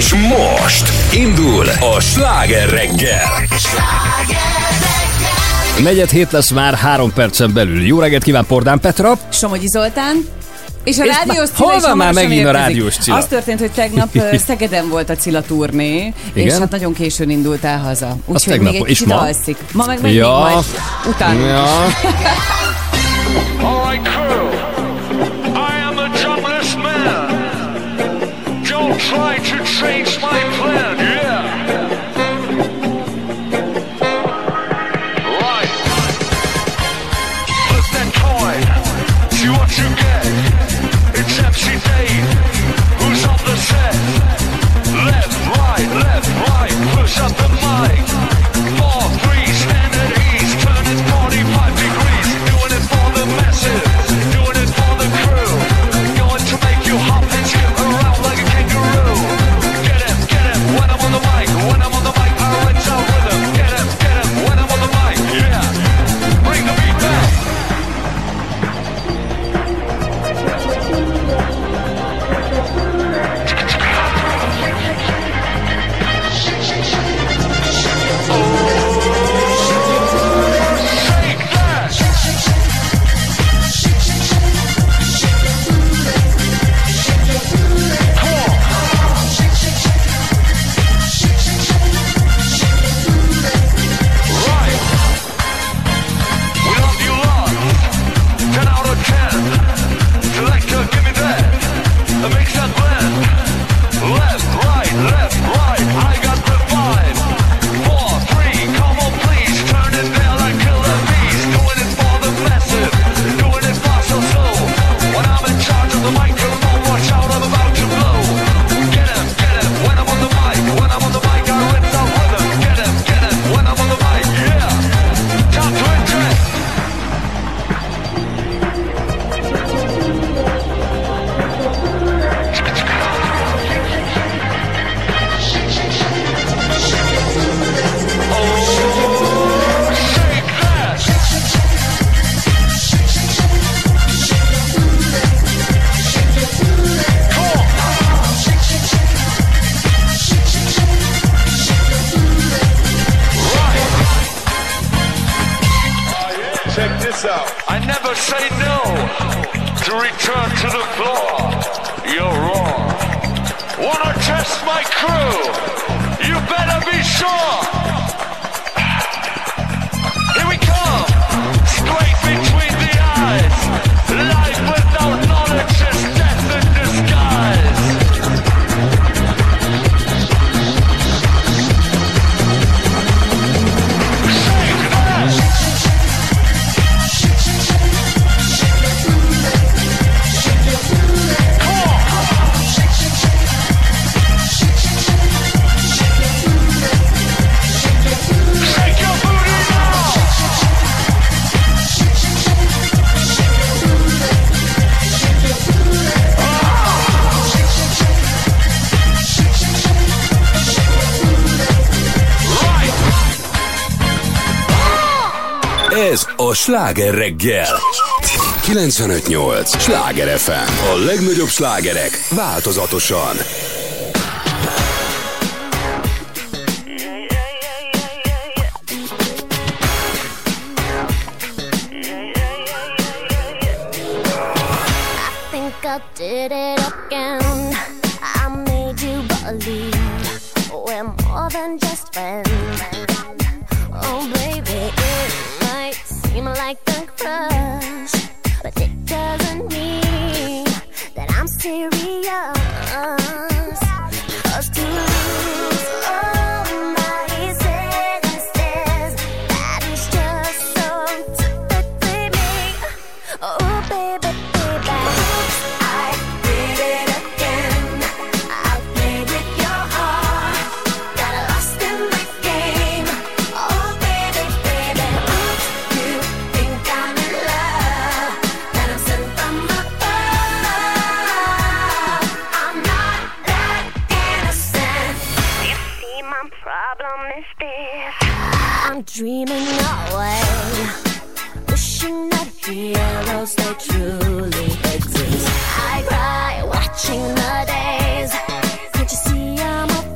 És most indul a Sláger reggel. 4:07 lesz már 3 percen belül. Jó reggelt kíván Pordán Petra. Somogyi Zoltán. És a rádiós Cilla hol van már megint a rádiós Cilla? Az történt, hogy tegnap Szegeden volt a Cilla turné, és hát nagyon későn indult el haza. Úgyhogy még egy kicsit alszik. Ma meg még majd utána. Ja. All right, crew. I am a jobless man. Don't try to change my plan, yeah. Right. Flip that coin. See what you get. It's MC Dave. Who's on the set? Left, right. Push up the mic. 4-3, stand at ease. Turn it 45 degrees. Doing it for the massive. Doing it for the crew. Going to make you hop and skip around like a kangaroo. Get him, when I'm on the mic. When I'm on the mic, I rinse out rhythm. Get him, when I'm on the mic. Yeah. Bring the beat back. I never say no to return to the floor. You're wrong. Wanna test my crew? You better be sure. Here we come. Straight between the eyes. Life without knowledge is death in disguise. Ez a Sláger reggel. 95.8 Sláger FM. A legnagyobb slágerek változatosan. I did it again. I made you believe we're more than just friends. Oh baby, it might seem like a crush, but it doesn't mean that I'm serious. 'Cause to lose all my senses, that is just so typically me. Oh baby, I did it again. I played with your heart, got lost in the game. Oh baby, oops, you think I'm in love, that I'm sent from above. I'm not that innocent. You see, my problem is this: I'm dreaming away, wishing that heroes they truly exist. I cry watching the days. Can't you see I'm a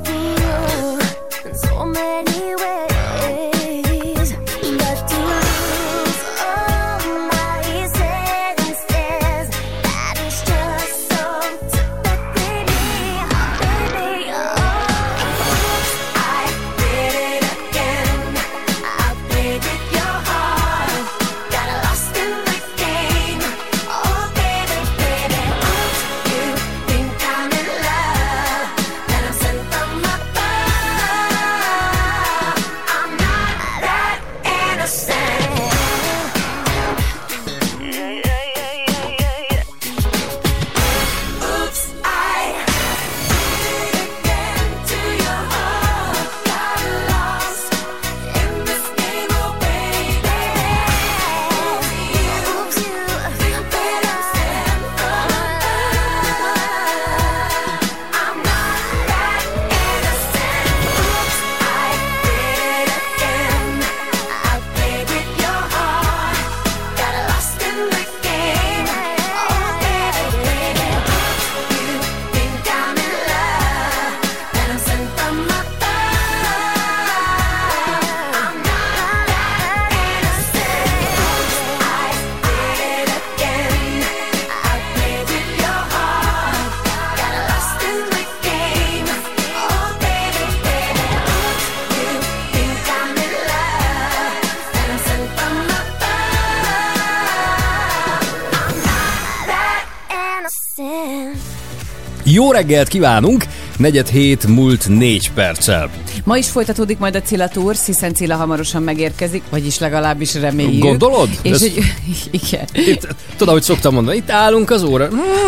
Jó reggelt kívánunk, 6:47 múlt 4 perccel. Ma is folytatódik majd a Cilla Tours, hiszen Cilla hamarosan megérkezik, vagyis legalábbis reméljük. Gondolod? És igen. Tudod, hogy szoktam mondani, itt állunk az óra.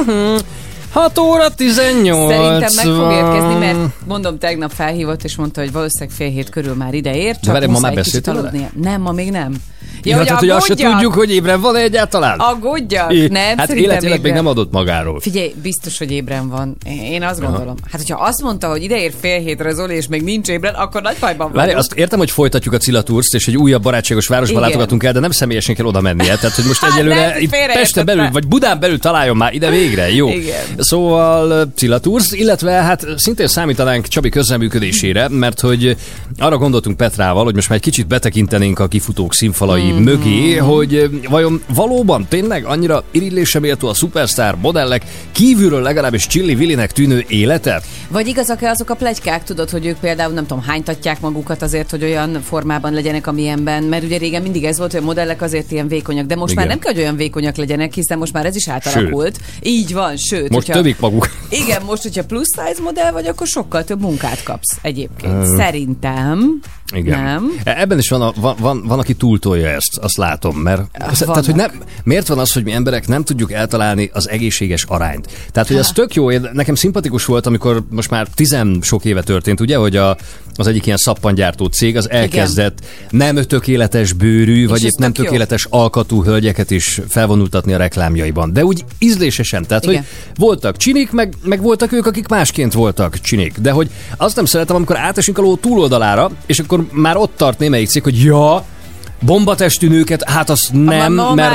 6 óra 18. Szerintem meg fog érkezni, mert mondom, tegnap felhívott, és mondta, hogy valószínűleg 6:30 körül már ide ér. Csak de ma már beszéltél vele? Nem, ma még nem. Ja, hát, hogy azt se tudjuk, hogy ébren van egyáltalán. Aggódjak? Nem, hát élet még nem adott magáról. Figyelj, biztos, hogy ébren van. Én azt gondolom. Hát, hogyha azt mondta, hogy ide ér 6:30 Zoli, és még nincs ébren, akkor nagy bajban van. Várj, azt értem, hogy folytatjuk a Cilla Tours-t, és egy újabb barátságos városba látogatunk el, de nem személyesen kell oda mennie. Tehát, hogy most egyelőre itt Pesten belül, vagy Budán belül találjon már ide végre. Jó. Igen. Szóval Cilla Tours, illetve hát szintén számítanánk Csabi közreműködésére, mert hogy arra gondoltunk Petrával, hogy most már egy kicsit betekintenénk a kifutók színfalai mögé, hogy vajon valóban tényleg annyira irigylésre méltó a szupersztár modellek kívülről legalábbis Csilli-Villinek tűnő élete? Vagy igazak-e azok a pletykák, tudod, hogy ők például nem tudom, hánytatják magukat azért, hogy olyan formában legyenek, amilyenben, mert ugye régen mindig ez volt, hogy a modellek azért ilyen vékonyak, de most igen. már nem kell, hogy olyan vékonyak legyenek, hiszen most már ez is átalakult. Így van, sőt. Most tövik maguk. Igen, most, hogyha plusz size modell vagy, akkor sokkal több munkát kapsz egyébként. Szerintem. Igen. Nem. Ebben is van, aki túltolja ezt, azt látom, mert tehát, hogy miért van az, hogy mi emberek nem tudjuk eltalálni az egészséges arányt? Tehát, hogy ez tök jó, nekem szimpatikus volt, amikor most már 10 sok éve történt, ugye, hogy az egyik ilyen szappangyártó cég az elkezdett nem tökéletes bőrű, vagy épp nem tökéletes alkatú hölgyeket is felvonultatni a reklámjaiban. De úgy ízlésesen, tehát, igen. Hogy voltak csinik, meg voltak ők, akik másként voltak csinik. De hogy azt nem szeretem, amikor átesünk a ló túloldalára, és akkor már ott tart némelyik cég, hogy bombatestű nőket, hát azt nem,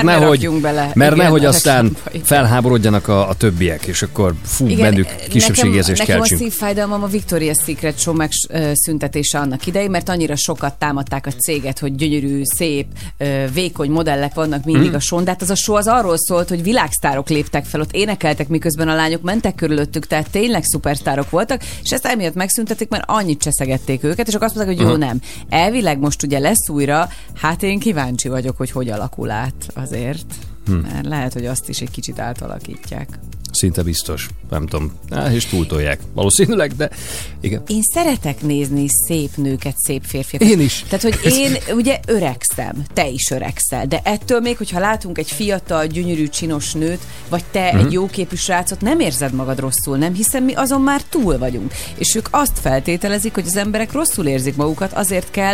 mert nehogy aztán felháborodjanak a többiek, és akkor bennük kisebbségérzést keltsünk. Nekem a szívfájdalmam a Victoria's Secret show megszüntetése annak idején, mert annyira sokat támadták a céget, hogy gyönyörű, szép, vékony modellek vannak mindig a show-n, de hát az a show az arról szólt, hogy világsztárok léptek fel, ott énekeltek, miközben a lányok mentek körülöttük, tehát tényleg szupersztárok voltak, és ezt emiatt megszüntették, mert annyit cseszegették őket, és akkor azt mondták, hogy jó, nem. Elvileg most ugye lesz újra, hát én kíváncsi vagyok, hogy alakul át azért. Mert lehet, hogy azt is egy kicsit átalakítják. Szinte biztos. Nem tudom. És túltolják. Valószínűleg, de igen. Én szeretek nézni szép nőket, szép férfiakat. Én is. Tehát, hogy én ugye öregszem, te is öregszel, de ettől még, hogyha látunk egy fiatal, gyönyörű, csinos nőt, vagy te egy jóképű srácot, nem érzed magad rosszul, nem? Hiszen mi azon már túl vagyunk. És ők azt feltételezik, hogy az emberek rosszul érzik magukat, azért kell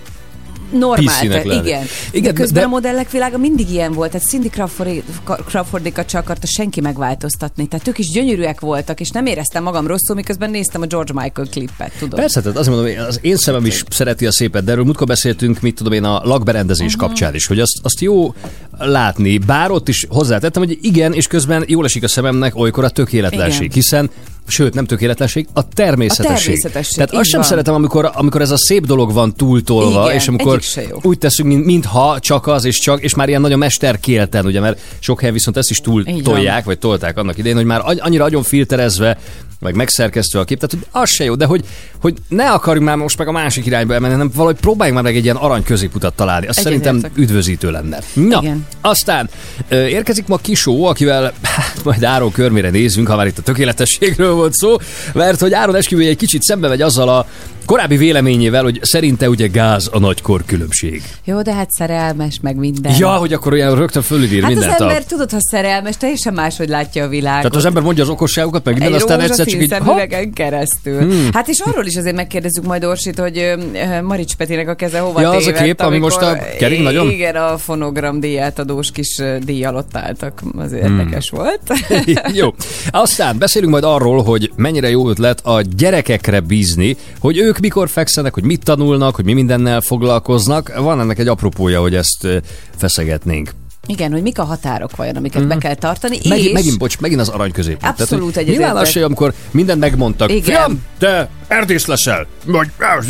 normál, igen. De közben a modellek világa mindig ilyen volt, tehát Cindy Crawfordikat se akarta senki megváltoztatni, tehát ők is gyönyörűek voltak, és nem éreztem magam rosszul, miközben néztem a George Michael klippet, tudod. Persze, tehát azt mondom, az én szemem is szereti a szépet, de erről múltkor beszéltünk, mit tudom én, a lakberendezés kapcsán is, hogy azt jó látni, bár ott is hozzátettem, hogy igen, és közben jól esik a szememnek olykor a tökéletlenség, hiszen sőt, nem tökéletlenség, a természetesség. Tehát azt sem szeretem, amikor ez a szép dolog van túltolva, igen, és amikor úgy teszünk, mintha csak az, és már ilyen nagyon mesterkélten, ugye, mert sok helyen viszont ezt is túltolják, vagy tolták annak idején, hogy már annyira nagyon filterezve, meg megszerkesztve a kép, tehát hogy az se jó, de hogy ne akarjunk már most meg a másik irányba elmenni, hanem valahogy próbáljunk már meg egy ilyen arany középutat találni. Azt szerintem üdvözítő lenne. Na, igen. Aztán érkezik ma Kisó, akivel majd Áron körmére nézzünk, ha már itt a tökéletességről volt szó, mert hogy Áron esküvője egy kicsit szembe megy azzal a korábbi véleményével, hogy szerinte ugye gáz a nagy korkülönbség. Jó, de hát szerelmes, meg minden. Ja, hogy akkor olyan rögtön fölülír mindent. Hát az ember, tudod, ha szerelmes, teljesen máshogy látja a világot. Tehát az ember mondja az okosságokat, meg minden, aztán egyszer csak így... keresztül. Hát és arról is azért megkérdezzük majd Orsit, hogy Marics Petinek a keze hova tévedt. Ja, az a kép, ami most a kering nagyon? Igen, a fonogram díját adós kis díj alatt álltak. Az érdekes volt. Jó. Aztán beszélünk majd arról, hogy mennyire jó ötlet a gyerekekre bízni, hogy ők mikor fekszenek, hogy mit tanulnak, hogy mi mindennel foglalkoznak. Van ennek egy apropója, hogy ezt feszegetnénk. Igen, hogy mik a határok vajon, amiket be kell tartani. Megint az arany középút. Abszolút egyetértek. Nyilván az se, amikor mindent megmondtak. Fiam, te erdész leszel!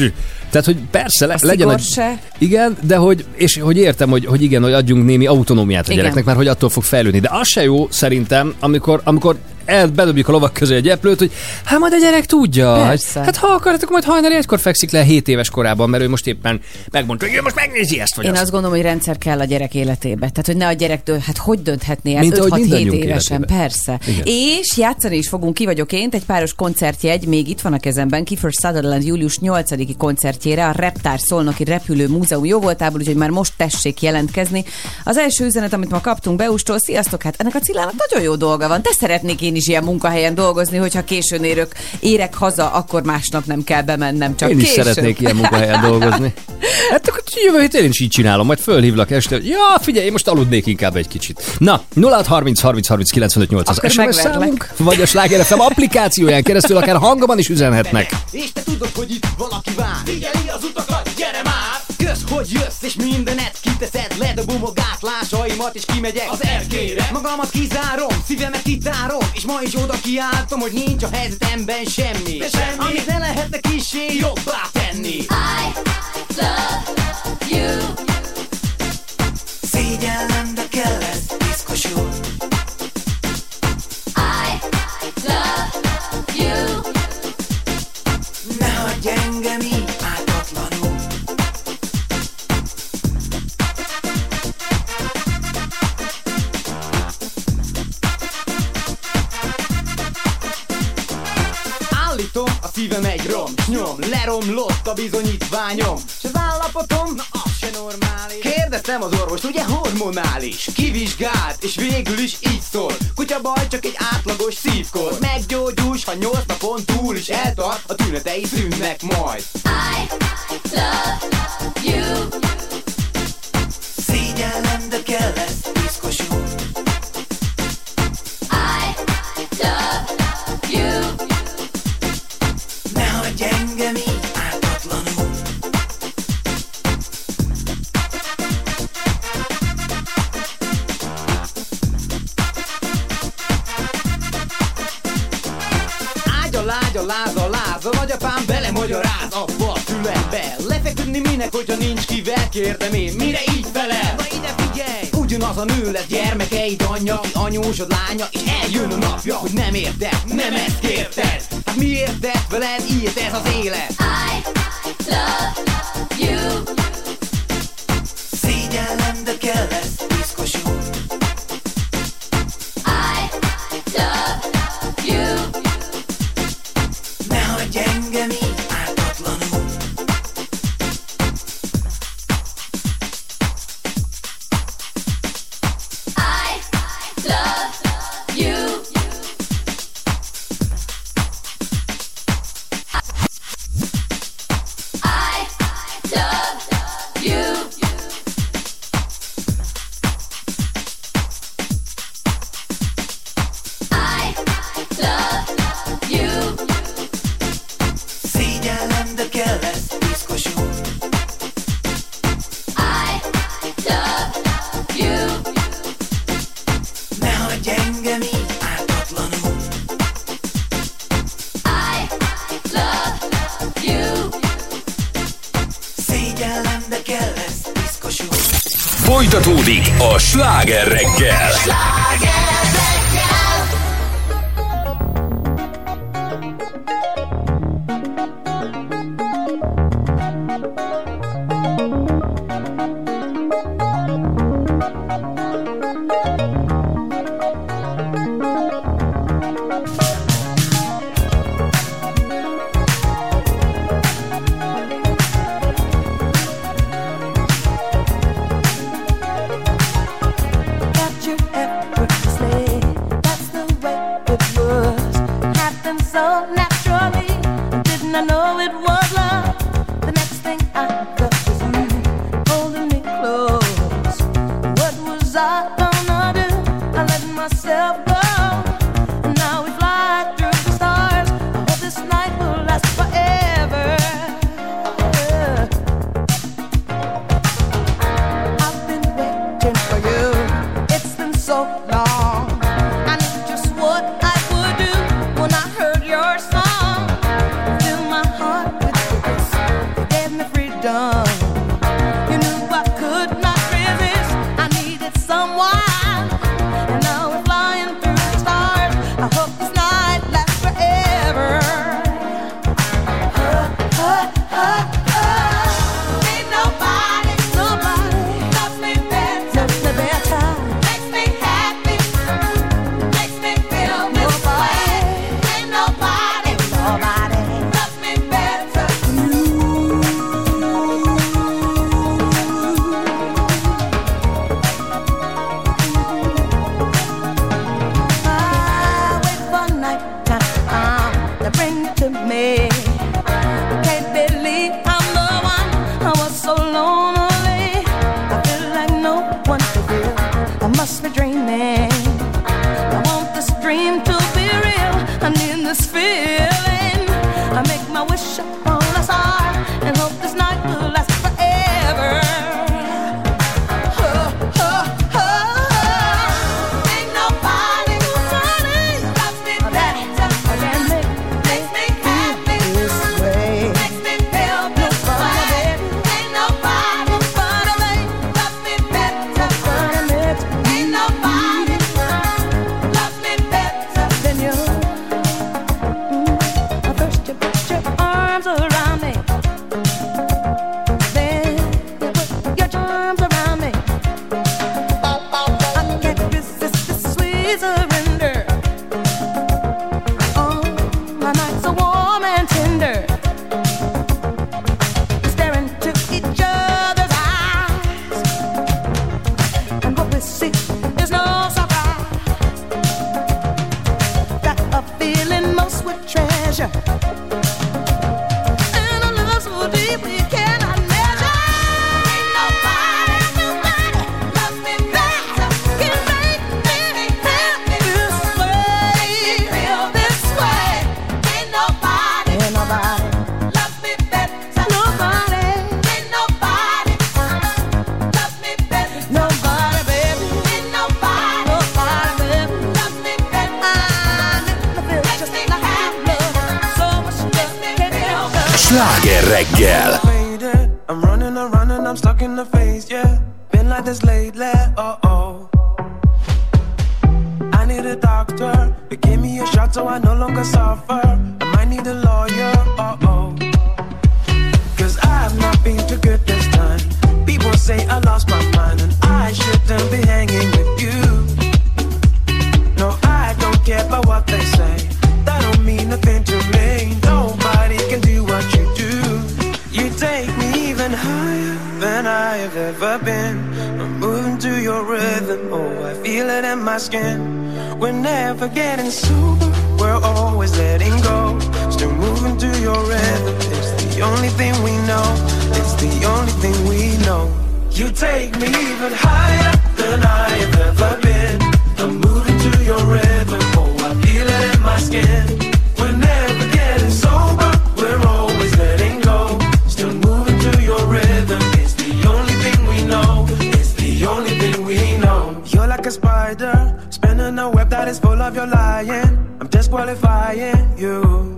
Tehát, hogy persze, A legyen szigor egy... se. Igen, de és hogy értem, hogy igen, hogy adjunk némi autonómiát a Igen. gyereknek, mert hogy attól fog fejlődni. De az se jó szerintem, amikor bedobjuk a lovak közé egy eplőt, hogy hát majd a gyerek tudja. Persze. Hát ha akartok, majd hajnali egykor fekszik le 7 éves korában, mert ő most éppen megmondta, hogy ő most megnézi ezt vagy Én azt. azt gondolom, hogy rendszer kell a gyerek életébe. Tehát, hogy ne a gyerek hát hogy dönthetné Mint ezt ahogy 5-6-7 mindannyiunk évesen? életébe. Persze. Igen. És játszani is fogunk, ki vagyok én, egy páros koncertjegy, még itt van a kezemben, Kiefer Sutherland július 8-i koncertjére, a Reptár Szolnoki Repülő Múzeum jóvoltából, úgyhogy már most tessék jelentkezni. Az első üzenet, amit ma kaptunk Beustól, sziasztok, hát ennek a Cillának nagyon jó dolga van. Te szeretnék én is ilyen munkahelyen dolgozni, hogyha későn érek haza, akkor másnap nem kell bemennem, csak Én is későn. szeretnék ilyen munkahelyen dolgozni. Hát akkor jövő héten én is így csinálom, majd fölhívlak este, hogy ja, figyelj, én most aludnék inkább egy kicsit. Na, 0630 30 30 95 8 az Akkor SMS megverlek. számunk, vagy a Sláger FM applikációján keresztül akár hangban is üzenhetnek. És te tudod, hogy itt valaki vár. Figyeli az utakat, gyere már! Kösz, hogy jössz, és mindenet kiteszed. Ledobom a gátlásaimat, és kimegyek az erkére. Magamat kizárom, szívemet kitárom, és ma is oda kiáltom, hogy nincs a helyzetemben semmi. Amit ne lehetne kissé jobbá tenni. I love you. Szégyellem, de kell ez, piszkosul. I love you. Ne hagyj engem így ártatlanul. Állítom, a szívem egy nyom, leromlott a bizonyítványom. S az állapotom, na az se normális. Kérdeztem az orvost, ugye hormonális. Kivizsgált, és végül is így szól. Kutya baj, csak egy átlagos szívkor. Meggyógyulsz, ha 8 napon túl is eltart, a tünetei szűnnek majd. I love you. Szégyellem, de kell ez, piszkosul. I love you. Ne hagyj engem így ártatlanul. Ágya, láza, nagyapám belemagyaráz abba a fülembe. Lefeküdni minek, hogyha nincs kivel, kérdem én, mire így felel? Na ide figyelj! Ugyanaz a nő lesz gyermekeid anyja, ki anyósod lánya, és eljön a napja, hogy nem érted, nem ezt kérted. Hát miért tett veled ilyet ez az élet? I love you. Szégyellem, de kell ez, piszkosul. I love you. Ne hagyj engem így ártatlanul. I love you. I love you. I love you. Szégyellem, de kell ez, piszkosul. I love you. Ne hagyj engem így ártatlanul. I love you. Szégyellem, de kell ez, piszkosul. Folytatódik a Sláger reggel. Got you effortlessly. That's the way it was. Happened so naturally. Didn't I know it was love? The next thing I felt was you holding me close. What was I gonna do? I let myself go. And now we fly through the stars. I hope this night will last forever. I've been waiting for you. It's been so long. I knew just what I would do when I heard your song. Fill my heart with your kiss. You gave me me. Can't believe I'm the one. I was so lonely. I feel like no one to feel. I must be dreaming. I want this dream to be real. I need this feeling. I make my wish upon a star and hope this night will last forever. Sláger reggel. I'm running around and I'm stuck in the phase, yeah. Been like this lately, oh. I need a doctor to give me a shot so I no longer suffer. I might need a lawyer, oh. Cause I've not been too good this time. People say I lost my mind and I shouldn't be hanging with you. No, I don't care about what they say. That don't mean nothing to me. Nobody can do what you do. You take me even higher than I have ever been. I'm moving to your rhythm, oh, I feel it in my skin. We're never getting sober, we're always letting go. Still moving to your rhythm, it's the only thing we know. It's the only thing we know. You take me even higher than I have ever been. I'm moving to your rhythm, oh, I feel it in my skin. We're never getting sober, we're always letting go. Still moving to your rhythm, it's the only thing we know. It's the only thing we know. You're like a spider, spinning a web that is full of your lying. I'm disqualifying you.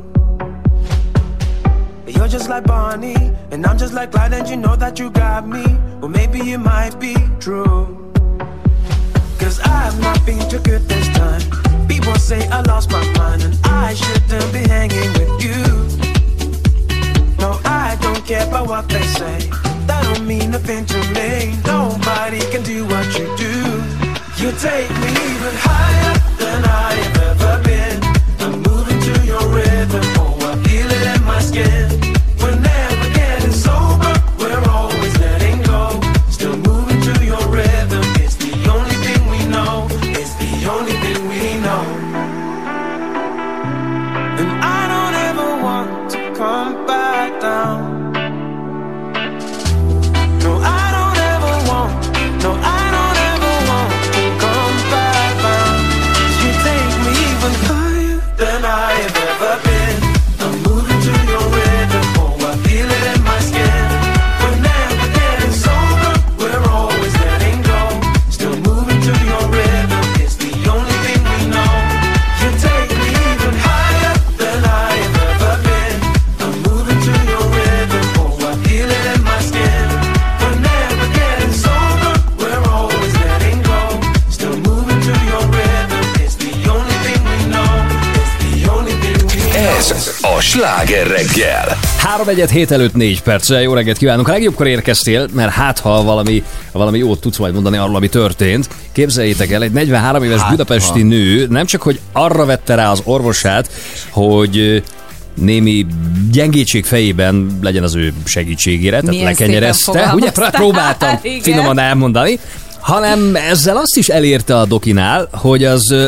You're just like Bonnie, and I'm just like Clyde, and you know that you got me. Well, maybe it might be true. Cause I've not been too good this time. People say I lost my mind and I shouldn't be hanging with you. No, I don't care about what they say. That don't mean nothing to me. Nobody can do what you do. You take me even higher than I have ever been. I'm moving to your rhythm, oh, I feel it in my skin. We're never getting sober, we're always letting go. Still moving to your rhythm, it's the only thing we know. It's the only thing we know. And I don't ever want to come back down. No, I don't ever want, no, I don't ever want to come back down. You take me even higher than I have ever been. I'm moving to your rhythm, oh, I feel it in my skin. We're never getting sober, we're always letting go. Still moving to your rhythm, it's the only thing we know. You take me even higher than I have ever been. I'm moving to your rhythm, oh, I feel it in my skin. We're never getting sober, we're always letting go. Still moving to your rhythm, it's the only thing we know. It's the only thing we know. Ez a Sláger reggel. 3-1 előtt 4 perccel. Jó reggelt kívánunk. A legjobbkor érkeztél, mert hát ha valami jót tudsz majd mondani arról, ami történt. Képzeljétek el, egy 43 éves budapesti nő nem csak, hogy arra vette rá az orvosát, hogy némi gyengétség fejében legyen az ő segítségére, tehát Milyen lekenyerezte. szépen Ugye fogalmaztál. próbáltam Igen. finoman elmondani, hanem ezzel azt is elérte a dokinál, hogy az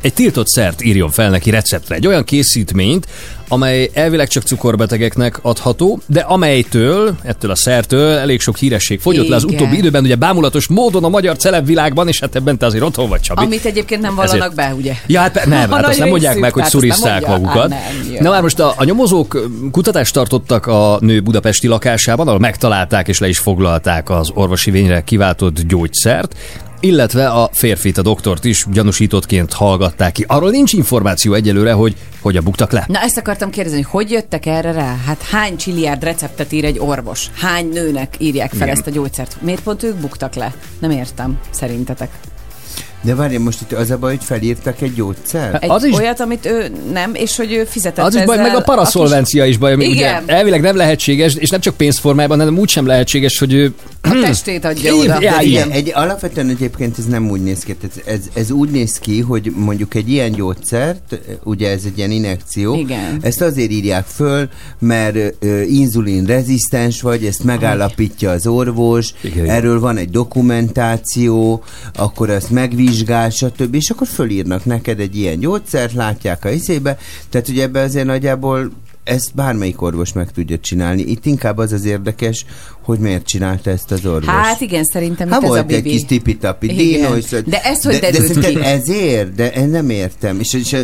egy tiltott szert írjon fel neki receptre. Egy olyan készítményt, amely elvileg csak cukorbetegeknek adható, de amelytől, ettől a szertől elég sok híresség fogyott le az Igen. utóbbi időben, ugye bámulatos módon a magyar celebvilágban, és hát ebben te azért otthon vagy, Csabi. Amit egyébként nem vallanak be, ugye? Ja, hát nem, Ha hát azt nagy nem mondják részük, meg, hogy tehát azt nem szuriszták mondja. magukat. Hát nem, Na már most a nyomozók kutatást tartottak a nő budapesti lakásában, ahol megtalálták és le is foglalták az orvosi vényre kiváltott gyógyszert, illetve a férfit, a doktort is gyanúsítottként hallgatták ki. Arról nincs információ egyelőre, hogy hogyan buktak le. Na ezt akartam kérdezni, hogy jöttek erre rá? Hát hány csilliárd receptet ír egy orvos? Hány nőnek írják fel ezt a gyógyszert? Miért pont ők buktak le? Nem értem, szerintetek. De várj, most itt az a baj, hogy felírtak egy gyógyszert? Egy Az is- olyat, amit ő nem, és hogy ő fizetett Az is baj, ezzel meg a paraszolvencia is baj, ami ugye Igen. elvileg nem lehetséges, és nem csak pénzformájában, hanem úgy sem lehetséges, hogy ő... a testét adja oda. Ja, igen. Alapvetően egyébként ez nem úgy néz ki. Tehát ez úgy néz ki, hogy mondjuk egy ilyen gyógyszert, ugye ez egy ilyen injekció, Igen. ezt azért írják föl, mert inzulin rezisztens vagy, ezt megállapítja az orvos, Igen. erről van egy dokumentáció, akkor ezt megvizsgál, stb. És akkor fölírnak neked egy ilyen gyógyszert, látják a izébe, tehát ugye ebbe azért nagyjából ezt bármelyik orvos meg tudja csinálni. Itt inkább az érdekes, hogy miért csinálta ezt az orvos. Hát igen, szerintem Hát itt ez a volt egy bibi. kis tipi-tapi Igen. dino, és De ez hogy de derült szerinted ki? ezért? De én nem értem.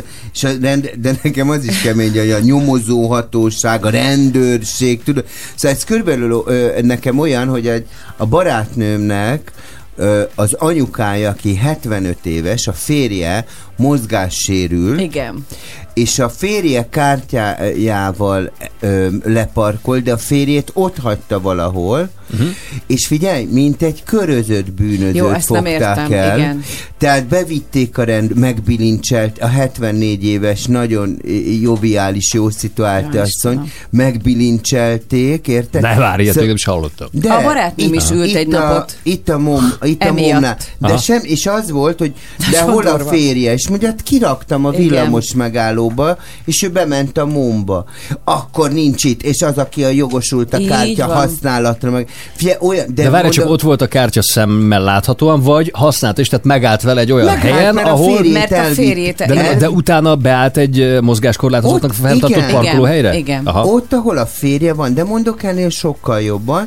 De nekem az is kemény, hogy a nyomozóhatóság, a rendőrség, tudod. Szóval ez körülbelül nekem olyan, hogy a barátnőmnek az anyukája, aki 75 éves, a férje mozgássérül, Igen. és a férje kártyájával leparkol, de a férjét ott hagyta valahol, és figyelj, mint egy körözött bűnözőt Jó, ezt nem fogták értem, el. igen. Tehát bevitték a megbilincselt, a 74 éves, nagyon joviális, jó szituált Ja, asszony, Istenem. megbilincselték, érted? Ne várj, ilyet Szóval- még nem is hallottam. de A barátnőm is ült egy napot. Itt a Emiatt. momnál. De Aha. és az volt, hogy de Nagyon hol a durva. férje? És mondja, hát kiraktam a Igen. villamos megállóba, és ő bement a momba. Akkor nincs itt, és az, aki a jogosult a Így kártya van. használatra, meg figyelj, olyan, De várj, csak ott volt a kártya szemmel láthatóan, vagy használt is, tehát megállt vele egy olyan Megállt, helyen, mert a ahol... férjét Mert a elvitt. férjét De utána beállt egy mozgáskorlátozottnak Ott, fenntartott igen. parkolóhelyre? Igen. Aha. Ott, ahol a férje van, de mondok ennél sokkal jobban,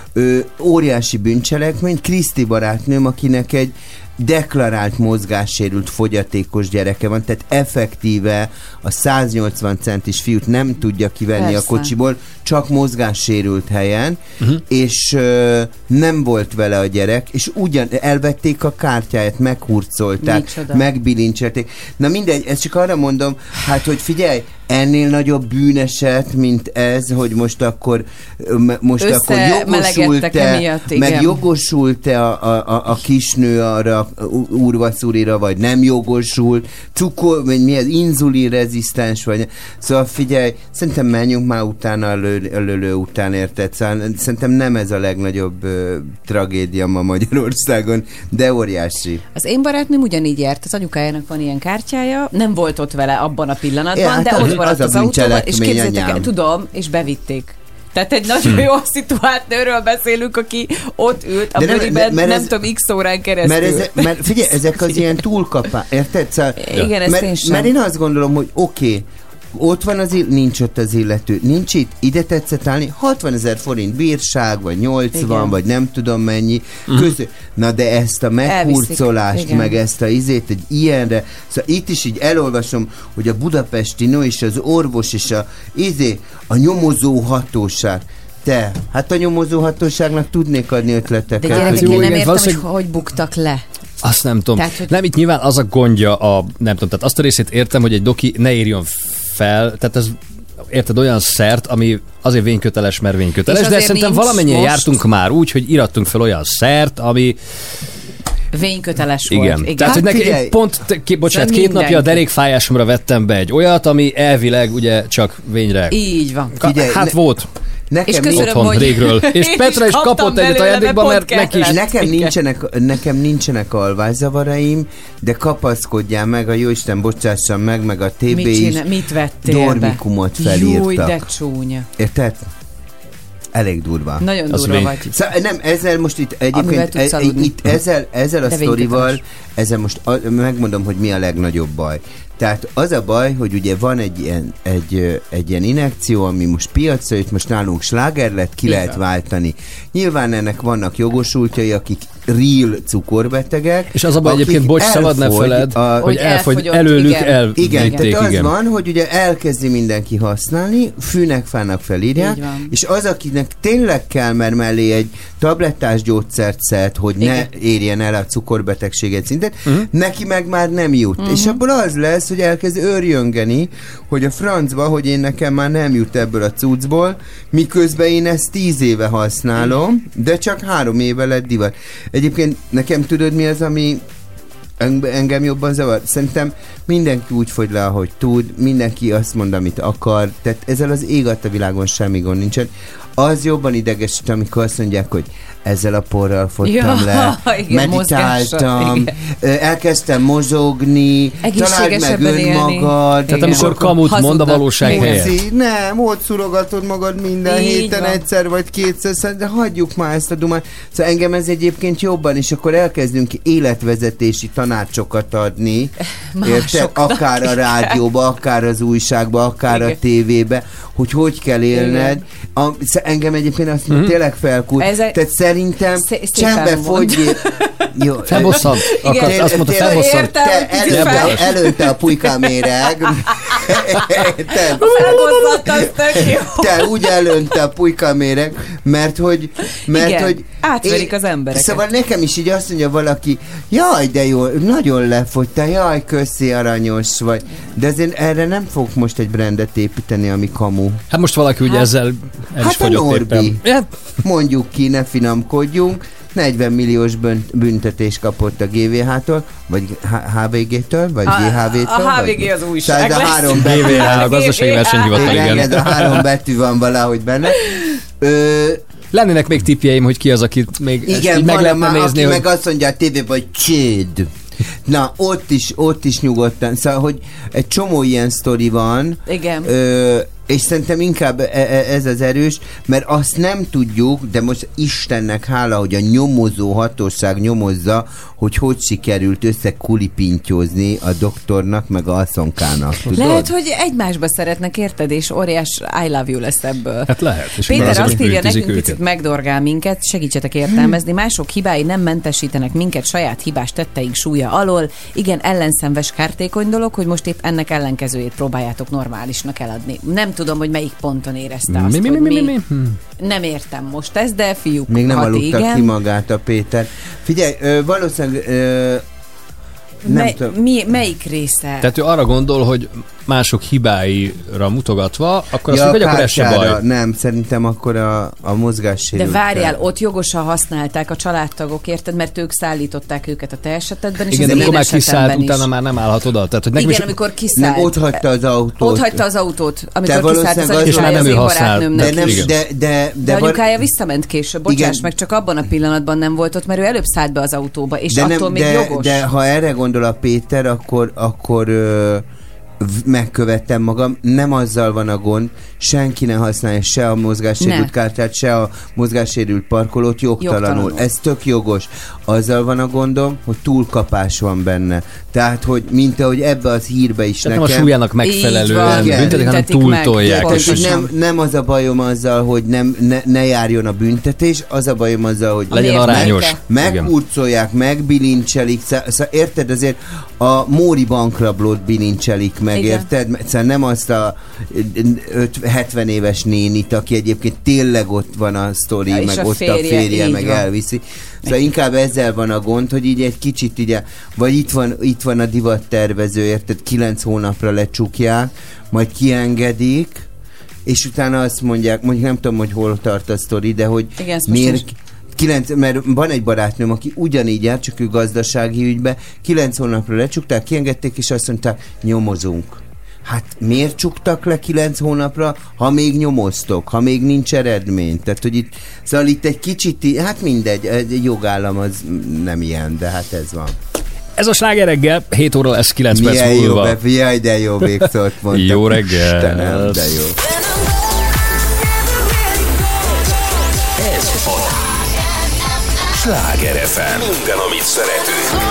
óriási bűncselekmény, Kriszti barátnőm, akinek egy deklarált mozgássérült fogyatékos gyereke van, tehát effektíve a 180 centis fiút nem tudja kivenni Persze. a kocsiból, csak mozgássérült helyen, és nem volt vele a gyerek, és ugyan elvették a kártyáját, meghurcolták, Micsoda. megbilincselték. Na mindegy, ezt csak arra mondom, hát hogy figyelj, ennél nagyobb bűneset, mint ez, hogy most akkor Összemelegettek emiatt, igen. meg jogosult-e a kisnő arra úrvaszúrira, vagy nem jogosult, cukor, vagy mi az, inzulinrezisztens, vagy szóval figyelj, szerintem menjünk már utána a lölő után, érted? Szóval szerintem nem ez a legnagyobb tragédia ma Magyarországon, de óriási. Az én barátnőm ugyanígy járt, az anyukájának van ilyen kártyája, nem volt ott vele abban a pillanatban, Ja, hát de az- ott maradt az a az autóban, és bűncselekmény, képzeljétek el, anyám. tudom, és bevitték. Tehát egy nagyon jó szituált nőről beszélünk, aki ott ült a De nem- bőriben, mert nem ez- tudom, x órán keresztül. Mert figyelj, ezek az ilyen túlkapás, érted? Szóval, Igen, ezt én sem. mert én azt gondolom, hogy oké, ott van nincs ott az illető, nincs itt, ide tetszett állni, 60 000 forint bírság, vagy 80, Igen. vagy nem tudom mennyi. Na de ezt a Elviszik. meghurcolást, Igen. meg ezt a izét, egy ilyenre, szóval itt is így elolvasom, hogy a budapesti nő és az orvos és a nyomozó hatóság. Hát a nyomozó hatóságnak tudnék adni De ötleteket. gyerekek, jó, én nem igen, értem, hogy valószínűleg- hogy buktak le. Azt nem tudom. Tehát, hogy- Nem, itt nyilván az a gondja nem tudom, tehát azt a részét értem, hogy egy doki ne írjon fel, tehát ez érted, olyan szert, ami azért vényköteles, mert vényköteles, És de azért szerintem nincs valamennyien most- jártunk már úgy, hogy irattunk fel olyan szert, ami Vényköteles igen. volt. Igen. Tehát, hogy Hát neki figyelj. pont, bocsánat, Szóval 2 napja a mindenki. derékfájásomra vettem be egy olyat, ami elvileg ugye csak vényre. Így van. Figyelj, Hát volt És Nekem köszönöm, otthon hogy... régről. És Petra is kaptam kapott egyet belőle, ajándékba, mert mert pont neki is. kellett. Nekem nincsenek alvászavaraim, de kapaszkodjál meg, a jóisten bocsássam meg a TB Mit, is. mit vettél Dormikumot be? Júj, felírtak. de csúnya. Érted? elég durva. Nagyon Az durva mi? vagy. Szóval nem, ezzel most itt Amivel tudsz egyébként aludni. itt ezzel a De sztorival, végtelen. ezzel most megmondom, hogy mi a legnagyobb baj. Tehát az a baj, hogy ugye van egy ilyen injekció, ami most piacra jött, most nálunk sláger lett, ki lehet váltani. Nyilván ennek vannak jogosultjai, akik real cukorbetegek. És az a baj akik egyébként, bocs, szabad ne elfogy feled, hogy Hogy elfogy, elfogyott, előlük igen. igen, elvitték, tehát az igen. van, hogy ugye elkezdi mindenki használni, fűnek, fának felírják, Így van. és az, akinek tényleg kell, mert mellé egy tablettás gyógyszert szed, hogy ne Igen. érjen el a cukorbetegséget szintet, neki meg már nem jut. És abból az lesz, hogy elkezd őrjöngeni, hogy a francba, hogy én nekem már nem jut ebből a cuccból, miközben én ezt 10 éve használom, de csak 3 éve lett divat. Egyébként nekem tudod mi az, ami engem jobban zavar? Szerintem mindenki úgy fogy le, ahogy tud, mindenki azt mond, amit akar, tehát ezzel az ég adta világon semmi gond nincsen. Az jobban idegesít, amikor azt mondják, hogy ezzel a porral fogytam le, igen, meditáltam, mozgással, elkezdtem mozogni, találd meg Egészségesebben élni. önmagad. Tehát Igen. amikor kamut mond a Hazudnak. valóság Igen. helyett. Nem, ott szurogatod magad minden Így héten van. egyszer vagy kétszer, de hagyjuk már ezt a dumát. Szóval engem ez egyébként jobban, és akkor elkezdünk életvezetési tanácsokat adni. Érted? Akár a rádióba, akár az újságba, akár a Igen. tévébe, hogy kell élned. Engem egyébként azt mondja, tényleg felkúr. Tehát szerintem Szépen csendbe mond. fogyjél. Jó, Felbosszant? Igen. Azt mondta, felbosszant. Értem, te hogy kicsit előtte a pulykám-méreg. Te, Felbosszant, az tök jó. te úgy előnte a pulykám-méreg, mert hogy Igen, átverik az embereket. Szóval nekem is így azt mondja valaki, jaj, de jó, nagyon lefogytál, jaj, köszi, aranyos vagy. De azért erre nem fogok most egy brandet építeni, ami kamu. Hát most valaki ugye ezzel el is Hát a fogyott Norbi. éppen. Ja, Mondjuk ki, ne finomkodjunk. 40 milliós büntetés kapott a GVH-tól, vagy HVG-től, vagy GHV-től. A HVG az újság Tehát a lesz. 3 betű. GVH, a gazdasági versenyhivatal, Igen, ez igen. a 3 betű van valahogy benne. Lennének még tippjeim, hogy ki az, akit még ezt Igen, így meg van lehetne már, nézni, aki hogy... meg azt mondja a tévében, hogy cséd. Na, ott is nyugodtan. Szóval, hogy egy csomó ilyen sztori van. Igen. És szerintem inkább ez az erős, mert azt nem tudjuk, de most Istennek hála, hogy a nyomozó hatóság nyomozza, hogy sikerült összekulipintyózni a doktornak, meg a asszonkának. Tudod? Lehet, hogy egymásba szeretnek, érted, és óriás I love you lesz ebből. Hát lehet. És Péter azok azt írja bűntözik nekünk, őket. picit megdorgál minket, segítsetek értelmezni. Mások hibái nem mentesítenek minket saját hibás tetteink súlya alól. Igen, ellenszenves kártékony dolog, hogy most épp ennek ellenkezőjét próbáljátok normálisnak eladni. Nem tudom, hogy melyik ponton érezte azt, hogy mi. Nem értem most ezt, de fiúk, Még nem aludta igen. ki magát a Péter. Figyelj, valószínűleg nem tudom. Melyik része? Tehát ő arra gondol, hogy mások hibáira mutogatva, akkor azt mondja, hogy akkor ez se kártyára. baj. Nem, szerintem akkor a mozgássérült. De várjál, ott jogosan használták a családtagok, érted, mert ők szállították őket a te esetedben, és Igen, az de én amikor már esetemben kiszállt, is. utána már nem állhat oda. Tehát, hogy nekem Igen, is... amikor kiszállt. Nem, ott hagyta az autót. Ott hagyta az autót, amikor valószínűleg kiszállt az az- És már anyukája nem az ő én használt. barátnőmnek. De, nem, Igen. De anyukája visszament később, bocsáss Igen. meg, csak abban a pillanatban nem volt ott, mert ő előbb szállt be az autóba, és attól még jogos. de ha erre gondol a Péter, akkor megkövettem magam. Nem azzal van a gond, senki ne használja se a mozgássérült kártyát, se a mozgássérült parkolót jogtalanul. Ez tök jogos. Azzal van a gondom, hogy túlkapás van benne. Tehát, hogy mint ahogy ebbe az hírbe is Tehát nem nekem... a súlyának megfelelően Igen. büntetik, hanem Büntetik meg. túltolják. Igen. És Tehát, hogy nem az a bajom azzal, hogy ne járjon a büntetés, az a bajom azzal, hogy legyen mértéke. arányos. Igen. megurcolják, megbilincselik, szóval érted, azért a Móri bankrablót bilincselik meg, Igen. érted? Szóval nem azt a 70 éves nénit, aki egyébként tényleg ott van a sztori, Ja, és meg a ott a férje, férje, így meg van. elviszi. Szóval inkább ezzel van a gond, hogy így egy kicsit így, vagy itt van a divattervező, érted? 9 hónapra lecsukják, majd kiengedik, és utána azt mondják, mondjuk nem tudom, hogy hol tart a sztori, de hogy Igen, ezt most miért... Mert van egy barátnőm, aki ugyanígy jár, csak ő gazdasági ügybe, 9 hónapra lecsukták, kiengedték, és azt mondták, nyomozunk. Hát miért csuktak le 9 hónapra, ha még nyomoztok, ha még nincs eredmény? Tehát, hogy itt, szóval itt egy kicsit, hát mindegy, egy jogállam az nem ilyen, de hát ez van. Ez a Sláger reggel, 7 óra lesz 9 perc Milyen jó, múlva. jaj, de jó végszót mondtam. Jó reggel. Istenem, de jó. Sláger FM. Minden, amit szeretünk.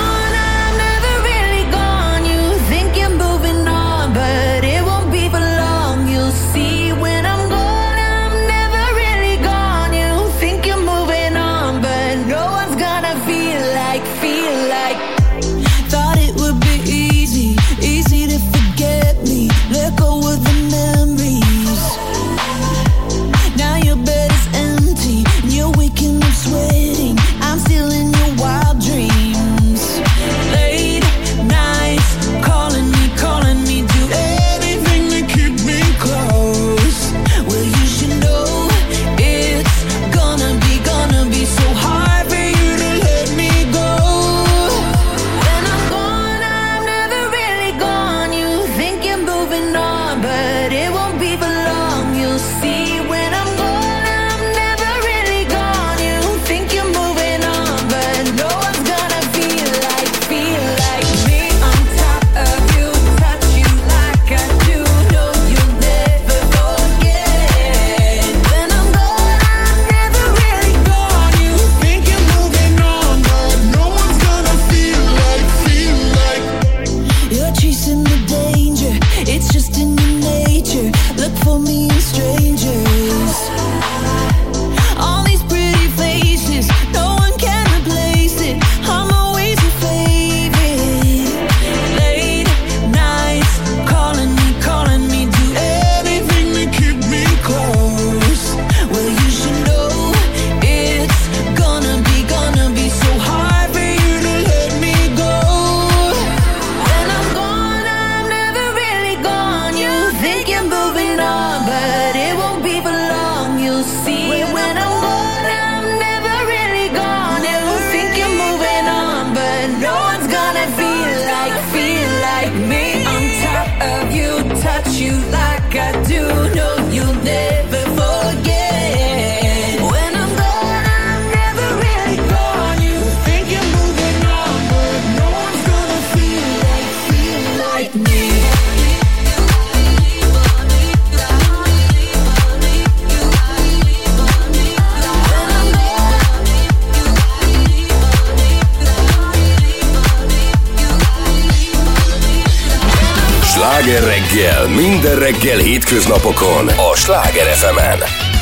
Sláger reggel, minden reggel hétköznapokon a Sláger FM-en.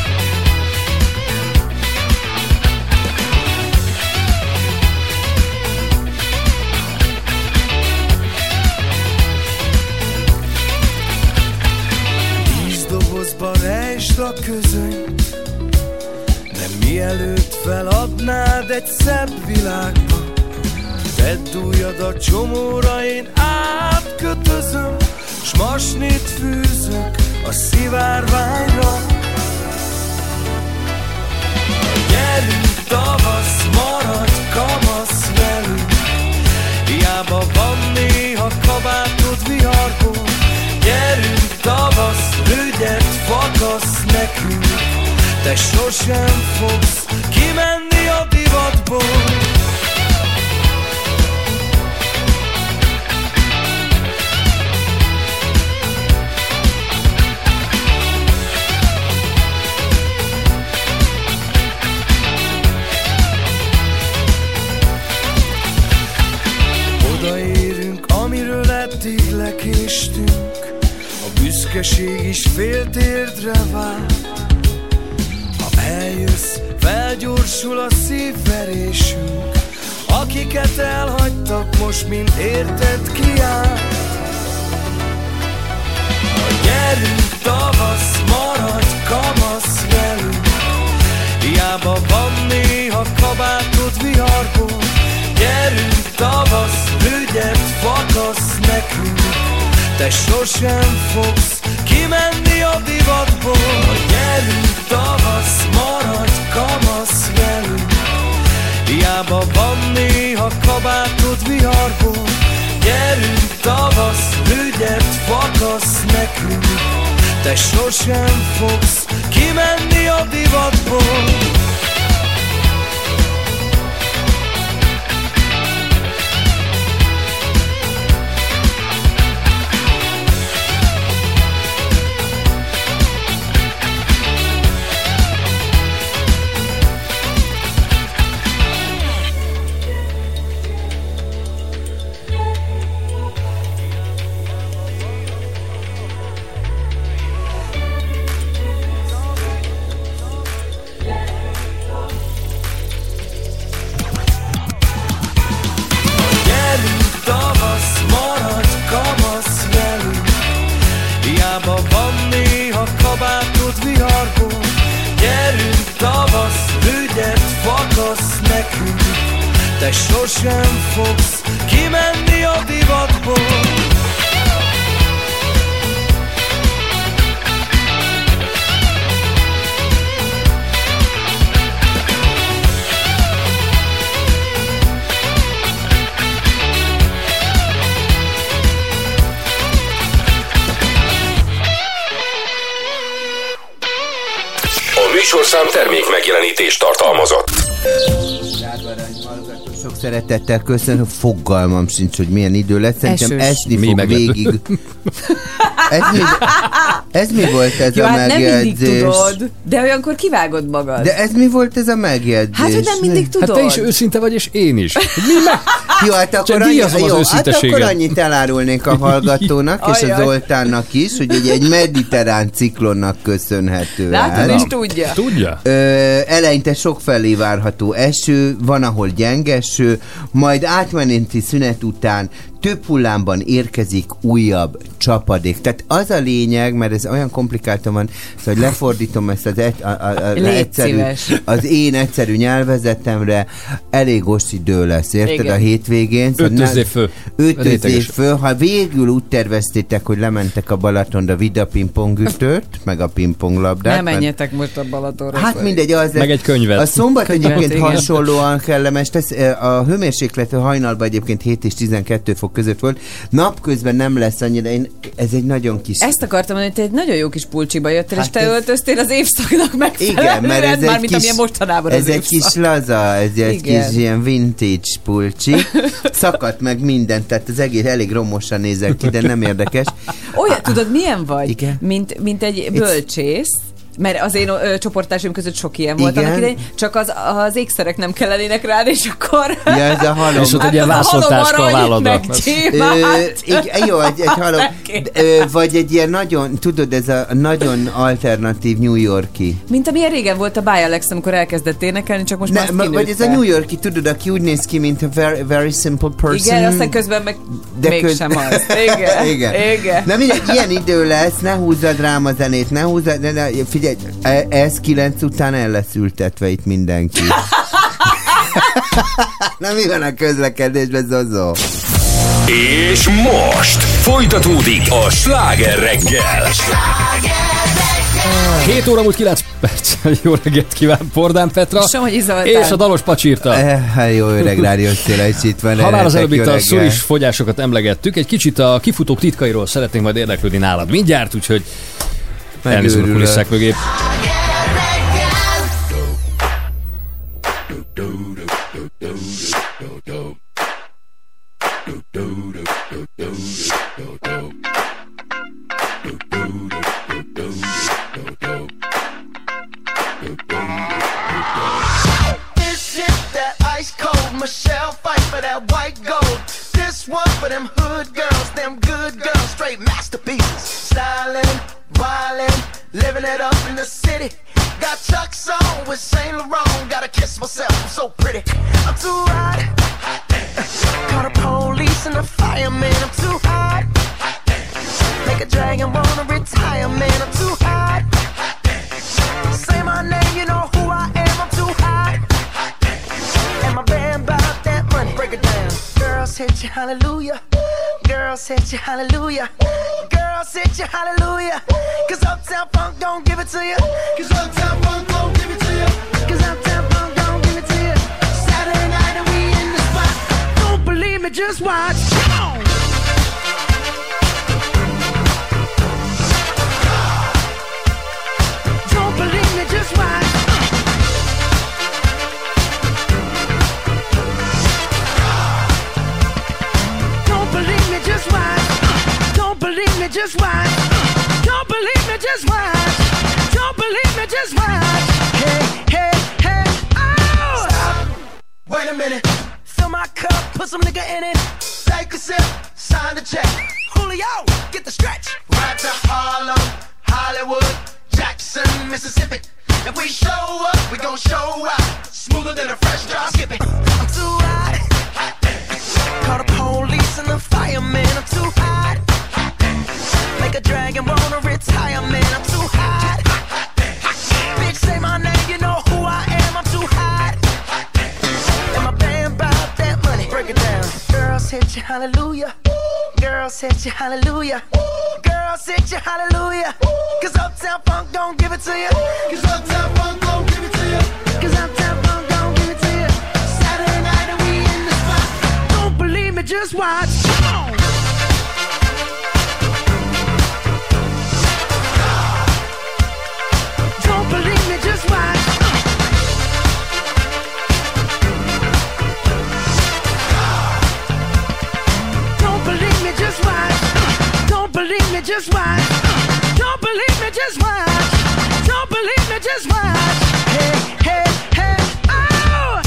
Dobozba rejtsd a közönyt, de mielőtt feladnád egy szebb világba, tedd ujjad a csomóra, én átkötözöm, s masnit fűzök a szivárványra. Gyerünk tavasz, maradj kamasz velünk, hiába van néha kabátod viharból. Gyerünk tavasz, rügyet fakasz nekünk, te sosem fogsz kimenni a divatból. Odaérünk, amiről eddig lekéstünk, a büszkeség is fél térdre vár. Ha eljössz, felgyorsul a szívverésünk, akiket elhagytak, most mind érted kiáll. Gyerünk tavasz, maradj kamasz velünk, hiába van néha kabátod viharból. Gyerünk tavasz, rügyet fakasz nekünk, te sosem fogsz kimenni a divatból. Gyerünk tavasz, maradj kamasz velünk, hiába van néha kabátod viharból. Gyerünk tavasz, rügyet fakasz nekünk, te sosem fogsz kimenni a divatból. kiáltott viharból. Gyerünk tavasz, ügyet fakasz nekünk, te sosem fogsz kimenni a divatból. A műsorszám termék megjelenítést tartalmazott. Sok szeretettel köszönöm, fogalmam sincs, hogy milyen idő lesz. Szerintem Esős. esni Mi fog meglepő. végig. Ez mi volt ez Jó, a hát nem mindig megjegyzés? tudod, de olyankor kivágod magad. De ez mi volt ez a megjegyzés? Hát, hogy nem mindig tudod. Hát te is őszinte vagy, és én is. Mi meg? Jó, hát akkor, Csak díjazom az őszinteséget. akkor annyit elárulnék a hallgatónak, és a Ajaj. Zoltánnak is, hogy egy mediterrán ciklonnak köszönhető. Látod, és tudja. Tudja? Eleinte sokfelé várható eső, van, ahol gyenge eső, majd átmeneti szünet után több hullámban érkezik újabb csapadék. Tehát az a lényeg, mert ez olyan komplikáltan van, szóval hogy lefordítom ezt az én egyszerű nyelvezetemre, elég os idő lesz, érted? Igen. A hétvégén. Ötözzé föl. Ötözzé Réteges. föl. Ha végül úgy terveztétek, hogy lementek a Balatonra, vidd a pingpongütőt, meg a pingponglabdát. Nem mert- menjetek most a Balatonra. Hát mindegy, az Meg egy könyvet. A szombat Könyvet, egyébként igen. hasonlóan kellemes. A hőmérséklet hajnalban egyébként 7 és 12 fok között volt. Napközben nem lesz annyira, ez egy nagyon kis... Ezt akartam mondani, hogy te egy nagyon jó kis pulcsiba jöttél, Hát és te ez- öltöztél az évszaknak megfelelően, Igen, mert ez egy mármint kis, amilyen mostanában ez az egy évszak. kis laza, ez egy Igen. kis ilyen vintage pulcsi. Szakadt meg minden, tehát az egész elég romosan nézek ki, de nem érdekes. Olyan, tudod, milyen vagy? Igen. Mint egy bölcsész, mert az én csoporttársaim között sok ilyen volt Igen. annak idején, csak az ékszerek nem kellenének rád, és akkor... Ja, ez a halom. És ott egy ilyen vászontáska a válladra. Meg gyémánt. Jó, egy halom. Vagy egy ilyen nagyon, tudod, ez a nagyon alternatív New York-i. Mint amilyen régen volt a By Alex, amikor elkezdett énekelni, csak most már azt Vagy ez a kinőtte. New York-i, tudod, aki úgy néz ki, mint a very, very simple person. Igen, aztán közben meg De mégsem az. Igen. Igen. Igen. Na mindegy, ilyen idő lesz, ne húzzad rám a zenét, ne húzzad, figyelj, ez 9 után el lesz ültetve itt mindenki. Na mi van a közlekedésben, Zozó? És most folytatódik a Sláger reggel. 7 óra múlt 9 perc. Jó reggelt kíván Pordán Petra. Somogyi Zoltán. És a dalos pacsírta. Jó öreg rádiós Céla is itt van. Ha már az előbb Jó itt a reggel. szuris fogyásokat emlegettük, egy kicsit a kifutók titkairól szeretnénk majd érdeklődni nálad mindjárt, úgyhogy elnézünk a Megőrülök. kulisszák mögé. This shit that ice cold. Michelle fight for that white gold. This one for them hood girls, them good girls, straight masterpieces. Styling, wildin', living it up in the city. Got Chuck's on with Saint Laurent. Gotta kiss myself, I'm so pretty. I'm too hot. Call the police and the fireman. I'm too hot. Make a dragon wanna retire, man. I'm too hot. Say my name, you know who I am. I'm too hot. And my band bought that money. Break it down. Girls hit you, hallelujah. Girls hit you, hallelujah. Girls hit you, hallelujah. Cause Uptown Funk don't give it to you. Cause Uptown Funk don't give it to you. Cause Uptown Funk don't give it to you. Saturday night and we in the spot. Don't believe me, just watch. Come on. Don't believe me, just watch. Don't believe me, just watch. Don't believe me, just watch. Don't believe me, just watch. Don't believe me, just watch. Hey, hey, hey, oh! Stop. Wait a minute. Fill my cup, put some nigga in it. Take a sip, sign the check. Julio, get the stretch. Right to Harlem, Hollywood, Jackson, Mississippi. If we show up, we gon' show out. Smoother than a fresh drop. Skip it. I'm too hot. Call the police and the fireman. I'm too hot. Make a dragon wanna retire, man. I'm too hot. hallelujah. Girls hit you hallelujah. Girls hit you hallelujah. Cause Uptown Funk don't give it to you. Cause Uptown Funk don't give it to you. Cause Uptown Funk don't give it to you. Saturday night and we in the spot. Don't believe me, just watch. Come on. Don't believe me, just watch. Don't believe me, just watch. Don't believe me, just watch. Don't believe me, just watch. Don't believe me, just watch. Hey, hey, hey, oh!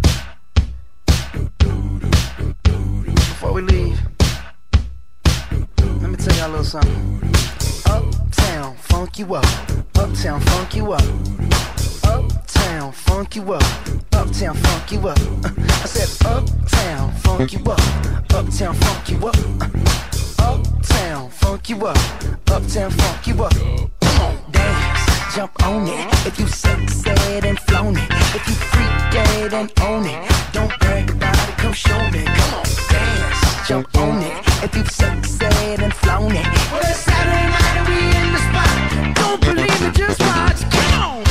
Before we leave, let me tell y'all a little something. Uptown, funk you up. Uptown, funk you up. Uptown, funk you up. Uptown, funk you up. I said uptown, funk you up. Uptown, funk you up. Uptown, funk you up. Uptown, funk you up. Come on, dance, jump on it. If you sexed and flown it. If you freaked dead and own it. Don't brag about it, come show me. Come on, dance, jump on it. If you sexed and flown it. Well, it's Saturday night and we in the spot. Don't believe it, just watch. Come on.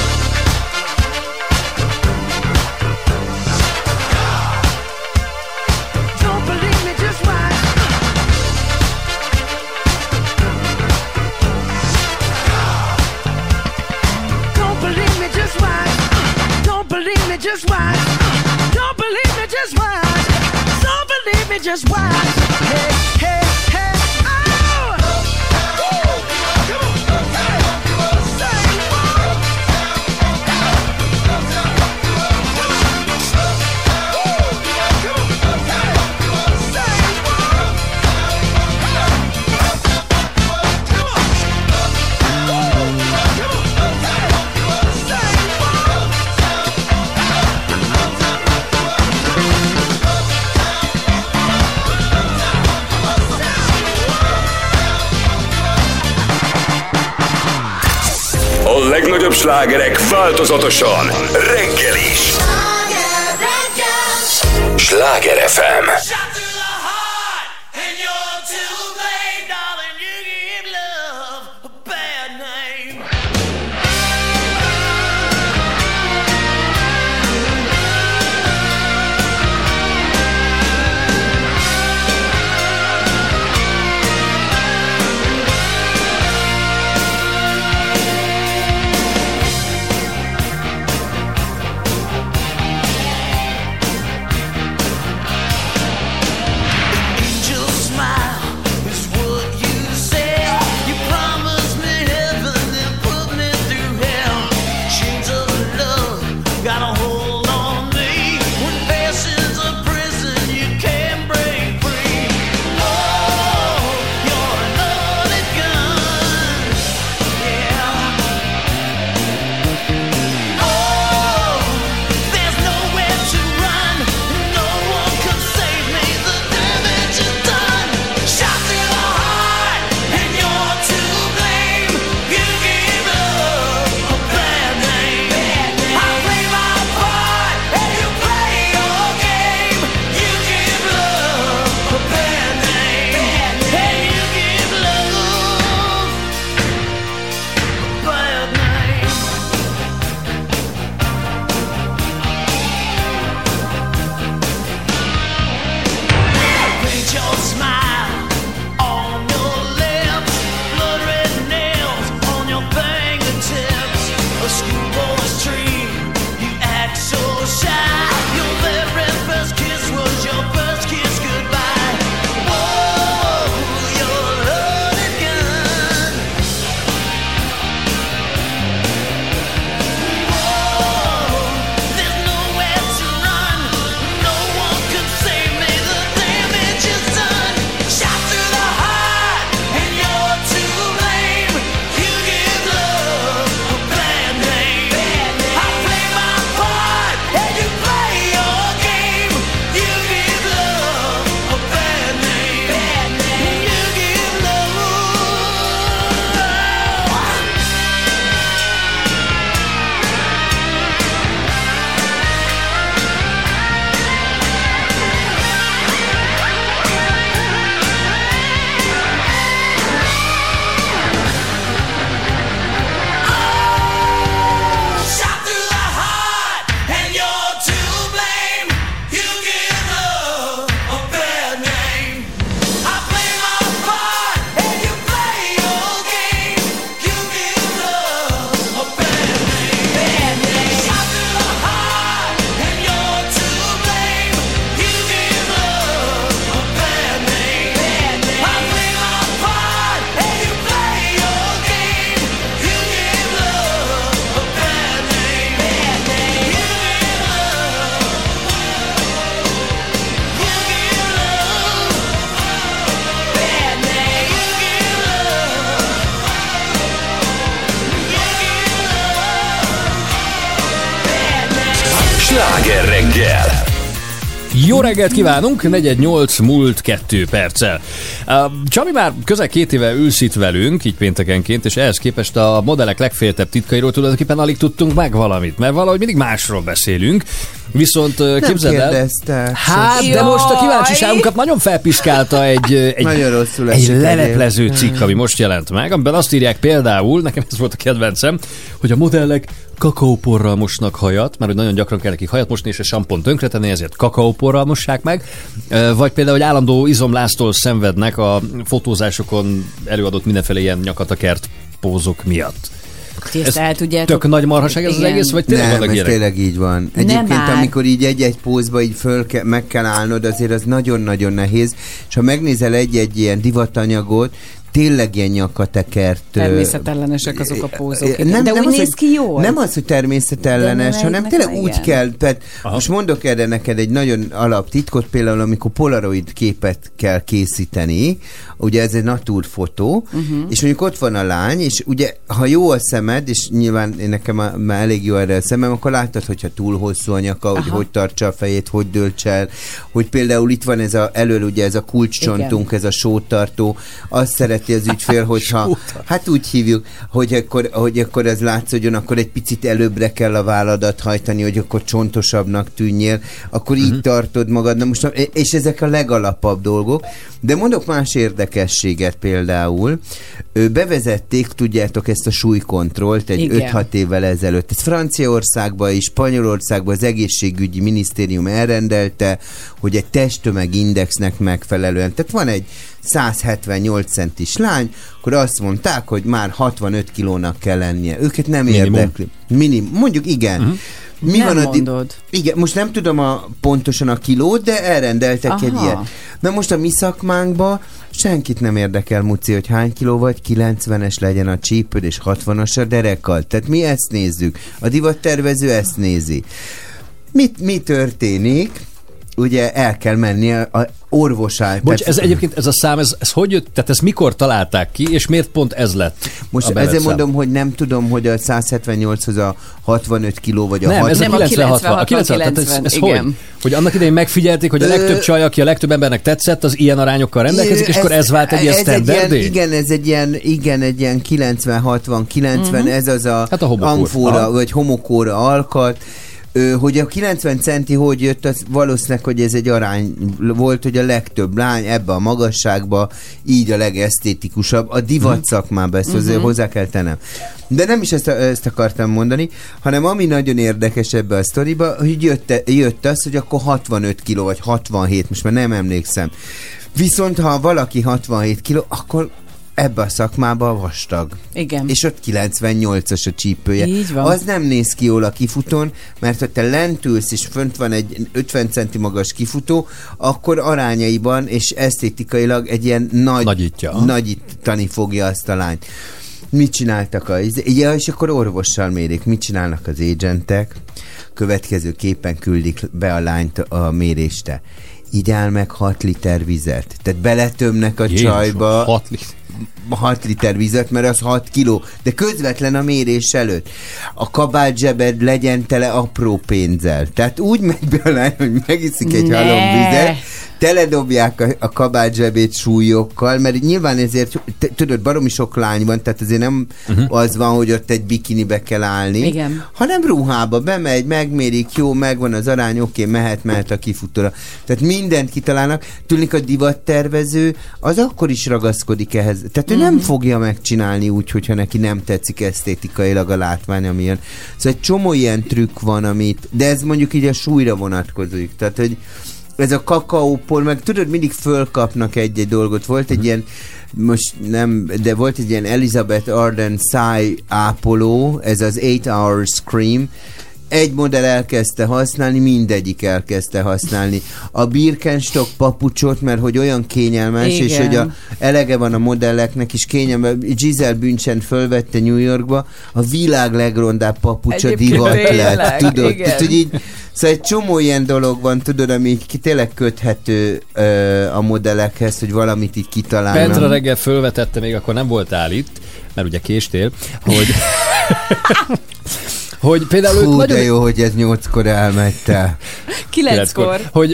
Don't believe me, just watch. Don't believe me, just watch. Don't believe me, just watch. Don't believe me, just watch. Don't believe me, just watch. Hey, hey, hey, oh! A legnagyobb slágerek változatosan reggel is. Sláger FM. Sláger reggel! Jó reggelt kívánunk, 4:08 múlt 2 perccel. Csami már közel 2 éve ülsz itt velünk, így péntekenként, és ehhez képest a modellek legféltebb titkairól tulajdonképpen alig tudtunk meg valamit, mert valahogy mindig másról beszélünk. Viszont képzeld el... Hát, de most a kíváncsiságunkat nagyon felpiszkálta egy leleplező cikk, ami most jelent meg, amiben azt írják például, nekem ez volt a kedvencem, hogy a modellek kakaóporral mosnak hajat, mert hogy nagyon gyakran kell nekik hajat mosni, és a sampont tönkretenni, ezért kakaóporral mossák meg. Vagy például, hogy állandó izomláztól szenvednek a fotózásokon előadott mindenféle ilyen nyakatakert pózok miatt. Ez tök nagy marhaság ez az egész, vagy tényleg vannak ilyenek? Tényleg így van. Egyébként, amikor így egy-egy pózba így meg kell állnod, azért az nagyon-nagyon nehéz, és ha megnézel egy-egy ilyen divatanyagot, tényleg ilyen nyakatekert. Természetellenesek azok a pózok. De nem úgy az, néz ki jól. Nem az, hogy természetellenes, hanem tényleg úgy kell. Most mondok erre neked egy nagyon alaptitkot, például amikor polaroid képet kell készíteni, ugye ez egy naturfotó, és mondjuk ott van a lány, és ugye ha jó a szemed, és nyilván nekem már elég jó erre a szemem, akkor látod, hogyha túl hosszú a nyaka, hogy tartsa a fejét, hogy döltsel, hogy például itt van ez elől ugye ez a kulcscsontunk, ez a sótartó, azt szereti az ügyfél, hogyha, hát úgy hívjuk, hogy akkor ez látszódjon, akkor egy picit előbbre kell a válladat hajtani, hogy akkor csontosabbnak tűnjél, akkor így tartod magad, na most, és ezek a legalapabb dolgok, de mondok más érdekességet például. Bevezették, tudjátok, ezt a súlykontrollt egy 5-6 évvel ezelőtt. Ez Franciaországban és Spanyolországban az egészségügyi minisztérium elrendelte, hogy egy testtömegindexnek megfelelően. Tehát van egy 178 centis lány, akkor azt mondták, hogy már 65 kilónak kell lennie. Őket nem érdekli. Mondjuk igen. Mi nem van mondod. Igen, most nem tudom pontosan a kilót, de elrendeltek egy ilyet. Na most a mi szakmánkban senkit nem érdekel, Muci, hogy hány kiló vagy, 90-es legyen a csípőd, és 60-as a derekad. Tehát mi ezt nézzük. A divattervező ezt nézi. Mi történik? Ugye el kell menni a orvosál. Bocs, ez egyébként ez a szám, ez hogy jött, tehát ezt mikor találták ki, és miért pont ez lett? Most ezért mondom, hogy nem tudom, hogy a 178-hoz a 65 kiló vagy a 60. Nem, ez a 90. Tehát ez hogy? Hogy annak idején megfigyelték, hogy a legtöbb csaj, aki a legtöbb embernek tetszett, az ilyen arányokkal rendelkezik, és akkor ez vált egy ilyen standardé? Igen, ez egy ilyen 90-60-90, ez az a amfóra, vagy homokóra alkat. Hogy a 90 centi hogy jött, az valószínűleg, hogy ez egy arány volt, hogy a legtöbb lány ebbe a magasságba így a legesztétikusabb. A divat szakmában ezt azért hozzá kell tennem. De nem is ezt akartam mondani, hanem ami nagyon érdekes ebbe a sztoriba, hogy jött az, hogy akkor 65 kiló, vagy 67, most már nem emlékszem. Viszont ha valaki 67 kiló, akkor ebbe a szakmában vastag. Igen. És ott 98-as a csípője. Így van. Az nem néz ki jól a kifutón, mert ha te lent ülsz, és fönt van egy 50 centi magas kifutó, akkor arányaiban és esztétikailag egy ilyen nagyítani fogja azt a lányt. Mit csináltak és akkor orvossal mérik. Mit csinálnak az agentek? Következő képen küldik be a lányt a mérésre. Igyál meg 6 liter vizet. Tehát beletömnek a csajba 6 liter vizet, mert az 6 kiló. De közvetlen a mérés előtt. A kabátzsebed legyen tele apró pénzzel. Tehát úgy megy be a lány, hogy megiszik egy halom vizet, teledobják a kabátzsebét súlyokkal, mert nyilván ezért, tudod, baromi sok lány van, tehát azért nem az van, hogy ott egy bikinibe kell állni, hanem ruhába bemegy, megmérik, jó, megvan az arány, oké, mehet a kifutóra. Tehát mindent kitalálnak. Tudnik, a divattervező az akkor is ragaszkodik ehhez. Tehát ő nem fogja megcsinálni úgy, hogyha neki nem tetszik esztétikailag a látvány, amilyen. Szóval egy csomó ilyen trükk van, de ez mondjuk így a súlyra vonatkozik. Tehát, hogy ez a kakaópor, meg tudod, mindig fölkapnak egy-egy dolgot. Volt egy ilyen, most nem, de volt egy ilyen Elizabeth Arden száj ápoló, ez az 8 Hours Cream. Egy modell elkezdte használni, mindegyik elkezdte használni. A Birkenstock papucsot, mert hogy olyan kényelmes, igen. És hogy elege van a modelleknek is kényelmes. Giselle Bündchen fölvette New Yorkba, a világ legrondább papucsa divat lett, tudod? Tehát, hogy így, szóval egy csomó ilyen dolog van, tudod, ami tényleg köthető a modellekhez, hogy valamit így kitalálnak. Petra reggel fölvetette, még akkor nem voltál itt, mert ugye késtél, hogy például Hú, nagyon de jó, hogy ez 8-kor elmette. 9-kor. Hogy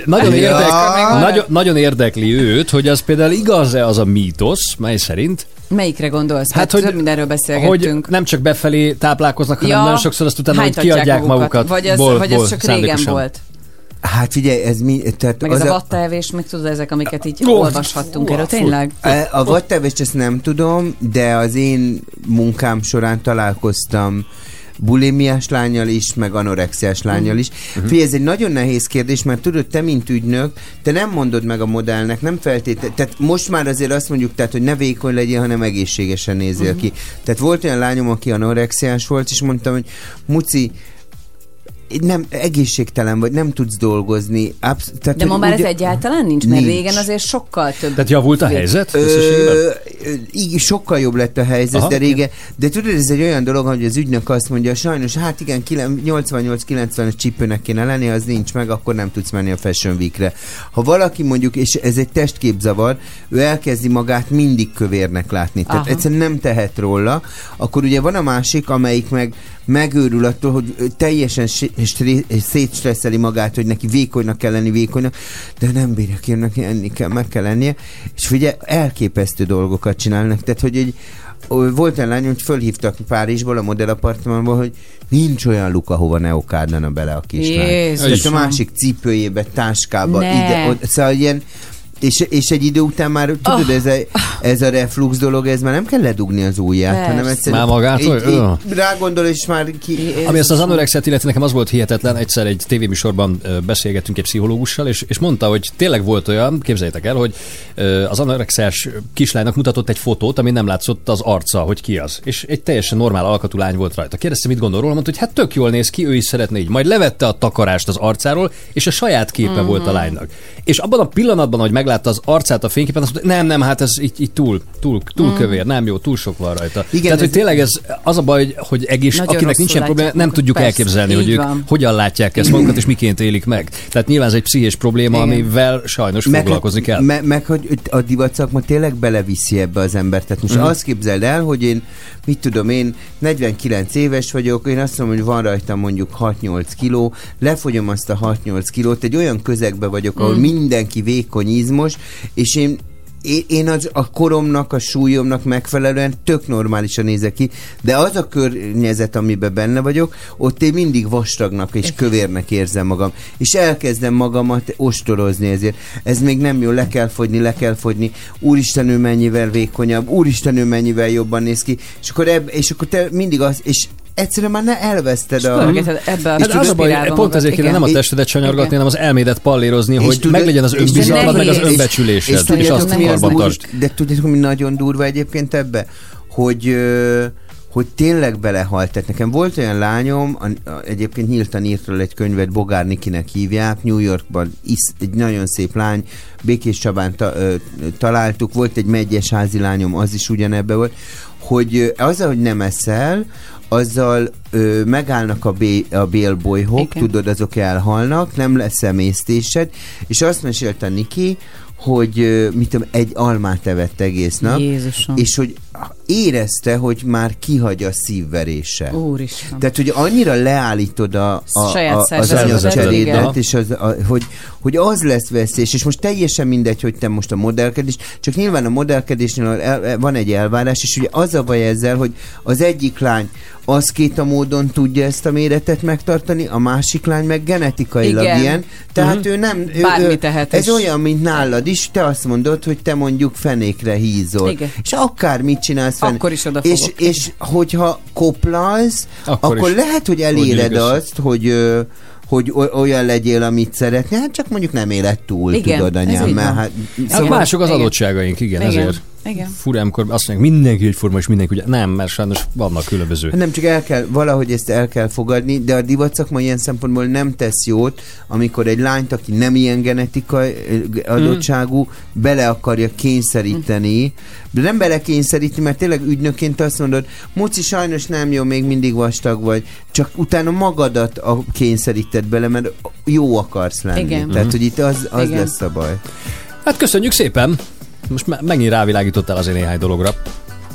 nagyon érdekli őt, hogy az például igaz-e az a mítosz, mely szerint, Melyikre gondolsz? Hát, Hát, hogy- több mindenről beszélgettünk. hogy nem csak befelé táplálkoznak, hanem Ja, nagyon sokszor azt utána, hogy hánytatják kiadják magukat. Vagy ez csak régen szándékosan. volt? Hát figyelj, ez mi... Tehát Meg az ez a vattaevés, meg tudod, ezek, amiket így Ó, olvashattunk erről. Tényleg? A vattevést ezt nem tudom, de az én munkám során találkoztam bulimiás lányjal is, meg anorexiás lányjal is. Figyelj, ez egy nagyon nehéz kérdés, mert tudod, te mint ügynök, te nem mondod meg a modellnek, nem feltétlenül, tehát most már azért azt mondjuk, tehát, hogy ne vékony legyél, hanem egészségesen nézzél ki. Tehát volt olyan lányom, aki anorexiás volt, és mondtam, hogy Muci, nem, egészségtelen vagy, nem tudsz dolgozni. Tehát, De ma hogy már ez ugye- egyáltalán nincs, mert Nincs. régen azért sokkal több. Tehát javult a helyzet? összességében? Igen, sokkal jobb lett a helyzet, Aha. de régen. De tudod, ez egy olyan dolog, hogy az ügynök azt mondja, sajnos, hát igen, 88-90-es csípőnek kéne lenni, az nincs meg, akkor nem tudsz menni a Fashion Weekre. Ha valaki mondjuk, és ez egy testképzavar, ő elkezdi magát mindig kövérnek látni, tehát Aha. egyszerűen nem tehet róla, akkor ugye van a másik, amelyik meg megőrül attól, hogy teljesen szétstresszeli magát, hogy neki vékonynak kell lenni, vékonynak, de nem bírja ki, neki enni kell, meg kell lennie, és figyelj, elképesztő dolgokat csinálnak, tehát hogy egy volt egy lány, hogy fölhívtak Párizsból, a modellapartmanból, hogy nincs olyan luk, ahova ne okádlana bele a kislány. Jézusom. Tehát a másik cipőjébe, táskába, Ne. ide, szóval ilyen, és egy idő után már, tudod, ez a reflux dolog, ez már nem kell ledugni az ujját, Persze. hanem egyszerűen... Már magától? Rágondol, és már ki... Ami ezt az anorexiát illeti, nekem az volt hihetetlen, egyszer egy tévéműsorban beszélgettünk egy pszichológussal, és mondta, hogy tényleg volt olyan, képzeljétek el, hogy az anorexiás kislánynak mutatott egy fotót, ami nem látszott az arca, hogy ki az. És egy teljesen normál alkatú lány volt rajta. Kérdezte, mit gondol róla, mondta, hogy hát tök jól néz ki, ő is szeretné így. Majd levette a takarást az arcáról, és a saját képe volt a lánynak. És abban a pillanatban, hogy meglátta az arcát a fényképen, azt mondta, nem, hát ez így túl kövér, nem jó, túl sok van rajta. Igen, Tehát, hogy ez- tényleg ez az a baj, hogy Nagyon akinek rosszul nincsen probléma, látják nem magukat. tudjuk Persze, elképzelni, így hogy ők van. hogyan látják ezt magukat, és miként élik meg. Tehát nyilván ez egy pszichés probléma, Igen. amivel sajnos foglalkozni kell. Meg, hogy a divatszakma tényleg beleviszi ebbe az embert. Tehát most azt képzeld el, hogy én, mit tudom én, 49 éves vagyok, én azt mondom, hogy van rajtam mondjuk 6-8 kiló, lefogyom azt a 6-8 kilót, egy olyan közegbe vagyok, ahol mindenki vékony, izmos, és én a koromnak, a súlyomnak megfelelően tök normálisan nézek ki, de az a környezet, amiben benne vagyok, ott én mindig vastagnak és kövérnek érzem magam. És elkezdem magamat ostorozni ezért. Ez még nem jó, le kell fogyni. Úristen, ő mennyivel vékonyabb, úristen, ő mennyivel jobban néz ki. És akkor te mindig az, és egyszerűen már ne elveszted a... Pörgeted ebbe a Hát az a baj, spirálba pont ezért kéne magad. nem a Igen. testedet sanyargatni, Igen. hanem az elmédet pallérozni, És hogy tudod- meglegyen az és önbizalmad, meg az nehéz. önbecsülésed, és tudjátok, azt mi az karban úgy- tartsd. De tudjátok, mi nagyon durva egyébként ebbe? Hogy tényleg belehalt. Tehát nekem volt olyan lányom, egyébként nyíltan írt róla egy könyvet, Bogár Nikinek hívják, New Yorkban egy nagyon szép lány, Békés Csabán találtuk, volt egy megyes házi lányom, az is ugyanebbe volt, hogy azzal, hogy nem eszel, azzal megállnak a bélbolyhok, Igen. tudod, azok elhalnak, nem lesz emésztésed, és azt mesélte Niki, hogy mit tudom, egy almát evett egész nap, Jézusom. és hogy érezte, hogy már kihagy a szívverése. Úristen. Tehát, hogy annyira leállítod Saját az szervezetet, igen. anyagcserédet, és hogy az lesz veszélyes, és most teljesen mindegy, hogy te most a modellkedés, csak nyilván a modellkedésnél van egy elvárás, és ugye az a baj ezzel, hogy az egyik lány aszkéta módon tudja ezt a méretet megtartani, a másik lány meg genetikailag Igen. ilyen, tehát ő nem... Bármi tehet, ez és- olyan, mint nálad is, te azt mondod, hogy te mondjuk fenékre hízol. Igen. És akármit csinálsz Akkor is oda fogok. és hogyha koplalsz, akkor is. lehet, hogy eléred gyűlik össze. azt, hogy olyan legyél, amit szeretnél, hát csak mondjuk nem éled túl, Igen, tudod, ez anyám, így mert van. hát... Hát mások az Igen. adottságaink, igen, Igen. ezért. Igen. Fura, amikor azt mondják, mindenki egyforma, és mindenki ugye. Nem, mert sajnos vannak különböző. Nem, csak valahogy ezt el kell fogadni, de a divatszakma ilyen szempontból nem tesz jót, amikor egy lányt, aki nem ilyen genetikai adottságú, bele akarja kényszeríteni, de nem belekényszeríteni, mert tényleg ügynökként azt mondod, Muci, sajnos nem jó, még mindig vastag vagy, csak utána magadat kényszeríted bele, mert jó akarsz lenni. Igen. Tehát, hogy itt az Igen. lesz a baj. Hát köszönjük szépen! Most megint rávilágítottál azért néhány dologra.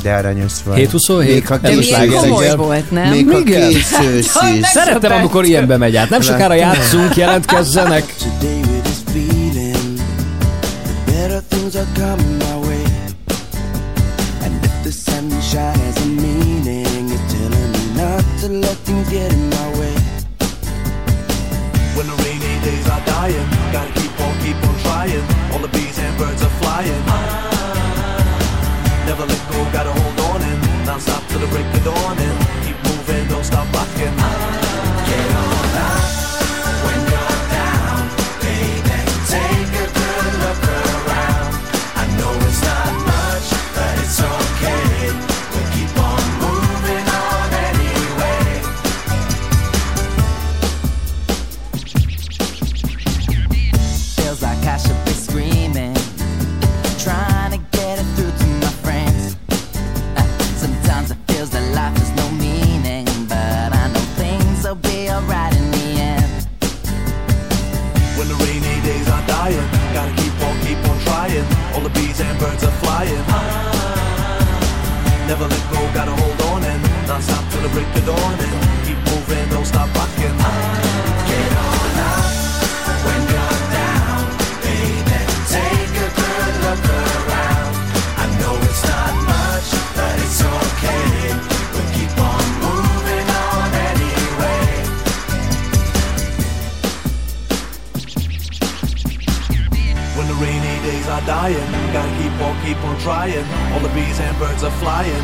de aranyos vagy. 7-27? Még ha Ez késős a sláger Milyen komoly reggel. volt, nem? Még ha Igen. késős is. Szeretem, amikor ilyenbe megy át. Nem sokára játszunk, jelentkezzenek. Today with this feeling, the better things are coming my way. And if the sunshine has a meaning, it's telling me not to let things get in my way. When the rainy days are dying, gotta keep on trying. All the bees and birds are flying. Never let go, gotta hold on and non-stop till the break of dawn and keep moving, don't stop rocking. Get on up when you're down, baby. Take a good look around. I know it's not much, but it's okay. We'll keep on moving on anyway. Feels like I should be screaming, trying to get it through to my friends. Sometimes it feels that life has no meaning, but I know things will be alright in the end. When the rainy days are dying, gotta keep on trying. All the bees and birds are flying. Never let go, gotta hold on and non-stop till the break of dawn and keep moving, don't stop rocking. Get on up when you're down, baby. Take a good look around. I know it's not much, but it's okay. We'll keep on moving on anyway. When the rainy days are dying, gotta keep on trying. All the bees and birds are flying.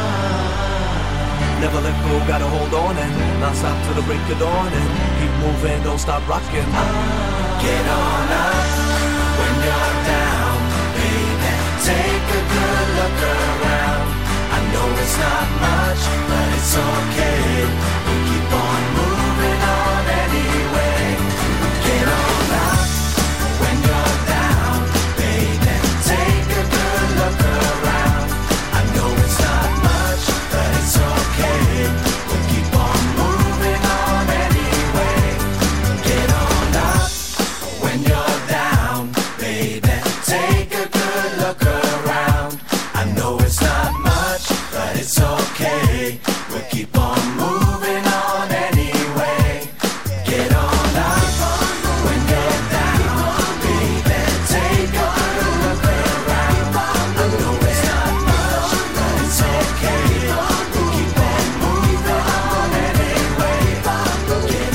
Never let go, gotta hold on and non-stop till the break of dawn and keep moving, don't stop rocking. Get on up when you're down, baby. Take a good look around. I know it's not much, but it's okay. We'll keep on moving on anyway. Get on up when you're down, baby. Take a good look around. I know it's not much, but it's okay. We'll keep on moving on anyway. Get on up when you're down, baby. Take a good look around. I know it's not much, but it's okay. We'll keep on moving on anyway. Get on up when you're down, baby. Take a good look around. I know it's not much, but it's okay. We'll keep on moving on anyway. Get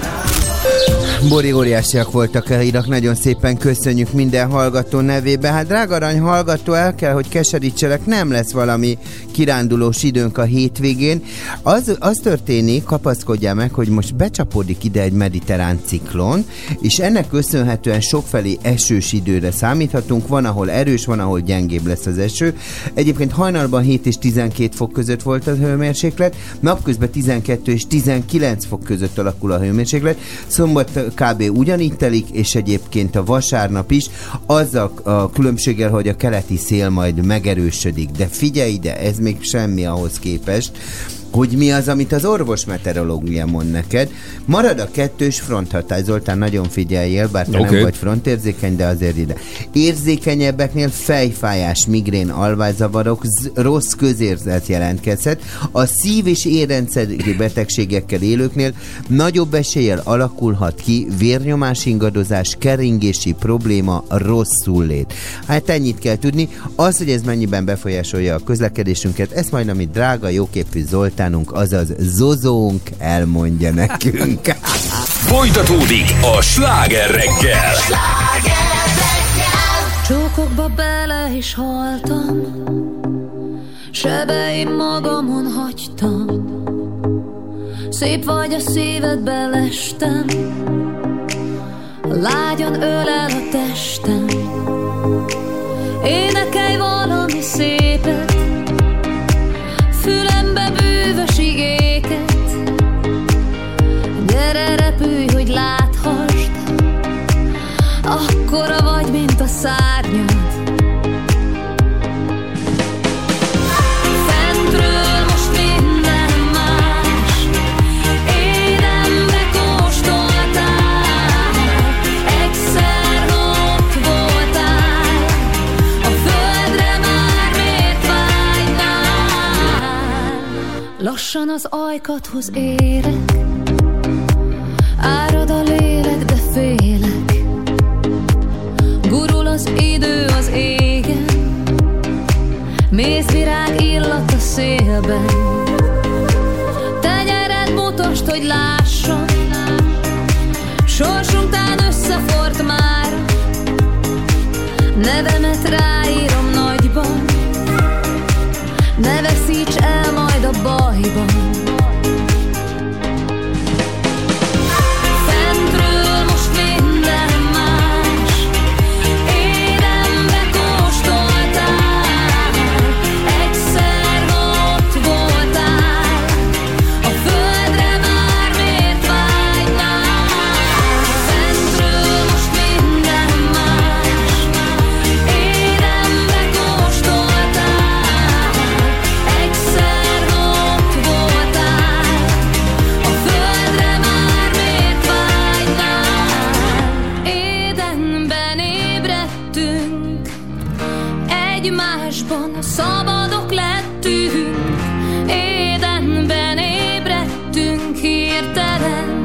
on up. Bori óriásiak voltak a hírak, nagyon szépen köszönjük minden hallgató nevében. Hát drága arany hallgató, el kell, hogy keserítselek, nem lesz valami kirándulós időnk a hétvégén. Az történik, kapaszkodjál meg, hogy most becsapódik ide egy mediterrán ciklon, és ennek köszönhetően sokfelé esős időre számíthatunk, van, ahol erős, van, ahol gyengébb lesz az eső. Egyébként hajnalban 7 és 12 fok között volt a hőmérséklet, napközben 12 és 19 fok között alakul a hőmérséklet, szombat kb. Ugyanígy telik, és egyébként a vasárnap is, azzal a különbséggel, hogy a keleti szél majd megerősödik. De figyelj ide, ez még semmi ahhoz képest, hogy mi az, amit az orvosmeteorológia mond neked. Marad a kettős fronthatás. Zoltán, nagyon figyeljél, bár te nem vagy frontérzékeny, de azért ide. Érzékenyebbeknél fejfájás, migrén, alvászavarok, rossz közérzet jelentkezhet. A szív- és érrendszeri betegségekkel élőknél nagyobb eséllyel alakulhat ki vérnyomás ingadozás, keringési probléma, rosszullét. Hát ennyit kell tudni. Az, hogy ez mennyiben befolyásolja a közlekedésünket, ezt majd, amit drága, jóképű Zoltánunk, azaz Zozónk elmondja nekünk. Folytatódik a Sláger reggel. Csókokba bele is haltam, sebeim magamon hagytam. Szép vagy a szívedbe lestem, lágyan ölel a testem. Énekelj valami szépet, fülembe bűvös igéket. Gyere, repülj, hogy láthasd, akkora vagy, mint a szárnyad. Fentről most minden más, édembe kóstoltál. Egyszer ott volt. Lassan az ajkadhoz érek, árad a lélek, de félek. Gurul az idő az égen, mézvirág illat a szélben. Tenyered mutasd, hogy lássam, sorsunk tán összefort már. Nevemet ráírom nagyban, ne veszíts el majd a bajban. Fentről most minden más, édembe kóstoltál. Egyszer ott voltál, a földre már miért vágynál? Fentről most minden más, édembe kóstoltál. Egyszer ott voltál, a földre már miért vágynál? Édenben ébredtünk, egymásban szabadok lettünk. Édenben ébredtünk hirtelen.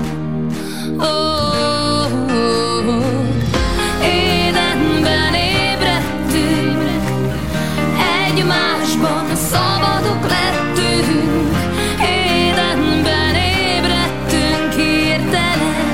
Édenben ébredtünk, egymásban szabadok lettünk. Édenben ébredtünk hirtelen.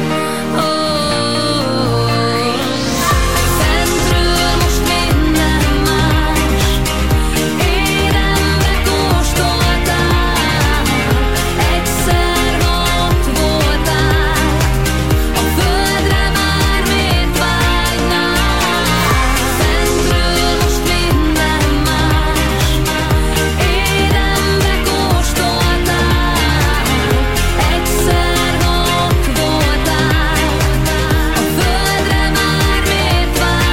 Fentről most minden más, édembe kóstoltál. Egyszer ott voltál, a földre már miért vágynál? Fentről most minden más, édembe kóstoltál. Egyszer ott voltál, a földre már miért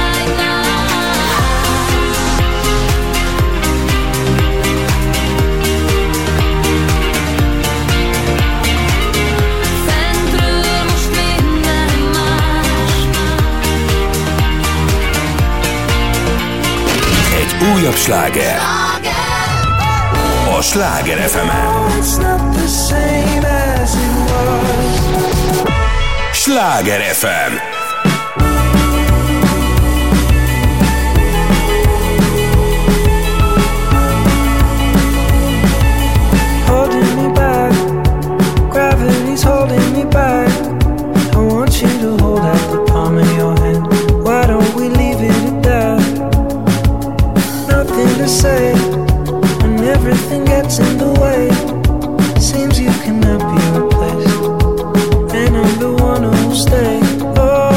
vágynál? Fentről most minden más. Egy újabb sláger. A Sláger FM-en. It's not the same as it was. Sláger FM. Holding me back, gravity's holding me back. I want you to hold out the palm of your hand. Why don't we leave it at that? Nothing to say, when everything gets in the way. Seems you cannot be replaced, and I'm the one who'll stay. Oh,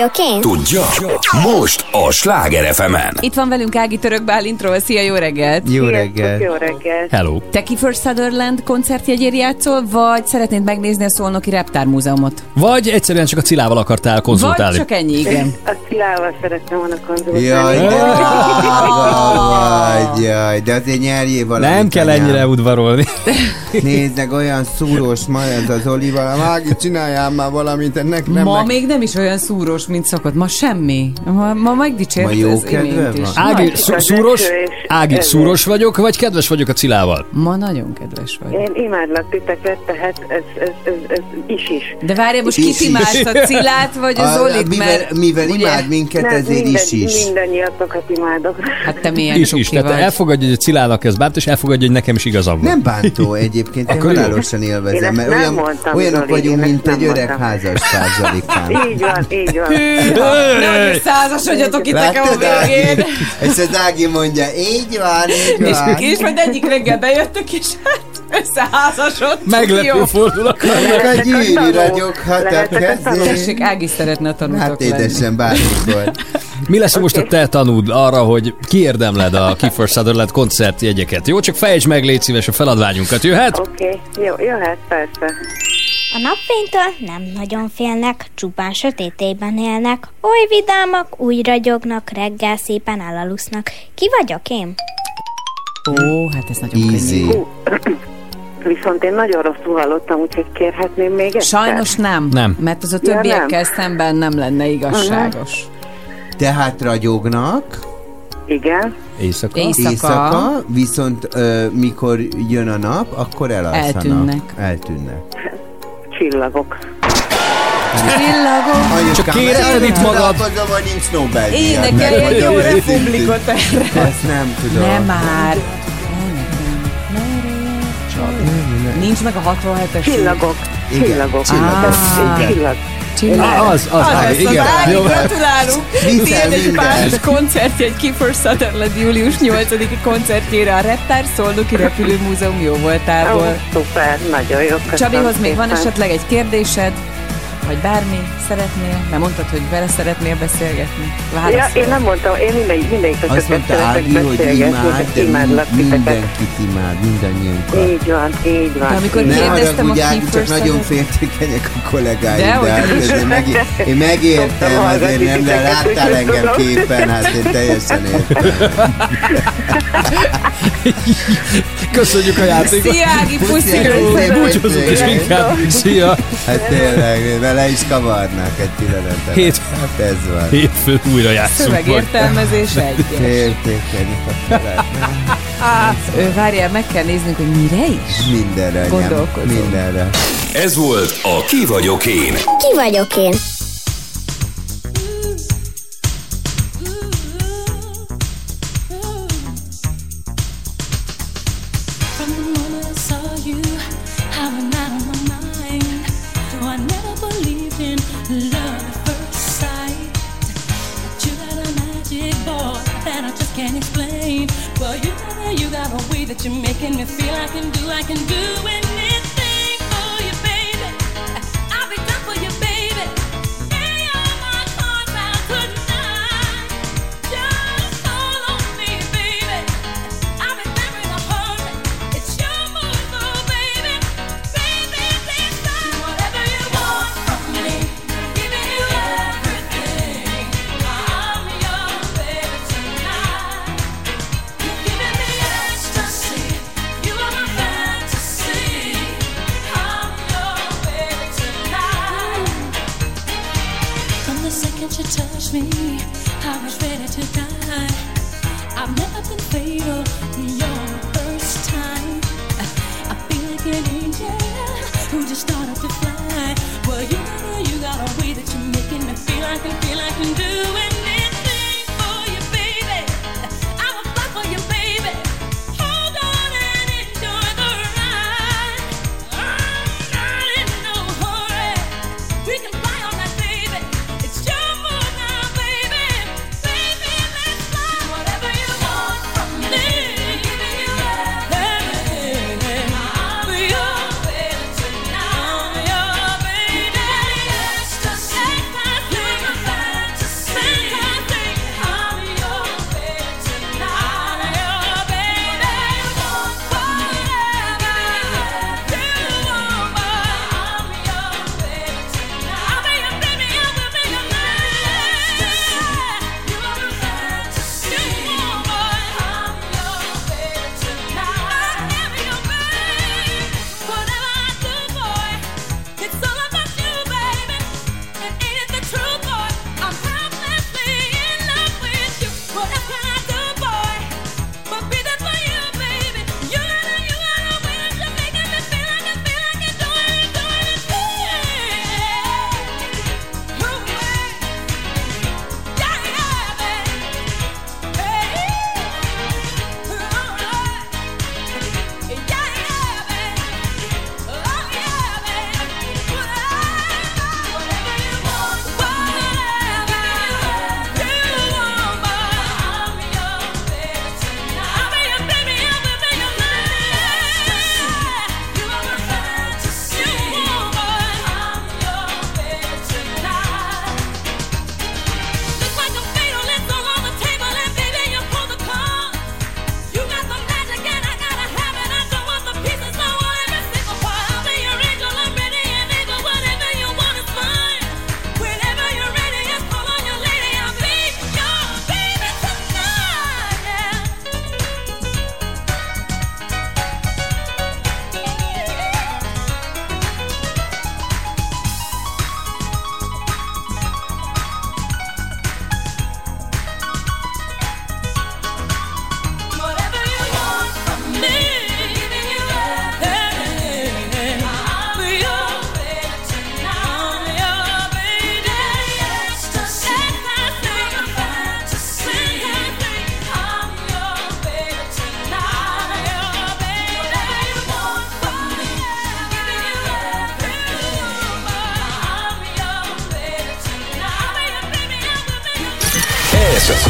vagyok én? Tudja? Most a Sláger FM-en. Itt van velünk Ági Török Bálintról. Szia, jó reggelt! Jó reggel. Jó reggelt. Hello. Te Kiefer Sutherland koncertjegyér játszol, vagy szeretnéd megnézni a Szolnoki Reptár Múzeumot? Vagy egyszerűen csak a Cilával akartál Vagy konzultálni. csak ennyi, igen. A Cilával szerettem volna konzultálni. Jaj, de drága vagy, jaj, de azért nyerjél valamit. Nem kell anyám. ennyire udvarolni. Nézd meg, olyan szúrós ma ez az Olival. Mági, csináljál már valamit, ennek nem Ma meg... még nem is olyan szúrós, mint szokott. Ma semmi. Ma megdicsért Ma jó az kedve imént is. van? Ági, Nagy szúros? eső és Ági, ezért. szúros vagyok, vagy kedves vagyok a Cilával? Ma nagyon kedves vagy. Én imádlak titeket, tehát ez is. De várjál, most Is. kit imádsz, a Cilát vagy a Zolit? mivel ugye, imád minket, ezért is. Mindannyiatokat imádok. Hát te milyen Is, cuki tehát vagy. elfogadja, hogy a Cilának ez bánt, és elfogadja, hogy nekem is igazam van. Nem bántó egyébként, én Akkor jó. halálosan Én élvezem, ezt mert nem mondtam, olyanok Zoli, vagyunk, én mint ezt egy nem öreg mondtam. házastár, Zalikám. Így van, így van. Nehogy százasodjatok itt nekem a Láttad, végén. Ági? És az Ági mondja, így van, így van. És majd egyik reggel bejöttök, és hát összeházasodtunk. Meglepő Jó. fordulat. Ezek a gyűri ragyoghat a kezén. Tessék, Ági szeretne a tanútok Hát lenni. édesem, bármikor. Mi lesz most a te tanúd arra, hogy kiérdemled a Kiefer Sutherland koncertjegyeket? Jó, csak fejtsd meg, légy szíves, a feladványunkat. Jöhet? Oké, jó, jöhet, persze. A napfénytől nem nagyon félnek, csupán sötétében élnek, oly vidámak, úgy ragyognak, reggel szépen elalusznak. Ki vagyok én? Ó, hát ez nagyon Easy. könnyű. Viszont én nagyon rosszul hallottam, úgyhogy kérhetném még egyszer? Sajnos nem, Nem. mert az a többiekkel szemben nem lenne igazságos. Tehát ragyognak Igen. Éjszaka. éjszaka, viszont mikor jön a nap, akkor elalszanak. Eltűnnek. Csillagok. Csillagok. Anyukám, Csak kéred itt magad. Csodálkozom, hogy nincs Nobel-díjat. Énekelj egy jó Vagy- republikot erre. Ezt nem tudom. Nem már. Nincs meg a 67-es. Csillagok. Igen. Csillagok. Ah. Csillag. Az, Az Ági, lesz az igen. Ági, Jó. gratulálunk! Viszel Tiéd egy minden. páros koncertje, egy Kiefer Sutherland július 8-i koncertjére a Reptár Szolnoki Repülőmúzeum Ó, jóvoltából. szuper, nagyon jó. köszönöm Csabihoz még van szépen. esetleg egy kérdésed? Vagy bármi szeretnél? Mert mondtad, hogy vele szeretnél beszélgetni. Ja, Válaszol. én nem mondtam, én mindegyik Azt mondta Ági, hogy imád, de imádlak titeket. mindenkit imád, mindannyiunkat. Így van, így van. De amikor Ne kérdeztem haragudj, a Ági, Kiefer csak nagyon Sutherland- féltékenyek a kollégáim, Dehogy de hát is. azért én megértem, Szoktam azért hallgatni nem, de titeket, láttál úgyhogy engem tudom. képen, hát én teljesen értem. Köszönjük a játékot. Szia Ági, puszi! Puszi, Ági. Búcsúzunk is inkább. Szia. Hát tényleg, vele is kavarnak egy pillanatra. Hát ez van. Hétfőn újra játszunk majd. Szövegértelmezés egyes. Féltékenyek a felett. Várjál, meg kell néznünk, hogy mire is. Mindenre, anyám. Gondolkozom. Mindenre. Ez volt a Ki vagyok én. Ki vagyok én? From the moment I saw you, I went out of my mind. Though I never believed in love at first sight. But you got a magic boy that I just can't explain. Well, you got a way that you're making me feel I can do anything for you, baby. I'll be done for you, baby. Yeah, you're my contract tonight. Just call on me, baby. I'll be there in a hurry. It's your move, oh baby. Baby, please do whatever you want from me. Giving you everything. I'm your baby tonight. You're giving me ecstasy. You are my fantasy.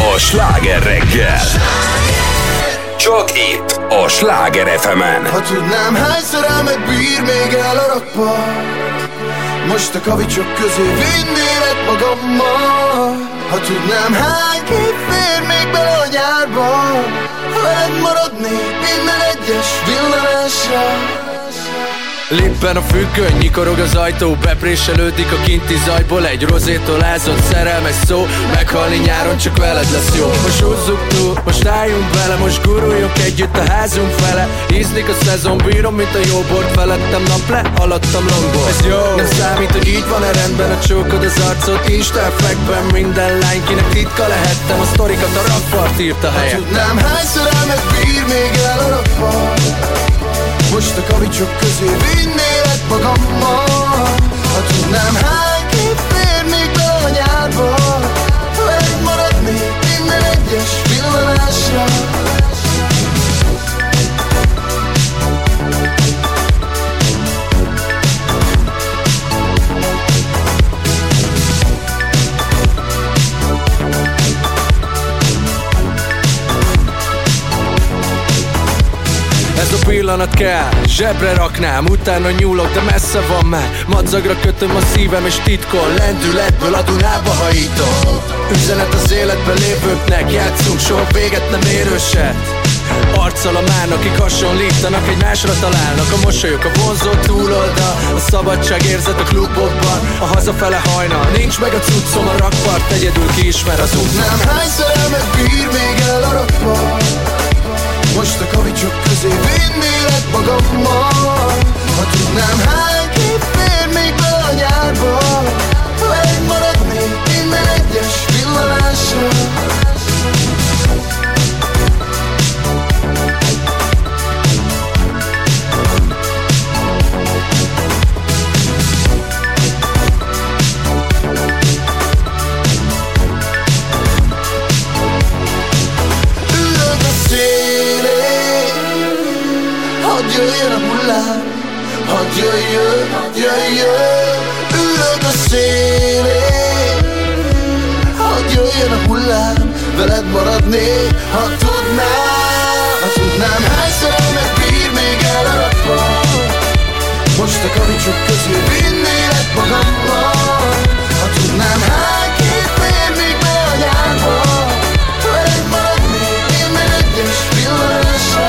a Sláger reggel. Csak itt a Sláger FM-en. Ha tudnám, hányszor elmegbír még el a rakpart, most a kavicsok közé vinnélek magammal. Ha tudnám, hány kép fér még bele a nyárba, veled maradnék minden egyes villanásra. Lippen a függöny, nyikorog az ajtó, bepréselődik a kinti zajból egy rozétól ázott szerelmes szó. Meghalni nyáron csak veled lesz jó. Most húzzuk túl, most álljunk bele, most guruljunk együtt a házunk fele. Ízlik a szezon, bírom, mint a jó bort, felettem nap le, alattam longból. Ez jó, nem számít, hogy így van-e rendben, a csókod az arcot, Insta-effektben minden lány, kinek titka lehettem, a sztorikat a rakpart írt a helyen. Tudnám, hányszor elmegbír még el a rakpart, most a kavicsok közé vinnélek magammal. Ha tudnám, hány kép fér még be a nyárba, veled maradnék minden egyes villanásra. Ez a pillanat kell, zsebre raknám, utána nyúlok, de messze van már. Madzagra kötöm a szívem és titkon, lendületből a Dunába hajítom. Üzenet az életben lévőknek, játszunk, soha véget nem érőset. Arccal a mán, akik hasonlítanak, egymásra találnak. A mosolyok, a vonzó túloldal, a szabadság érzet a klubokban, a hazafele hajnal. Nincs meg a cuccom, a rakpart egyedül kiismer az út. Nem hányszor elmegbír még el a rakpart, most a kavicsok közé vinnélek magammal. Ha tudnám, hány kép fér még be a nyárba, veled maradnék minden egyes villanásra. Hadd jöjjön a hullám, hadd jöjjön, hadd jöjjön. Ülök a szélén, hadd jöjjön a hullám, veled maradnék, ha tudnám, hányszor elmegbír még el a rakpart, most a kavicsok közé vinnélek magammal. Ha tudnám, hány kép fér még be a nyárba, veled maradnék minden egyes villanásra.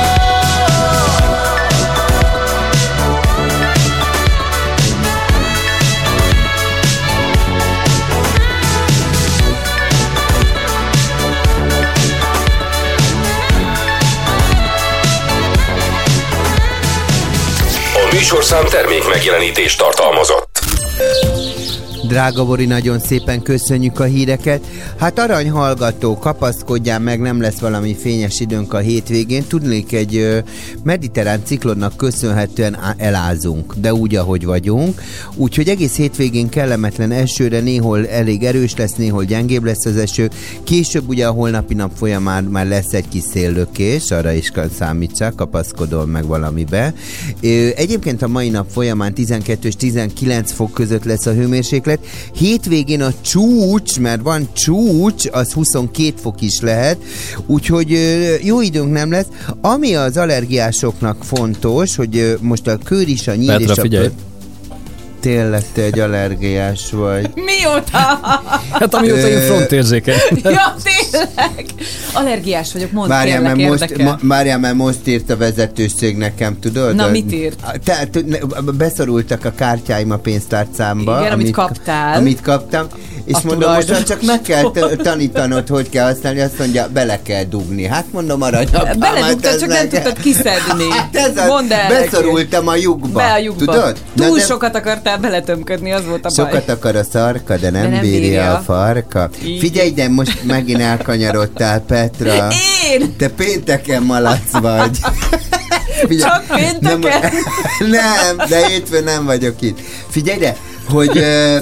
A műsorszám termék megjelenítést tartalmazott. Drága Bori, nagyon szépen köszönjük a híreket. Hát aranyhallgató, kapaszkodjál meg, nem lesz valami fényes időnk a hétvégén. Tudnék, egy mediterrán ciklonnak köszönhetően elázunk, de úgy, ahogy vagyunk. Úgyhogy egész hétvégén kellemetlen esőre, néhol elég erős lesz, néhol gyengébb lesz az eső. Később ugye a holnapi nap folyamán már lesz egy kis széllökés, arra is számítsák, kapaszkodol meg valamibe. Egyébként a mai nap folyamán 12 és 19 fok között lesz a hőmérséklet. Hétvégén a csúcs, mert van csúcs, az 22 fok is lehet, úgyhogy jó időnk nem lesz. Ami az allergiásoknak fontos, hogy most a kőr is, a nyíl Petra, és a figyelj! Tényleg te egy allergiás vagy. Mióta? Hát amióta én frontérzékeny. Ja, tényleg. Allergiás vagyok, mondd kérlek, érdekel. Várjál, mert most írt a vezetőség nekem, tudod? Na, mit írt? Tehát beszorultak a kártyáim a pénztárcámba. Igen, amit kaptál. Amit kaptam. És mondom, most csak meg kell tanítanod, hogy kell használni, azt mondja, bele kell dugni. Hát mondom, aranyapám. Beledugtad, csak nem tudtad kiszedni. Mondd el. Beszorultam a lyukba. Be a lyukba. Tudod? Túl sokat akartál beletömködni, az volt a baj. Sokat akar a szarka, de nem bírja a farka. Így. Figyelj, de most megint elkanyarodtál, Petra. Én? Te pénteken malac vagy. Figyelj, Csak pénteken? Nem, de hétfőn nem vagyok itt. Figyelj, de, hogy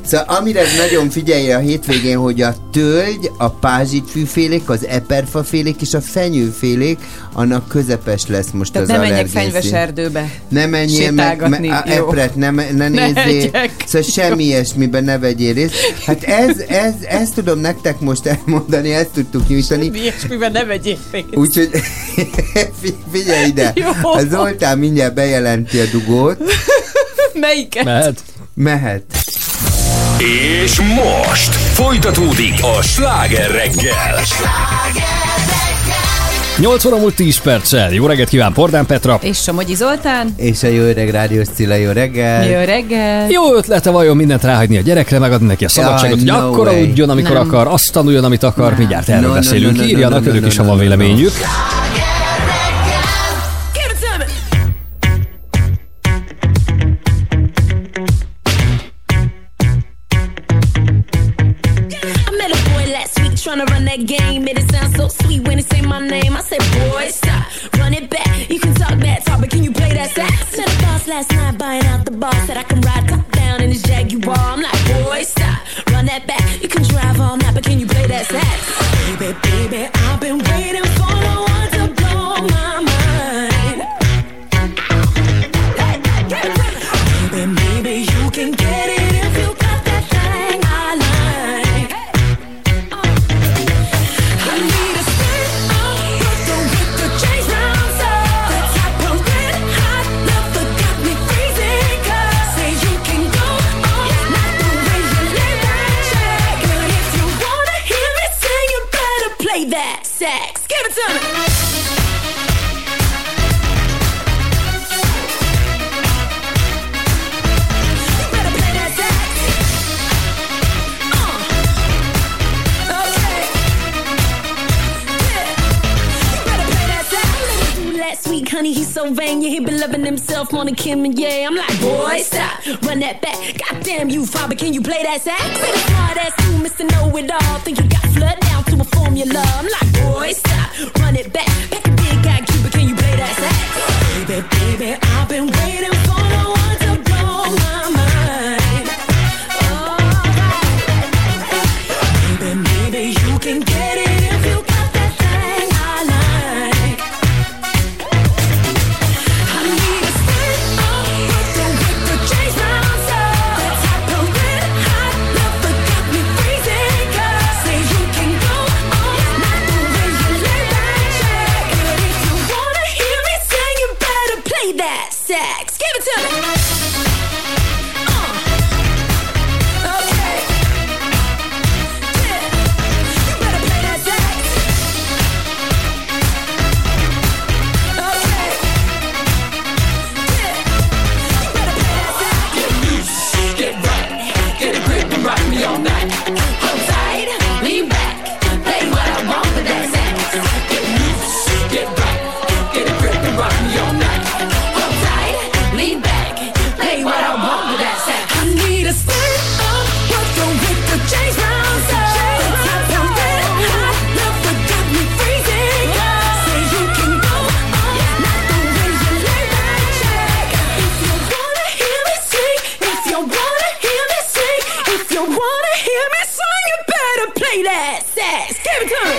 Szóval amire nagyon figyelj a hétvégén, hogy a tölgy, a pázsitfűfélék, az eperfafélék és a fenyőfélék, annak közepes lesz most tehát az nem menjek allergén fenyves szint. erdőbe. Ne menjél sétálgatni, a jó. epret, ne nézzél. egyek. Szóval semmi ilyesmiben ne vegyél részt. Hát ezt tudom nektek most elmondani, ezt tudtuk nyújtani. Ilyesmiben ne vegyél részt. Úgyhogy figyelj ide, Jó. a Zoltán mindjárt bejelenti a dugót. Melyiket? Mehet. És most folytatódik a Sláger reggel. 8 óra múlt 10 perccel. Jó reggelt kíván Pordán Petra. És Somogyi Zoltán. És a jó öreg rádiós Cilla, jó reggel. Jó reggel. Jó ötlete vajon mindent ráhagyni a gyerekre, megadni neki a szabadságot, hogy no akkor way. aludjon, amikor Nem. akar, azt tanuljon, amit akar. Mindjárt erről No, beszélünk. no, no, no, Írjanak no, no, önök no, is, ha no, van no, no. véleményük. Tryna run that game, made it sound so sweet when it say my name. I said, boy, stop, run it back. You can talk that talk, but can you play that sax? Met a boss last night buying out the bar, said I can ride top down in his Jaguar. I'm like, boy, stop, run that back. You can drive all night, but can you play that sax? Baby, baby, I've been waiting for the one to blow my mind. Baby, maybe you can get it if you got that thing I like. I need a skirt on, Brooklyn with the chains round so the type of red hot love that got me freezing. 'Cause say you can go on, not the way you lay that check. But if you wanna hear me sing, you better play that sax. Give it to me. You better play that sax. Okay. Last week, honey, he's so vain. Yeah, he been loving himself on the Kim and yeah. I'm like, boy, stop, run that back. Goddamn you, father, can you play that sax? Say the smart ass you, Mr. Know-It-All. Think you got flood down to a formula. I'm like, boy, stop, run it back. Back a big guy, Cuba, can you play that sax? Baby, baby, I've been waiting for the one to blow my mind. Baby, maybe you can get it if you got that thing I like. I need a skirt on, Brooklyn with the chains round so the type of red hot love that got me freezing. 'Cause say you can go on, not the way you lay that check. But if you wanna hear me sing, you better play that sax. Give it to me. Okay. Yeah. You better play that sax. Okay. Yeah. You better play that sax. Get loose, get right, get a grip and rock me all night. Hold tight, lean back, play what I want with that sax. Get loose, get right, get a grip and rock me all night. Hold tight, lean back, play what I want with that sax. I need a skirt on, Brooklyn with the chains round so the type of red hot love that got me freezing. Say you can go on, not the way you lay that check. If you wanna hear me sing, if you wanna hear me sing, if you wanna hear me sing, you better play that sax. Give it to me.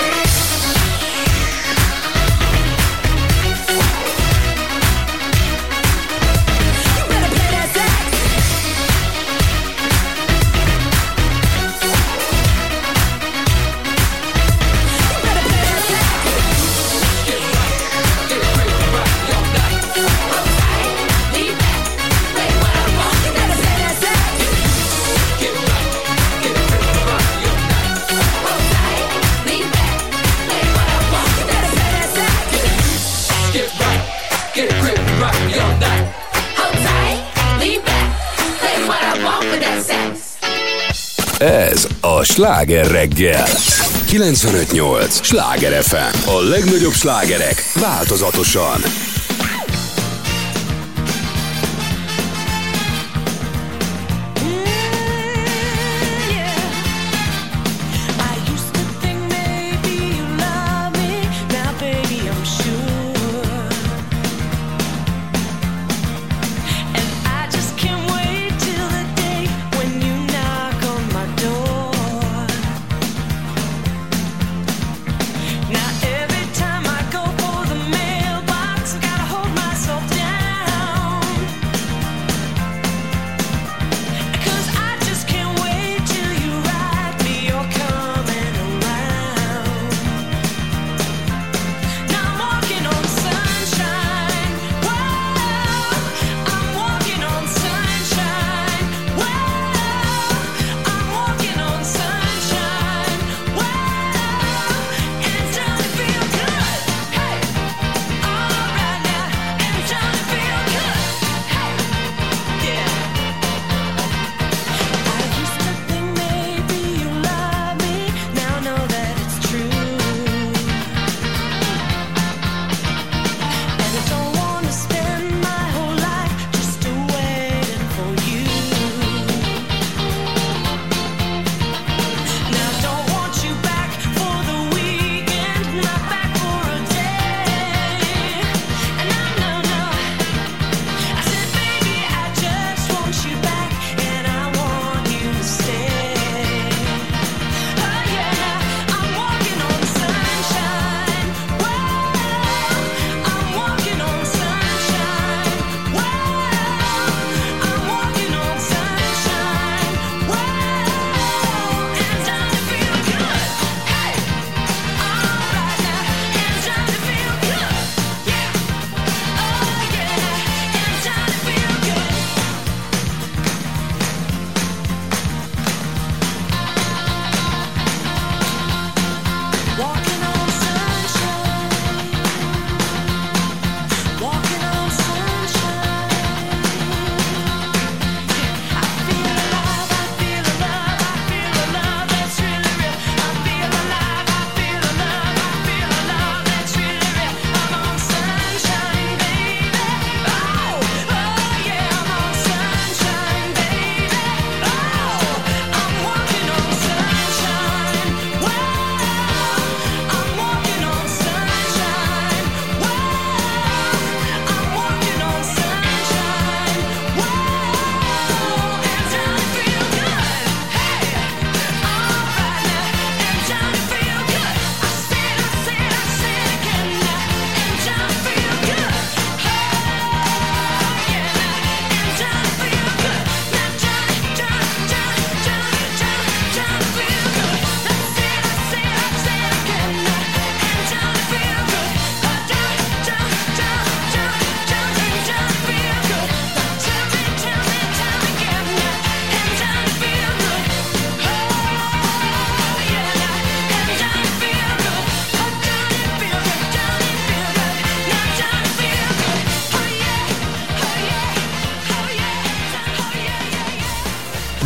You better play that sax. You better play that sax. Get right, get a grip and rock me all night. Hold tight, lean back, play what I want. You better play that sax. Get right, get a grip and rock me all night. Hold tight, lean back, play what I want. You better play that sax. Get right, get a grip and rock me all night. Hold tight, lean back, play what I want with that sax. Ez a Sláger reggel. 95.8 Sláger FM. A legnagyobb slágerek változatosan. I used to think maybe you love me, now baby I'm sure. And I just can't wait till the day when you knock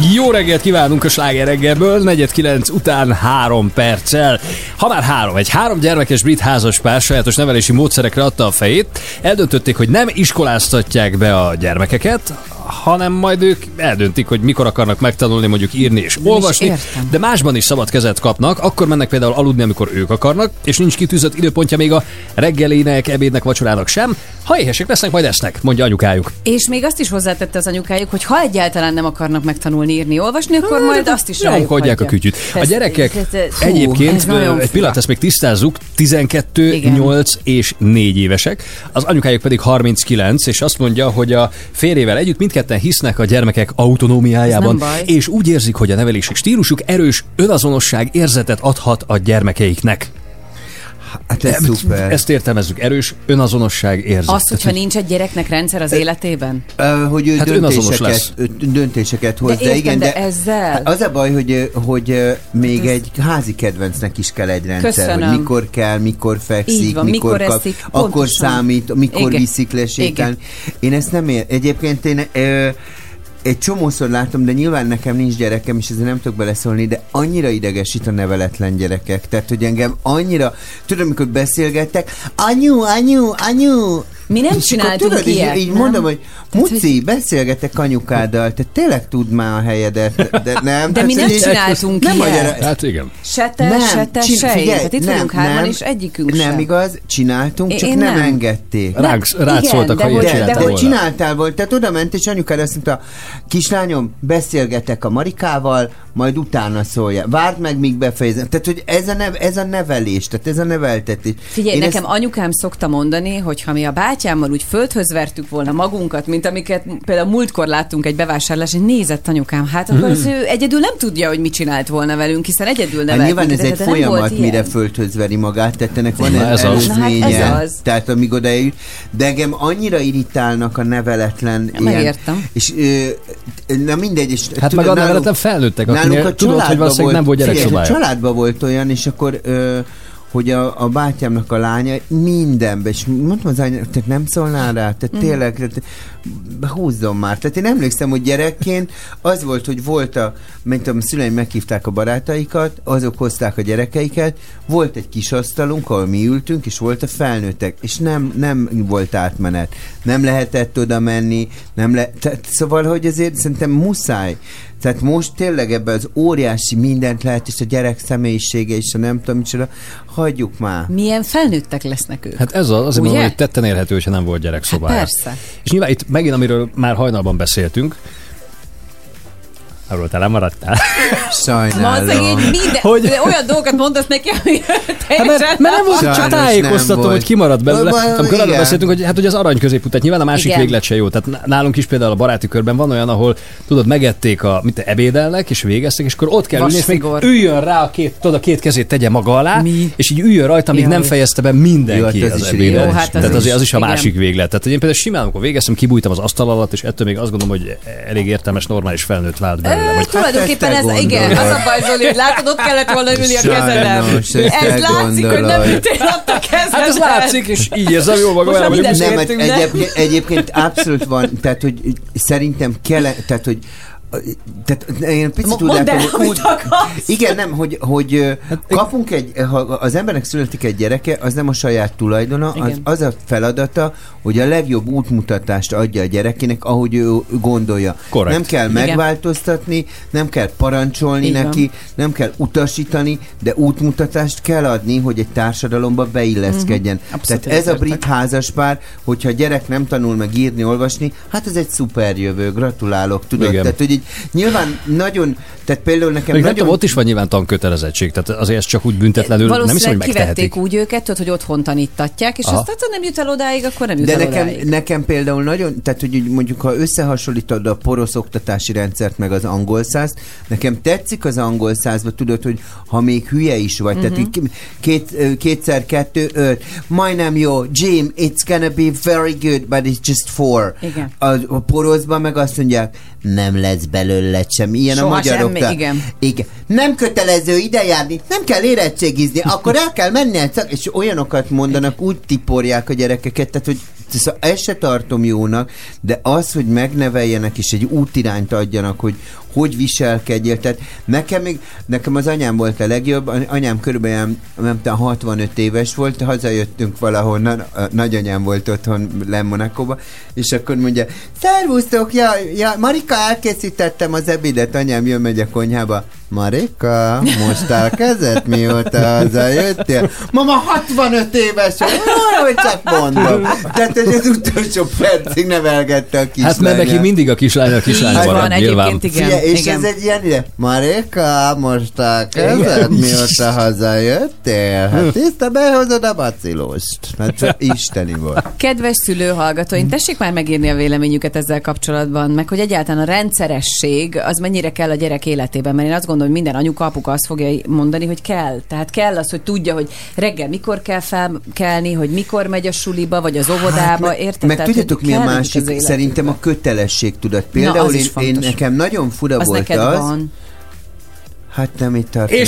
Jó reggelt kívánunk a Sláger reggelből, 4:09 után 3 perccel. Ha már egy 3 gyermekes brit házaspár sajátos nevelési módszerekre adta a fejét, eldöntötték, hogy nem iskoláztatják be a gyermekeket, hanem majd ők eldöntik, hogy mikor akarnak megtanulni mondjuk írni és olvasni, de másban is szabad kezet kapnak, akkor mennek például aludni, amikor ők akarnak, és nincs kitűzött időpontja még a reggelének, ebédnek, vacsorának sem. Ha éhesek lesznek, majd esznek, mondja anyukájuk. És még azt is hozzátette az anyukájuk, hogy ha egyáltalán nem akarnak megtanulni írni, olvasni, akkor majd azt is rájuk hagyják a kütyüt. A gyerekek egyébként, egy pillanat, ezt még tisztázzuk, 12, igen. 8 és 4 évesek, az anyukájuk pedig 39, és azt mondja, hogy a férjével együtt mindketten hisznek a gyermekek autonómiájában, és úgy érzik, hogy a nevelési stílusuk erős önazonosság érzetet adhat a gyermekeiknek. Hát ez szuper. Ezt értelmezzük, erős önazonosság érzet. Az, hogyha nincs egy gyereknek rendszer az életében? Hogy ő döntéseket hoz. De értem, de ezzel? Az a baj, hogy még egy házi kedvencnek is kell egy rendszer. Köszönöm. Hogy mikor kell, mikor fekszik, van, mikor kap, eszik, akkor pontosan. számít, mikor viszik lesétálni. Én ezt nem Egyébként én egy csomószor látom, de nyilván nekem nincs gyerekem, és ezzel nem tudok beleszólni, de annyira idegesít a neveletlen gyerekek. Tehát, hogy engem annyira, tudom, amikor beszélgettek, anyu, mi nem csináltunk tudod, ilyet, így nem? Mondom, hogy Muci, beszélgetek anyukáddal, te tényleg tudd már a helyedet, de nem. De mi nem csináltunk ilyet. Hát igen. Se te, se én. Tehát itt vagyunk hárman, és egyikünk sem. Nem igaz, csináltunk, csak nem engedték. Rád szóltak, ha ilyet csináltál volna. De csináltál volt, tehát oda ment, és anyukád azt mondta, kislányom, beszélgetek a Marikával, majd utána szólja. Várd meg, míg befejezem. Tehát, hogy ez a nevelés, tehát ez a neveltetés. Figyelj, nekem anyukám szokta mondani, hogy ha mi a bátyámmal úgy földhöz vertük volna magunkat, mint amiket például múltkor láttunk egy bevásárláson, nézett anyukám, hát akkor az ő egyedül nem tudja, hogy mit csinált volna velünk, hiszen egyedül neveltünk. Nyilván ez egy folyamat, mire földhöz veri magát, tehát ennek van egy előzménye. Tehát amíg odaéljük. De engem annyira irritálnak a neveletlen megértem. És na mindegy. És hát meg a neveletlen felnőttek, akinek tudod, hogy valószínűleg nem volt gyerekszobája. A családban volt olyan, és akkor hogy a bátyámnak a lánya mindenben, és mondtam az anyának, tehát nem szólnál rá, tehát tényleg, húzzon már. Tehát én emlékszem, hogy gyerekként az volt, hogy volt mint a szüleim meghívták a barátaikat, azok hozták a gyerekeiket, volt egy kis asztalunk, ahol mi ültünk, és volt a felnőttek, és nem volt átmenet. Nem lehetett oda menni, szóval, hogy azért szerintem muszáj. Tehát most tényleg ebben az óriási mindent lehet, és a gyerek személyisége, és a nem tudom micsoda, hagyjuk már. Milyen felnőttek lesznek ők? Hát ez azért mondom, hogy tetten érhető, hogyha nem volt gyerekszobája. Hát persze. És nyilván itt megint, amiről már hajnalban beszéltünk, arról te lemaradtál. Sajnálom. Hogy olyan dolgokat mondasz neki, ami teljesen... Mert nem volt, csak tájékoztatom, hogy kimaradt belőle. Amikor arról beszéltünk, hogy, hát, hogy az arany középút, nyilván a másik véglet se jó. Tehát nálunk is például a baráti körben van olyan, ahol tudod, megették, ebédelnek, és végeztek, és akkor ott kell ülni, és még üljön rá a két kezét tegye maga alá, és így üljön rajta, amíg nem fejezte be mindenki az ebédet. Tehát az is a másik véglet. Tehát én például simán, amikor végeztem, kibújtam az asztal alatt, és ettől még azt gondolom, hogy elég értelmes, normális felnőtt vált belőle. Tulajdonképpen ez, igen, az a baj, Zoli, hogy látod, ott kellett volna ülni a kezelem. Ez látszik, hogy nem ültél ott a kezelem. Hát ez látszik, és így érzem jól magam el, hogy egyébként abszolút van, tehát, hogy szerintem kell, tehát, hogy én picit úgy látom, hogy igen, nem, hogy kapunk ha az embernek születik egy gyereke, az nem a saját tulajdona, az a feladata, hogy a legjobb útmutatást adja a gyerekének, ahogy ő gondolja. Correct. Nem kell megváltoztatni, nem kell parancsolni neki, nem kell utasítani, de útmutatást kell adni, hogy egy társadalomba beilleszkedjen. Tehát ez a brit házaspár, hogyha a gyerek nem tanul meg írni, olvasni, hát ez egy szuper jövő, gratulálok, tudod? Tehát, hogy nyilván nagyon, tehát például nekem nagyon... Nem tudom, ott is van nyilván tankötelezettség, tehát azért ez csak úgy büntetlenül nem hiszem, hogy megtehetik. Kivették úgy őket, tudod, hogy otthon tanítatják, és aztán ha nem jut el odáig, akkor nem jut el odáig. De nekem például nagyon, tehát hogy mondjuk ha összehasonlítod a porosz oktatási rendszert meg az angol százt, nekem tetszik az angol százba, tudod, hogy ha még hülye is vagy, tehát kétszer 2, 5, majdnem jó, Jim, it's gonna be very good, but it's just 4. A poroszban meg azt mondják, nem lesz belőle sem. Ilyen Soha a magyarok. semmi, igen. Igen. Nem kötelező ide járni, nem kell érettségizni, akkor el kell menni és olyanokat mondanak, úgy tiporják a gyerekeket, tehát hogy szóval ezt se tartom jónak, de az, hogy megneveljenek és egy útirányt adjanak, hogy viselkedjél. Tehát nekem az anyám volt a legjobb, anyám körülbelül nem tudom, 65 éves volt, hazajöttünk valahonnan, nagyanyám volt otthon Monacóba, és akkor mondja, szervusztok, ja, Marika, elkészítettem az ebédet, anyám jön, megy a konyhába. Marika, most elkezdett, mióta hazajöttél? Mama 65 éves, hogy csak mondom. Tehát az utolsó percig nevelgette a kislány. Hát mert neki mindig a kislány van, egyébként igen. És igen. ez egy ilyen ide. Marika, most elkezdett, mióta hazajöttél? Hát tiszta, behozod a bacillust. Hát csak isteni volt. Kedves szülőhallgatóink, tessék már megírni a véleményüket ezzel kapcsolatban, meg hogy egyáltalán a rendszeresség az mennyire kell a gyerek életében, mert én azt gondolom, hogy minden anyuka, apuka azt fogja mondani, hogy kell. Tehát kell az, hogy tudja, hogy reggel mikor kell felkelni, hogy mikor megy a suliba, vagy az óvodába, érted? Meg tehát, tudjátok, mi a másik? Szerintem a kötelességtudat. Például én nekem nagyon fura az volt neked az. Van. Hát nem itt tartanék.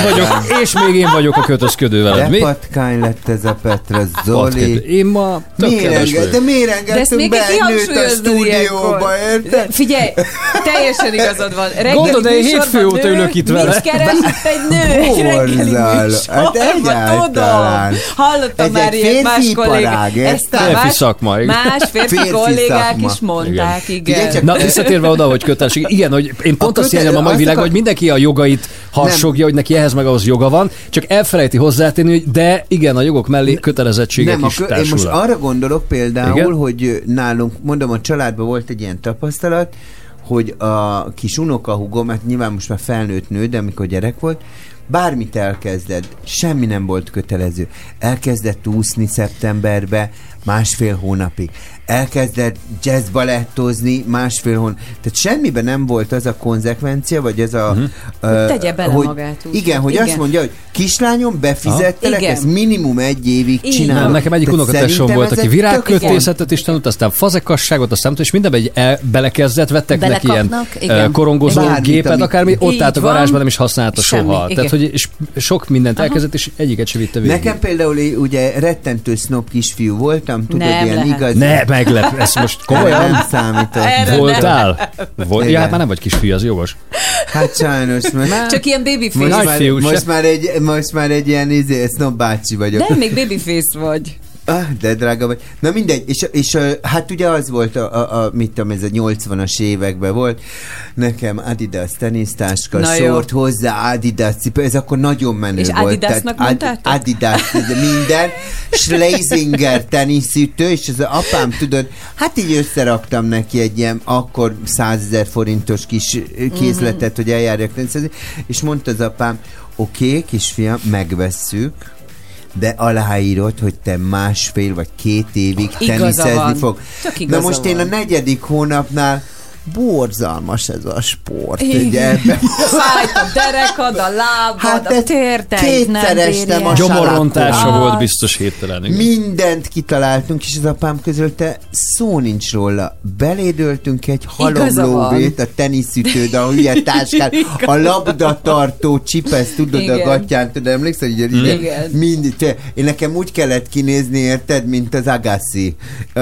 És még én vagyok a kötözködő veled. De patkány lett ez a Petra, Zoli. Én ma tök kedves vagyok. De miért engedtünk be egy nőt a stúdióba, érted? Figyelj, teljesen igazad van. Gondolod, én hétfő óta ülök itt vele. Mit keres itt egy nő egy reggeli Hát egyáltalán. Hallottam már ilyet más kollégák. Férfi szakma. Más férfi kollégák is mondták, igen. Na, visszatérve oda, hogy kötelesség. Igen, hogy én pont azt hiányom a mai világban, hogy mindenki a jogait harsogja, hogy neki ehhez meg ahhoz joga van, csak elfelejti hozzátenni, hogy de igen, a jogok mellé kötelezettségek is társulnak. Én most arra gondolok például, igen? Hogy nálunk, mondom, a családban volt egy ilyen tapasztalat, hogy a kis unokahúgom, hát nyilván most már felnőtt nő, de amikor gyerek volt, bármit elkezded, semmi nem volt kötelező. Elkezdett úszni szeptemberbe, 1,5 hónapig. Elkezdett jazzbalettozni 1,5 hónap. Tehát semmiben nem volt az a konzekvencia, vagy ez a... tegye bele hogy, magát. Úgy. Igen, hogy azt mondja, hogy kislányom, befizettelek, ez minimum 1 évig csinálom. Nekem egyik unokatesóm volt, aki virágkötészetet is tanult, aztán fazekasságot, aztán és mindenben belekezdett, vettek neki ilyen korongozó gépet, akármi, ott állt a garázsban, nem is használta soha. Tehát, hogy sok mindent elkezdett, és egyiket se vitte végig. Nekem például ugye rettentő snob kisfiú voltam, tudod, ilyen igaz. Ne, meglep, ez most komolyan nem számított. Voltál? Ja, hát már nem vagy kisfiú, az jogos. Hát sajnos. Csak ilyen babyface. Most már egy ilyen snob bácsi vagyok. De még babyface vagy. De drága vagy. Na mindegy, és hát ugye az volt, mit tudom, ez a 80-as években volt, nekem Adidas tenisztáska, short hozzá, Adidas cipő, ez akkor nagyon menő és volt. És Adidasnak mondtátok? Adidas, minden, Schlesinger teniszütő, és az apám, tudod, hát így összeraktam neki egy ilyen akkor 100 000 forintos kis készletet, hogy eljárjak teniszezni, és mondta az apám, oké, kisfiam, megvesszük, de aláírod, hogy te 1,5 vagy 2 évig teniszezni fog. Na most én a 4. hónapnál borzalmas ez a sport. Ugye? Fájt a derekad, a lábad, hát a térdeid, kétszerestem a gyomorrontása volt biztos héttelen. Mindent kitaláltunk, és az apám közölte szó nincs róla. Belédöltünk egy halomlóvét, a teniszütőd, a hülye táskát, a labdatartó csipesz, tudod, a gatyán, tudod, emlékszel, hogy én nekem úgy kellett kinézni, érted, mint az Agassi.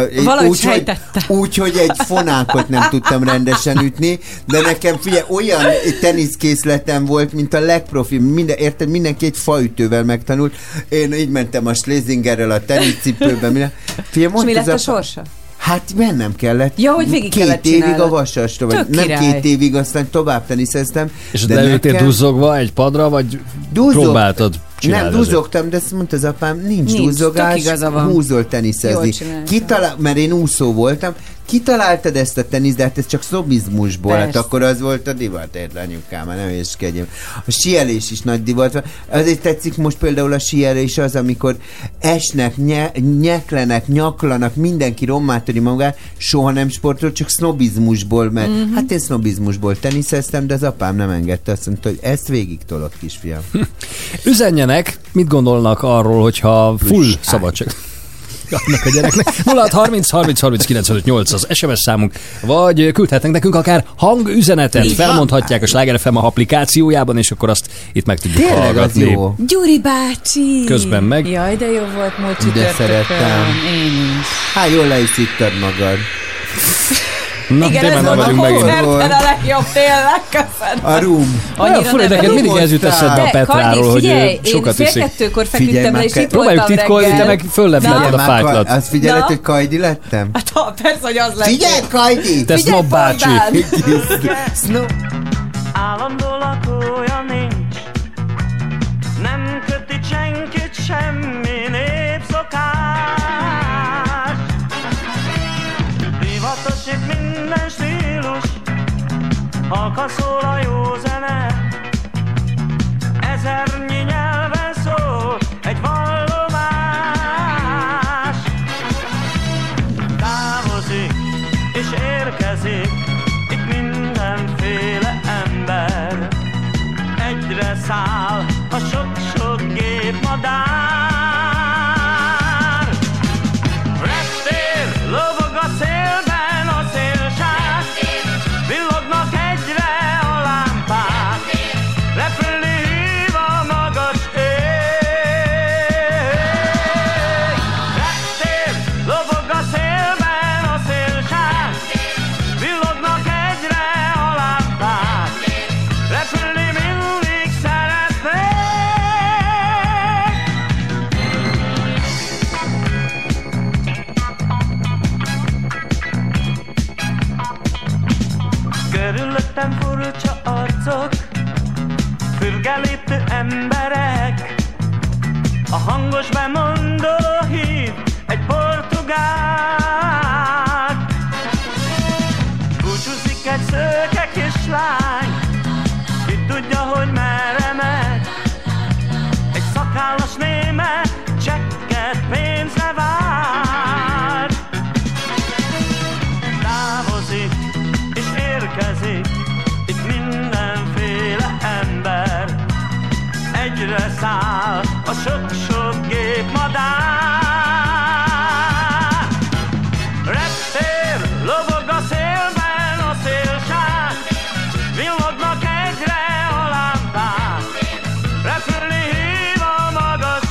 Úgy, hogy egy fonákot nem tudtam rendesen ütni, de nekem figyelj, olyan teniszkészletem volt, mint a legprofi, érted, mindenki egy faütővel megtanult. Én így mentem a Schlesingerrel a teniszcipőben. Figyelj, és mi lett a sorsa? Hát bennem kellett. Ja, hogy végig kellett 2 évig a vasasra, vagy nem 2 évig, aztán tovább teniszeztem. És leültél duzzogva egy padra, vagy próbáltad csinálni? Nem duzzogtam, de azt mondta az apám, nincs duzzogás, húzol teniszezni. Mert én úszó voltam, kitaláltad ezt a tenisz, de hát ez csak sznobizmusból, hát akkor az volt a divat, érted, anyukám, nem észkedjem. A síelés is nagy divat van. Azért tetszik most például a síelés az, amikor esnek, nyeklenek, nyaklanak, mindenki rommátoli magát, soha nem sportol, csak sznobizmusból, mert hát én sznobizmusból teniszeztem, de az apám nem engedte, azt mondta, hogy ezt végig tolott, kisfiam. Üzenjenek, mit gondolnak arról, hogyha full szabadság. annak a gyereknek. 0630 az SMS számunk, vagy küldhetnek nekünk akár hangüzenetet, felmondhatják a Sláger FM applikációjában, és akkor azt itt meg tudjuk Tényleg az hallgatni. jó. Gyuri bácsi! Közben meg. Jaj, de jó volt múlt De csütörtökön. szerettem. Én is. Hát jól le is ittad magad. Na, Igen, tényleg ez nem volt a velünk megint. koncerten a legjobb, tényleg, köszönöm. A room. Olyan fura, neked mindig ez jut eszedbe a Petráról, hogy ő sokat én iszik. 2:30 Figyelj feküdtem le, már, és itt Próbáljuk voltam titkolni, reggel. te meg föllepleted a fájtlat. Azt figyeled, Na? hogy Kajdi lettem? Hát ha, persze, hogy az lett. Figyelj, Kajdi! Te Snob bácsi. Snob. Állandó lakója nincs, nem köti senkit semmi népszokás. Divatos itt minden stílus, halkan szól a jó zene, ezernyi nyelven szól egy vallomás. Távozik és érkezik itt mindenféle ember, egyre száll a sok-sok gépmadár. Reptér lobog a szélben a szélsák, villognak egyre a lámpák, repülni hív a magas ég. Reptér lobog a szélben a szélsák, villognak egyre a lámpák, repülni mindig szeretnék. Körülöttem furcsa arcok, fürgeléptő emberek, a hangos bemondó hív egy portugál. Búcsúzik egy szőke kislány, ki tudja, hogy merre megy, egy szakállas német csekket pénzre vár. Távozik és érkezik itt mindenféle ember, egyre száll a sok-sok gépmadár. Reptér lobog a szélben a szélsák, villognak egyre a lámpák, repülni hív a magas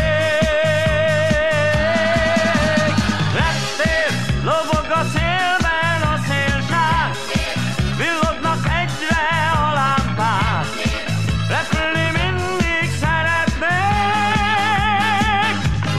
ég. Reptér lobog a szélben a szélsák, villognak egyre a lámpák, repülni mindig szeretnék.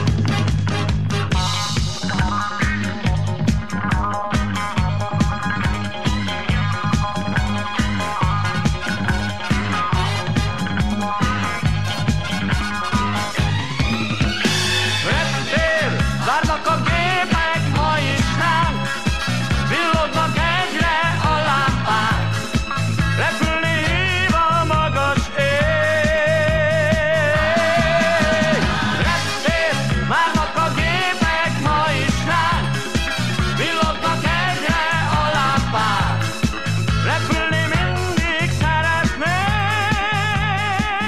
Reptér, várnak a gépek ma is ránk, villognak egyre a lámpák, repülni hív a magas ég. Reptér, várnak a gépek ma is ránk, villognak egyre a lámpák, repülni mindig szeretnék.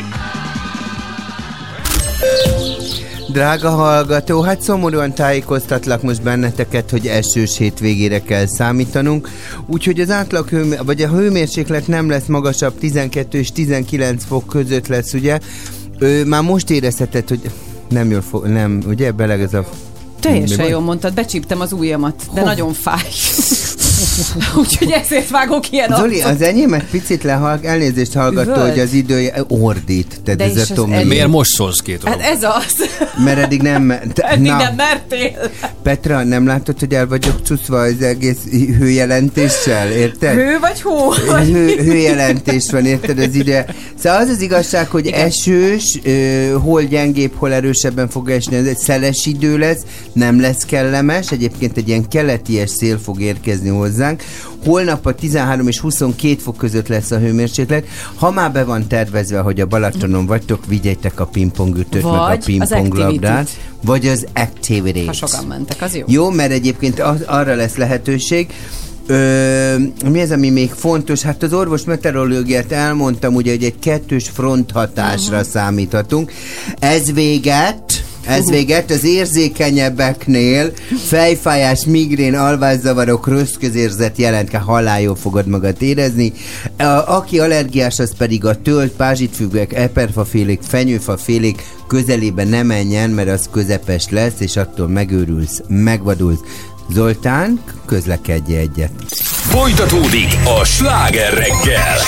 Drága hallgató, hát szomorúan tájékoztatlak most benneteket, hogy esős hétvégére kell számítanunk, úgyhogy az átlag vagy a hőmérséklet nem lesz magasabb, 12 és 19 fok között lesz, ugye? Már most érezheted, hogy nem jól fog, nem, ugye? Beleg ez a... Teljesen jól mondtad, becsíptem az ujjamat, de nagyon fáj. Úgyhogy ezért vágok ilyen Zoli, arcot. az enyémet picit elnézést hallgattó, Üvölt. hogy az idő ordít. Tehát De ez és a az Tom, elég. Miért most szólsz két Hát dolog? ez az. mert eddig nem... Eddig nem mertél. Petra, nem látod, hogy el vagyok cuszva az egész hőjelentéssel, érted? Hő vagy hó? Hőjelentés van, érted az ide. Szóval az az igazság, hogy igen, esős, hol gyengébb, hol erősebben fog esni, ez egy szeles idő lesz, nem lesz kellemes, egyébként egy ilyen keleties szél fog érkezni hozzánk. Holnap a 13 és 22 fok között lesz a hőmérséklet. Ha már be van tervezve, hogy a Balatonon vagytok, vigyétek a pingpongütőt, meg a pingponglabdát, vagy az activity-t. Ha sokan mentek, az jó. Jó, mert egyébként arra lesz lehetőség. Mi ez, ami még fontos? Hát az orvos meteorológiát elmondtam, ugye, hogy egy kettős fronthatásra számíthatunk. Ez véget, Ez véget az érzékenyebbeknél fejfájás, migrén, alvászavarok, rossz közérzet jelentke, haláljon fogod magad érezni. Aki allergiás, az pedig a tölt, pázsitfüggőek, eperfafélék, fenyőfafélék közelében ne menjen, mert az közepes lesz, és attól megőrülsz, megvadulsz. Zoltán, közlekedj egyet. Folytatódik a Sláger reggel.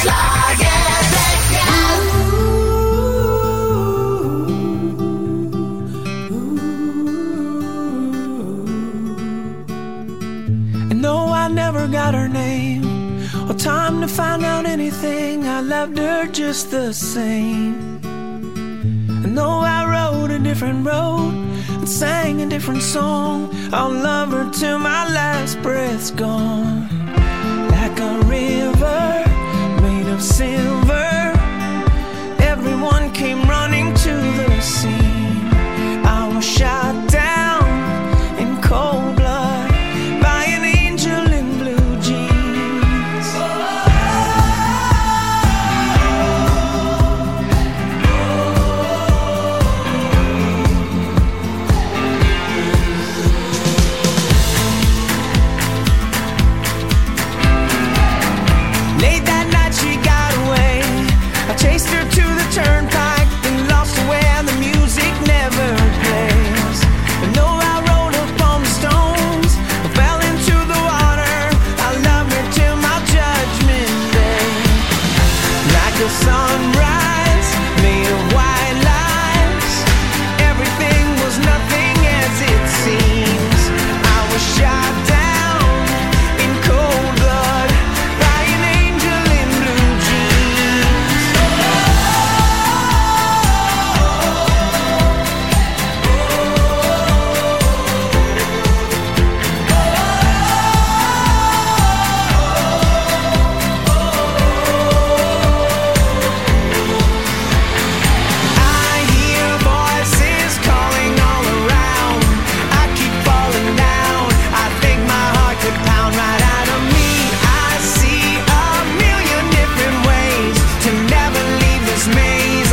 No, I never got her name or time to find out anything. I loved her just the same. No, I rode a different road and sang a different song. I'll love her till my last breath's gone. Like a river made of silver, everyone came running to the scene. I was shot down in cold blood by an angel in blue jeans. Late that night she got away. I chased her to the turnpike and lost her where the music never plays. And no, I rolled up on the stones, I fell into the water. I loved her till my judgment day. Like a sunrise made of white lies, everything was nothing as it seems. I was shot down in cold blood by an angel in blue jeans. I hear voices calling all around. I keep falling down. I think my heart could pound right out of me. I see a million different ways to never leave this maze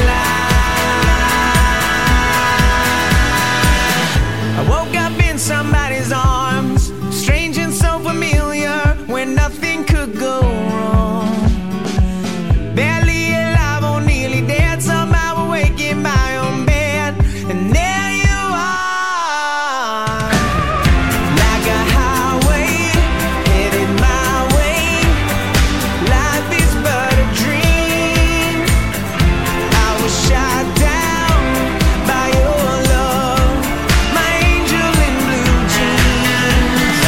alive. I woke up in somebody's arms, strange and so familiar, where nothing could go wrong. Barely alive or nearly dead, somehow awake in my own bed, and there you are. Like a highway, headed my way. Life is but a dream. I was shot down by your love, my angel in blue jeans.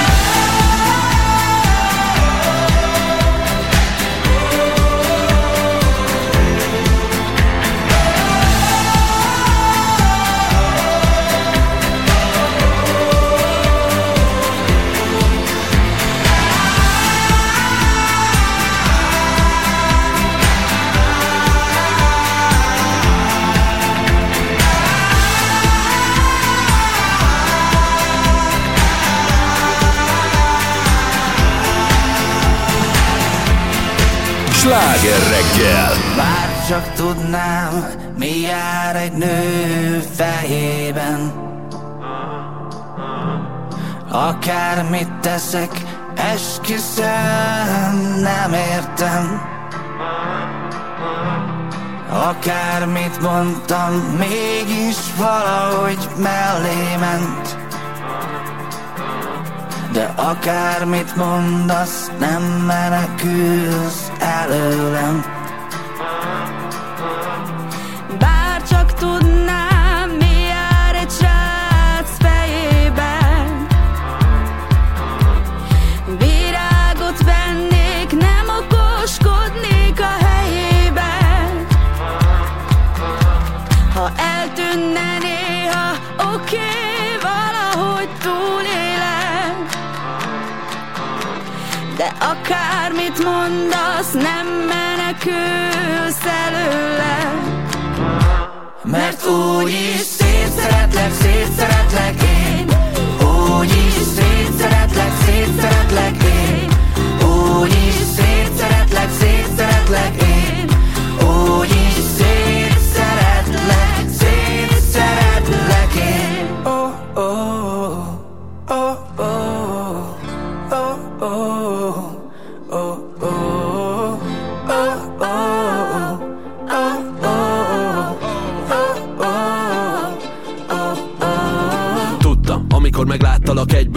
Sláger reggel. Bár csak tudnám, mi jár egy nő fejében. Akármit teszek, esküszöm, nem értem. Akármit mondtam, mégis valahogy mellé ment. De akármit mondasz, nem menekülsz előlem. Bár csak tudnám, mi jár egy srác fejében. Virágot vennék, nem okoskodnék a helyében. Ha eltűnne néha, oké, valahogy túlélek. De akármit mondasz, nem menekülsz előle. Mert úgyis szétszeretlek én. Úgyis szétszeretlek én. Úgyis szétszeretlek én. Úgyis szétszeretlek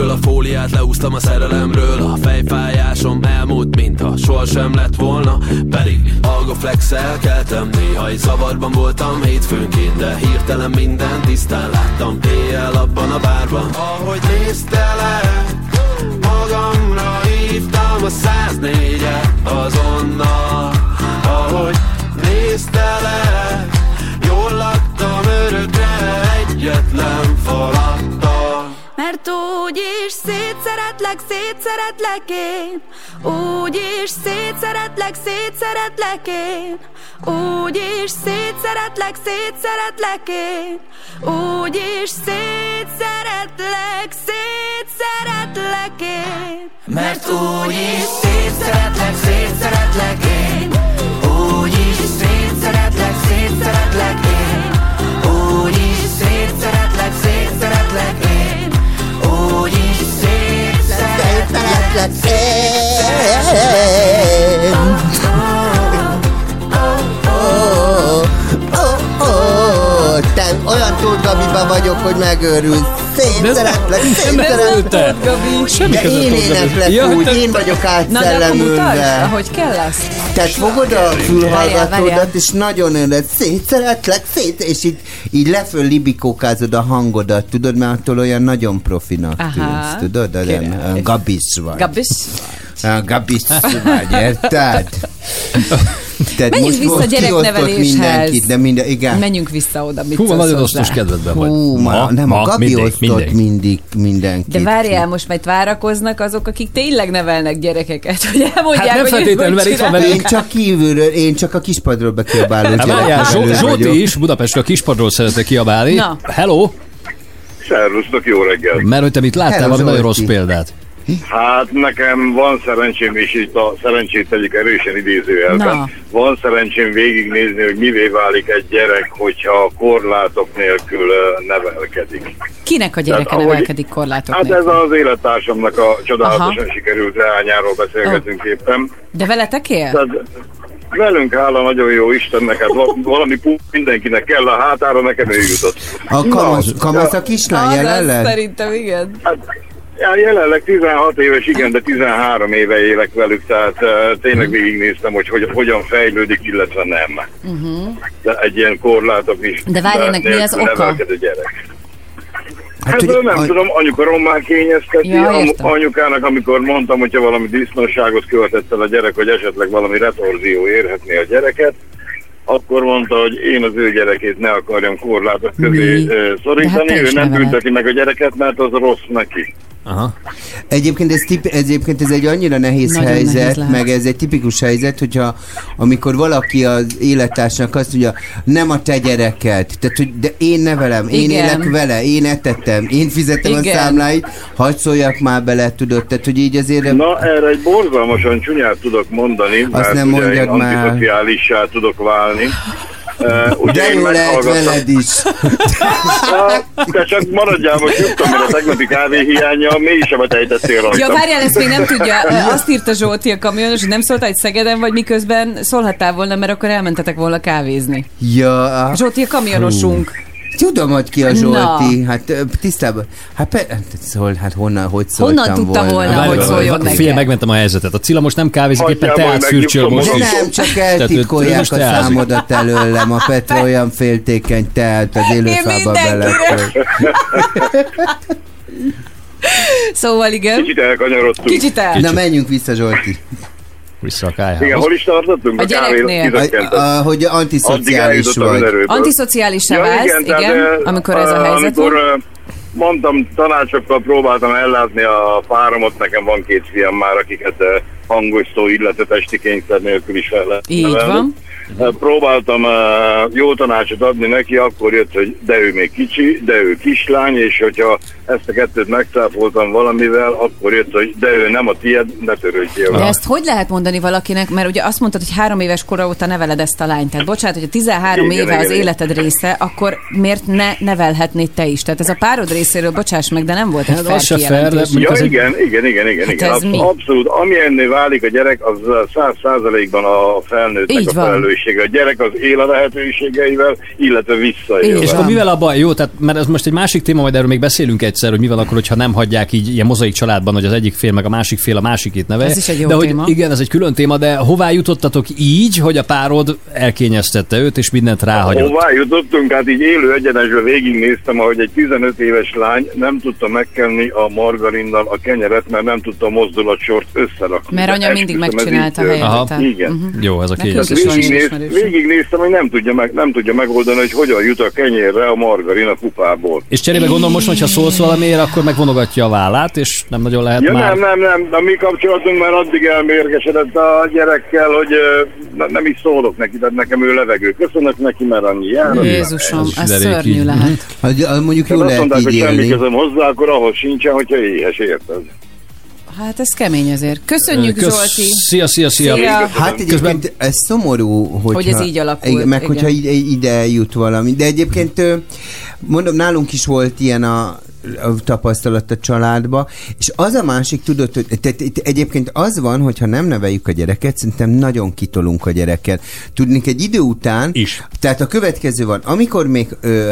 fejemből a fóliát leúztam a szerelemről. A fejfájásom elmúlt, mintha sohasem lett volna. Pedig algoflex-el keltem, néha egy zavarban voltam hétfőnként, de hirtelen minden tisztán láttam éjjel abban a bárban. Ahogy néztelek, magamra hívtam a 104-et azonnal. Ahogy néztelek, jól laktam örökre egyetlen falattal. Mert úgy is szétszeretlek én. Úgy is szétszeretlek én. Úgy is szétszeretlek én. Úgy is szétszeretlek én. Mert úgy is szétszeretlek én. Úgy is szétszeretlek én. Úgy is szétszeretlek én. Úgy is szétszeretlek Te olyan Tóth Gabiban vagyok, hogy megőrülsz. Szétszeretlek. Semmi De köze én Tóth Gabi. éneklek Ja, úgy, te- én vagyok Na, de akkor mutasd, átszellemülve. ahogy kell ezt. Tehát fogod a fülhallgatódat, Várjál. és nagyon örülsz, szétszeretlek, és így leföl libikókázod a hangodat, tudod, mert attól olyan nagyon profinak Aha. tűnsz, tudod? Olyan Gabis vagy. Gabis. Gabis vagy, érted? Tehát Menjünk vissza most kiosztott gyerekneveléshez. mindenkit, de minden, igen. Menjünk vissza oda, mit Hú, szólsz nagyon hozzá? osztos kedvedben vagy. Hú, nem, a Gabi osztott mindig mindenkit. De várjál, most majd várakoznak azok, akik tényleg nevelnek gyerekeket, hogy elmondják, Hát nem hogy feltétlenül, ők mert itt van csinálják. velünk. Én csak kívülről, én csak a kispadról bekiabáló Hát várjál, gyereknevelő vagyok. Zsóti is Budapestről a Kispadról szeretne kiabálni. Na. Hello! Szervusztok, jó reggel! Mert hogy te mit láttál, Hello, valami nagyon Zsolti. rossz példát. Hát nekem van szerencsém, és itt a szerencsét tegyük erősen idézőjelben. Na. Van szerencsém végignézni, hogy mivé válik egy gyerek, hogyha korlátok nélkül nevelkedik. Kinek a gyereke Tehát ahogy- nevelkedik korlátok Hát nélkül? ez az élettársamnak a csodálatosan Aha. sikerült leányáról beszélgetünk éppen. De veletek él? Tehát velünk hála nagyon jó Istennek, hát valami mindenkinek kell a hátára, nekem ő jutott. A kamasz a kislány Az jelenleg? szerintem igen. Ja, jelenleg 16 éves, igen, de 13 éve élek velük, tehát tényleg végignéztem, hogy hogyan fejlődik, illetve nem. De egy ilyen korlátok is. De várj, ennek mi az nélkül oka? nevelkedő gyerek. Hát, Hát hogy nem tudom, anyuka rommá kényezteti, Ja, értem. anyukának, amikor mondtam, hogyha valami disznóságot követett el a gyerek, hogy esetleg valami retorzió érhetné a gyereket, akkor mondta, hogy én az ő gyerekét ne akarjam korlátok közé Mi? De hát szorítani, te ő is nem neveled. bünteti meg a gyereket, mert az rossz neki. Aha. Egyébként ez egy annyira nehéz Nagyon helyzet, nehéz lehet. meg ez egy tipikus helyzet, hogyha amikor valaki az élettársnak azt mondja, nem a te gyereked, tehát, hogy de én nevelem, én Igen. élek vele, én etettem, én fizetem a Igen. számláit, hadd szóljak már bele, tudod, tehát, hogy így azért... Na, erre egy borzalmasan csúnyát tudok mondani, mert nem ugye mondjad én már. antiszociálissá tudok válni. Ugye De én jó lehet meghallgattam- veled is. Te csak maradjál most nyugtam, mert a tegnapi kávé hiánya mélysebbet ejtettél rajta. Ja, várjál, ezt még nem tudja. Azt írta Zsóti a kamionos, hogy nem szóltál, hogy Szegeden vagy, miközben szólhattál volna, mert akkor elmentetek volna kávézni. Ja, Zsóti a kamionosunk. tudom, hogy ki a Zsolti, hát tisztában, szól, hát hogy szóltam tudta volna, volna? hogy szóljon neki? Figyelj, megmentem a helyzetet. A Cilla most nem kávézik, éppen Hagyjál, teát majd szürcsöl most megnyugtom is. De nem, csak Tehát ő eltitkolják most a teázik. számodat előlem. A Petra olyan féltékeny teát az élőfába mindenkire. beleföl. Szóval igen. Kicsit elkanyarodtunk. Kicsit el. Na, menjünk vissza, Zsolti. Vissza a Igen, kályhához. hol is tartottunk? A gyereknél. Hogy antiszociális vagy. Antiszociálisra válsz, igen, amikor ez a helyzet van. Amikor mondtam, tanácsokkal próbáltam ellátni a páromat, nekem van 2 fiam már, akiket hangosztó, illetve testi kényszer nélkül is fel lehet Így nevelni. van. Próbáltam jó tanácsot adni neki, akkor jött, hogy de ő még kicsi, de ő kislány, és hogyha ezt a kettőt megcáfoltam valamivel, akkor jött, hogy de ő nem a tied, ne törődjél De vele. ezt hogy lehet mondani valakinek, mert ugye azt mondtad, hogy 3 éves kora óta neveled ezt a lányt. Tehát bocsánat, hogyha 13 Igen, éve az igen. életed része, akkor miért ne nevelhetnéd te is? Tehát ez a párod részéről, bocsáss meg, de nem volt egy Hát fair az se fair, de kijelentés. mondjuk Ja, az egy- igen. Hát ez mi? Abszolút. Ami ennél válik a gyerek, az 100%-ban a felnőttnek Így a van. felelőssége. A gyerek az él a lehetőségeivel, illetve visszaél. És akkor mivel abban, jó, tehát mert ez most egy másik téma, majd erről még beszélünk egyszer, hogy mivel akkor, hogyha nem hagyják így ilyen mozaik családban, hogy az egyik fél meg a másik fél a másikét nevelje. Ez is egy jó de hogy téma. igen, ez egy külön téma, de hová jutottatok így, hogy a párod elkényeztette őt, és mindent ráhagyott? Hová jutottunk? Hát így élő egyenesben végignéztem, ahogy egy 15 éves lány nem tudta megkenni a margarinnal a kenyeret, mert nem tudta a mozdulatsort összerakni. Mert anya De mindig esküszöm, ez megcsinálta így helyette. történt. Igen. Jó, ez a Nekünk kiegészítés. is van ilyen ismerősünk. Végignéztem, hogy nem tudja megoldani, hogy hogyan jut a kenyérre a margarin a kupából. És cserébe gondolom most, hogyha szólsz valamiért, akkor megvonogatja a vállát, és nem nagyon lehet Ja, már... nem. A mi kapcsolatunk már addig elmérgesedett a gyerekkel, hogy nem is szólok neki, de nekem ő levegő. Köszönök neki, mert annyi jár. Jézusom, ez derül szörnyű ki. lehet. Mondjuk Ha jól azt lehet mondták, így hogy semmi élni. közöm hozzá, akkor ahhoz sincsen, hogyha éhes, érted? Hát ez kemény azért. Köszönjük, Zsolti. Szia. Szia. Hát egyébként ez szomorú, Hogy ez így alakult, Igen, meg igen. hogyha ide eljut valami. De egyébként mondom, nálunk is volt ilyen a tapasztalat a családba, és az a másik, tudod, hogy egyébként az van, hogyha nem neveljük a gyereket, szerintem nagyon kitolunk a gyereket. Tudnék egy idő után, is. Tehát a következő van, amikor még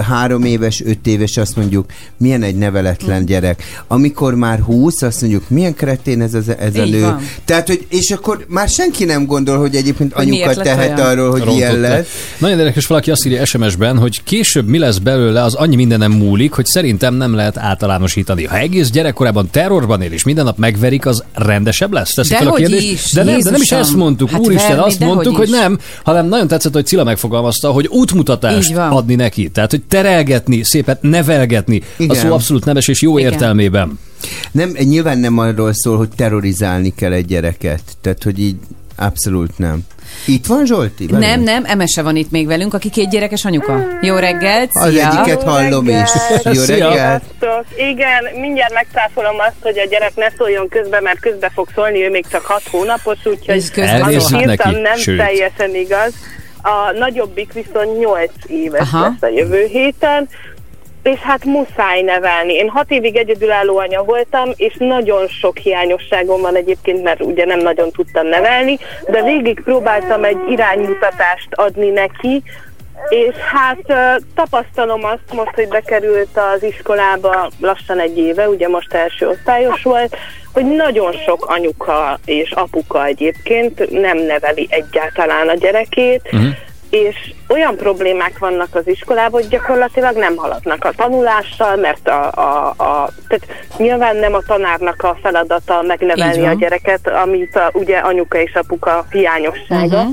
3 éves, 5 éves, azt mondjuk, milyen egy neveletlen gyerek. Amikor már 20, azt mondjuk, milyen kretén ez a Így nő. van. Tehát, hogy, és akkor már senki nem gondol, hogy egyébként Hogy miért anyukat lett tehet olyan? arról, hogy Rontott ilyen le. lesz. Nagyon érdekes, valaki azt írja SMS-ben, hogy később mi lesz belőle, az annyi mindenem múlik, hogy szerintem nem lehet általánosítani. Ha egész gyerekkorában terrorban él, és minden nap megverik, az rendesebb lesz? Teszik fel a Dehogy kérdést? is, De nem is Jézusom. ezt mondtuk, Hát úristen, verni, azt dehogy mondtuk, is. hogy nem, hanem nagyon tetszett, hogy Cilla megfogalmazta, hogy útmutatást Így van. adni neki. Tehát, hogy terelgetni, szépen nevelgetni. A Igen. szó abszolút nemes és jó Igen. értelmében. Nem, nyilván nem arról szól, hogy terrorizálni kell egy gyereket. Tehát, hogy így abszolút nem. Itt van Zsolti? Velünk? Nem, Emese van itt még velünk, aki 2 gyerekes anyuka. Jó reggelt, Az szia! egyiket hallom is. Jó Szia. reggelt! Sziasztok. Igen, mindjárt megcáfolom azt, hogy a gyerek ne szóljon közben, mert közbe fog szólni, ő még csak 6 hónapos, úgyhogy És közben amit Elnézhet írtam, neki, nem sőt. teljesen igaz. A nagyobbik viszont 8 éves Aha. lesz a jövő héten, és hát muszáj nevelni. Én 6 évig egyedülálló anya voltam, és nagyon sok hiányosságom van egyébként, mert ugye nem nagyon tudtam nevelni, de végig próbáltam egy iránymutatást adni neki, és hát tapasztalom azt most, hogy bekerült az iskolába lassan 1 éve, ugye most első osztályos volt, hogy nagyon sok anyuka és apuka egyébként nem neveli egyáltalán a gyerekét, és olyan problémák vannak az iskolában, hogy gyakorlatilag nem haladnak a tanulással, mert tehát nyilván nem a tanárnak a feladata Így megnevelni van. a gyereket, amit ugye anyuka és apuka hiányossága.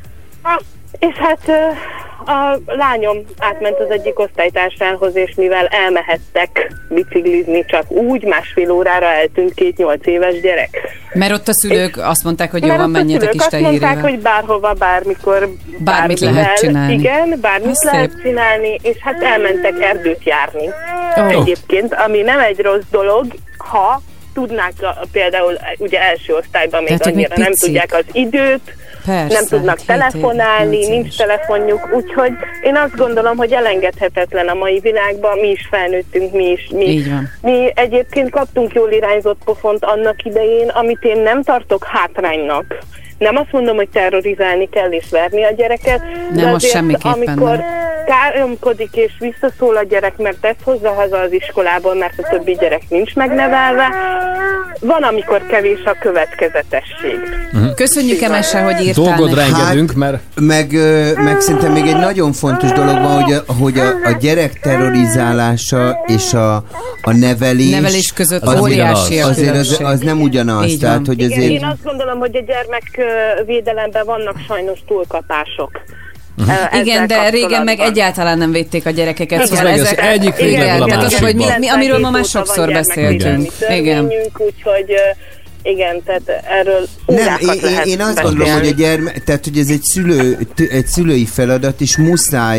És hát a lányom átment az egyik osztálytársához, és mivel elmehettek biciklizni csak úgy, 1,5 órára eltűnt 2 8 éves gyerek. Mert ott a szülők azt mondták, hogy jó Mert van, ott a menjetek szülők is azt te mondták, hírűvel. hogy bárhova, bármikor, Bármit bármivel, lehet csinálni. Igen, bármit Ez lehet szép. csinálni, és hát elmentek erdőt járni. Ó. Egyébként, ami nem egy rossz dolog, ha tudnák például ugye első osztályban még Tehát ők még annyira nem picik. tudják az időt, Persze, nem tudnak hát 7 év, telefonálni, 8 nincs éves. telefonjuk, úgyhogy én azt gondolom, hogy elengedhetetlen a mai világban, mi is felnőttünk, Így van. mi egyébként kaptunk jól irányzott pofont annak idején, amit én nem tartok hátránynak. Nem azt mondom, hogy terrorizálni kell és verni a gyereket, de most azért, semmiképpen amikor nem. káromkodik és visszaszól a gyerek, mert ezt hozza haza az iskolából, mert a többi gyerek nincs megnevelve, van, amikor kevés a következetesség. Köszönjük, Emese, hogy írtál Dolgodra nekünk. engedünk, mert Meg szerintem még egy nagyon fontos dolog van, hogy a gyerek terrorizálása és a nevelés között az óriási a azért különbség. az nem ugyanaz. Így Tehát, van. hogy Igen, azért... én azt gondolom, hogy a gyermekvédelemben vannak sajnos túlkapások. Igen, de régen meg kapcsolatban. egyáltalán nem védték a gyerekeket. Hát az szóval meg az ezek, egyik véglegből a tehát az, hogy másikba. amiről ma már 97 óta sokszor van beszéltünk. gyermekvédelmi Igen. törvényünk, úgyhogy igen, tehát erről Nem, órákat lehet én azt gondolom, hogy a gyermek, tehát hogy ez egy szülői feladat, és muszáj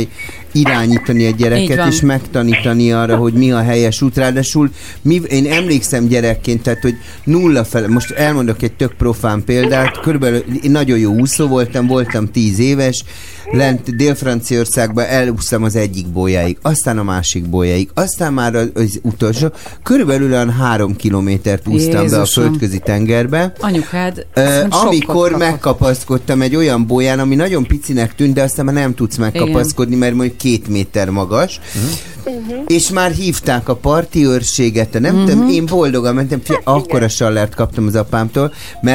irányítani a Így gyereket, van. és megtanítani arra, hogy mi a helyes út. Ráadásul én emlékszem gyerekként, tehát, hogy nulla fel, most elmondok egy tök profán példát, körülbelül én nagyon jó úszó voltam 10 éves, lent Dél-Franciaországban elúsztam az egyik bolyáig, aztán a másik bolyáig, aztán már az utolsó, körülbelül olyan 3 kilométert úsztam be a Jézusom. földközi tengerbe. Anyukád Amikor megkapaszkodtam egy olyan bolyán, ami nagyon picinek tűnt, de aztán már nem tudsz megkapaszkodni, mert mondjuk 2 méter magas, és már hívták a parti őrséget, nem tudom, én boldogan mentem, akkora sallert kaptam az apámtól,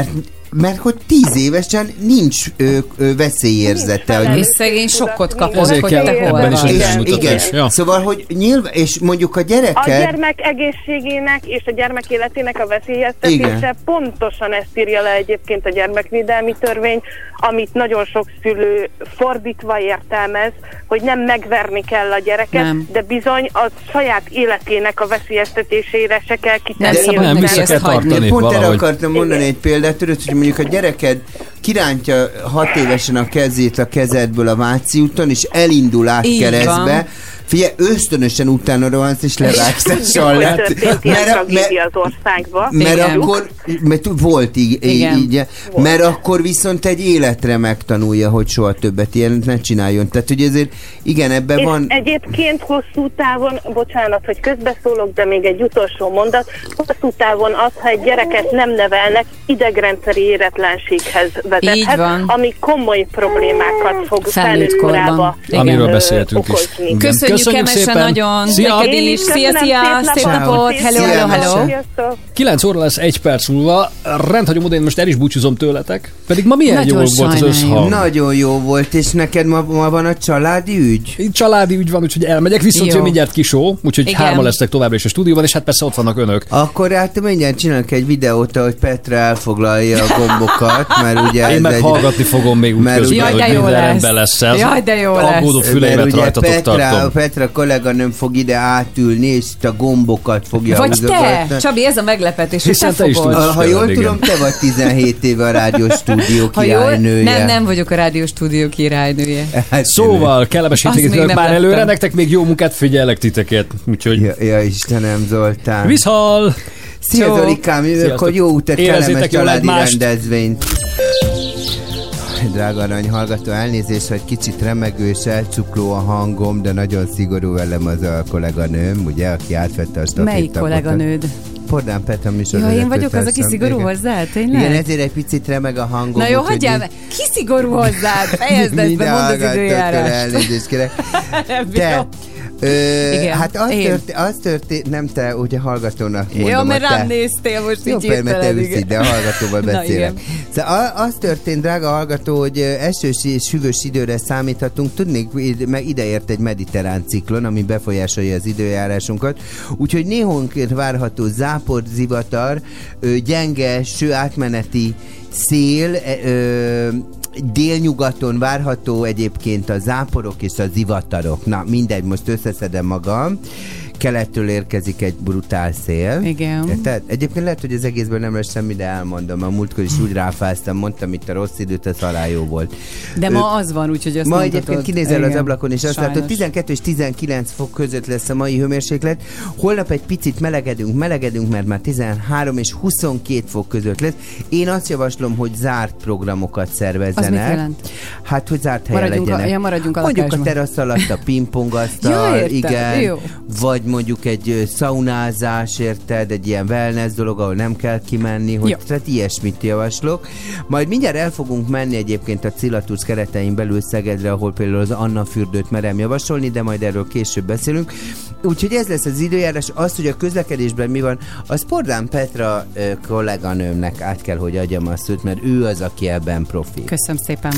mert hogy 10 évesen nincs veszélyérzete. És szegény sokkot kapott, Ezért hogy kell te hol ebben is vagy. egy És iránymutatás. igen, Ja. szóval, hogy nyilván, és mondjuk a A gyereket... gyermek egészségének és a gyermek életének a veszélyeztetése Igen. pontosan ezt írja le egyébként a gyermekvédelmi törvény, amit nagyon sok szülő fordítva értelmez, hogy nem megverni kell a gyereket, Nem. de bizony a saját életének a veszélyeztetésére se kell kitenni. szabad Nem, neki vissza ezt kell hagyni. tartani Pont erre valahogy. akartam mondani egy példát, tudod, hogy mondjuk a gyereked kirántja 6 évesen a kezét a kezedből a Váci úton, és elindul át Így keresztbe. van. Figyelj, ösztönösen utána rohansz, és levágsz egy sallát. Történt ilyen tragédia az országban. Mert Igen. akkor, mert volt Igen. így, mert akkor viszont egy életre megtanulja, hogy soha többet ilyen ne csináljon. Tehát, hogy ezért, igen, ebben És van... egyébként hosszú távon, bocsánat, hogy közbeszólok, de még egy utolsó mondat, hosszú távon az, ha egy gyereket nem nevelnek, idegrendszeri éretlenséghez Így vezethet, van. ami komoly problémákat fog Felnőtt felnőtt korban. korába Igen. Amiről beszéltünk is. okozni. Igen. Köszönjük Emese szépen. nagyon. Szia! Neked is. Szia, szép napot. Hello. Sziasztok. 9 óra lesz 1 perc múlva. Rendhagyom oda, én most el is búcsúzom tőletek. Pedig ma milyen Nagyon jó volt az sajnáljuk. összhang. Nagyon jó volt, és neked ma van a családi ügy? Itt családi ügy van, úgyhogy elmegyek, viszont Jó. jön mindjárt kisó, úgyhogy Igen. 3 lesznek továbbra is a stúdióban, és hát persze ott vannak önök. Akkor hát mindjárt csinálunk egy videót, ahogy Petra elfoglalja a gombokat, mert ugye... Én ez meg egy- hallgatni fogom még úgy Mert közben, Jaj, de hogy jó minden lesz. rendben lesz ez. Jaj, de jó lesz. Aggódó füleimet mert ugye rajtatok tartom. Petra kolléganőm fog ide átülni, és itt a gombokat fogja Vagy te, húzogatni. Csabi, ez a meglepetés, hogy Hiszen te te is fogod. tudsz. Ha jól Igen. tudom, te vagy 17 éve a rádiós stúdió Ha jól, királynője. nem vagyok a rádiós stúdió királynője. Hát, Szóval, kellemes Azt hétvégét még kívánok nem már előre, lettem. nektek még jó munkát, figyellek titeket. Úgyhogy Ja, Istenem, Zoltán. viszhal! Szia, Jó. Zolikám, jövök, Sziasztok. hogy jó utat, Érezzétek kellemes jól családi egymást. rendezvényt. Drága arany hallgató, elnézést, hogy kicsit remegő és elcsukló a hangom, de nagyon szigorú velem az a kolléganőm, ugye, aki átvette a stafétabotot. Melyik kolléganőd? Pordán Petra műsorvezető. Ja, én vagyok az, aki szigorú Igen. hozzá, tényleg? Igen, ezért egy picit remeg a hangom. Na jó, úgyhogy hagyjál így- meg. Ki szigorú hozzád? Fejezd ezt Minden be, mondd az hallgatótól időjárást. elnézést kérek. Nem Te, bírom. Igen, hát az történt, nem te, ugye hallgatónak mondom. Jó, mert a te- rám néztél most Jó, így mert te hirtelen, őszid, igen. de a hallgatóval Na, beszélek. igen. Szóval az történt, drága hallgató, hogy esős és hűvös időre számíthatunk. Tudnék, meg ideért egy mediterrán ciklon, ami befolyásolja az időjárásunkat. Úgyhogy néhonként várható zápor, zivatar, gyenge, eső, átmeneti szél, délnyugaton várható egyébként a záporok és a zivatarok. Na, mindegy, most összeszedem magam. Kelettől érkezik egy brutál szél. Igen. Tehát egyébként lehet, hogy az egészből nem lesz semmi, de elmondom. A múltkor is úgy ráfáztam, mondtam itt a rossz időt, az alá jó volt. De ma az van, úgyhogy azt Ma mondhatod. egyébként kinézel az Igen. ablakon, és azt Sajnos. látod, 12 és 19 fok között lesz a mai hőmérséklet. Holnap egy picit melegedünk, mert már 13 és 22 fok között lesz. Én azt javaslom, hogy zárt programokat szervezzenek. Az mit jelent? Hát, hogy zárt helyen legyenek. Maradjunk a Mondjuk a lakásban. terasz alatt a pingpongasztal, Ja, értem. igen. Jó. Vagy mondjuk egy szaunázás, érted, egy ilyen wellness dolog, ahol nem kell kimenni, hogy Jó. tehát ilyesmit javaslok. Majd mindjárt el fogunk menni egyébként a Cillatus keretein belül Szegedre, ahol például az Anna fürdőt merem javasolni, de majd erről később beszélünk. Úgyhogy ez lesz az időjárás. Az, hogy a közlekedésben mi van, az Pordán Petra kolléganőmnek át kell, hogy adjam a szót, mert ő az, aki ebben profi. Köszönöm szépen.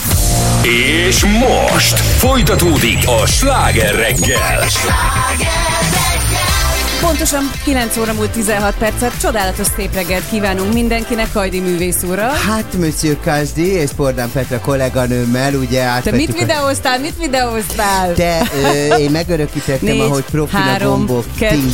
És most folytatódik a Sláger reggel. Pontosan 9 óra múlt 16 percet. Csodálatos szép reggelt kívánunk mindenkinek, Kajdi művész úrra. Hát, Monsieur Kásdi és Pordán Petra kolléganőmmel ugye Te átvettük mit videóztál? Te, én megörökítettem, 4, ahogy profil a 3, gombok. 2, 1.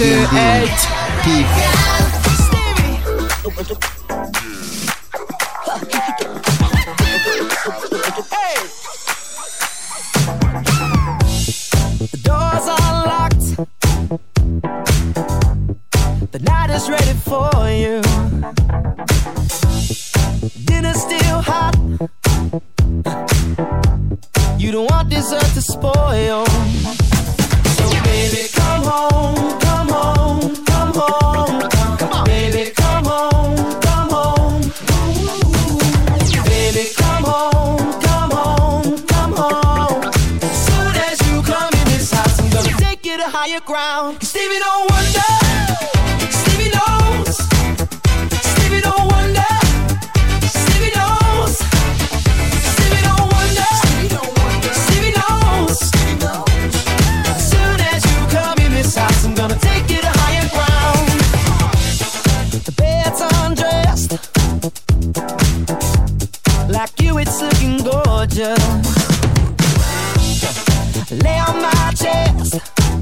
spoil. So baby, come home, come home, come home. Come on, baby, come home, come home. Baby, come home, come home, come home. As soon as you come in this house, I'm gonna take you to higher ground. 'Cause Stevie don't wonder, Stevie knows, Stevie don't wonder, Stevie knows, Stevie don't wonder, Stevie knows. As soon as you come in this house, I'm gonna take you to higher ground. The bed's undressed, like you, it's looking gorgeous. Lay on my chest,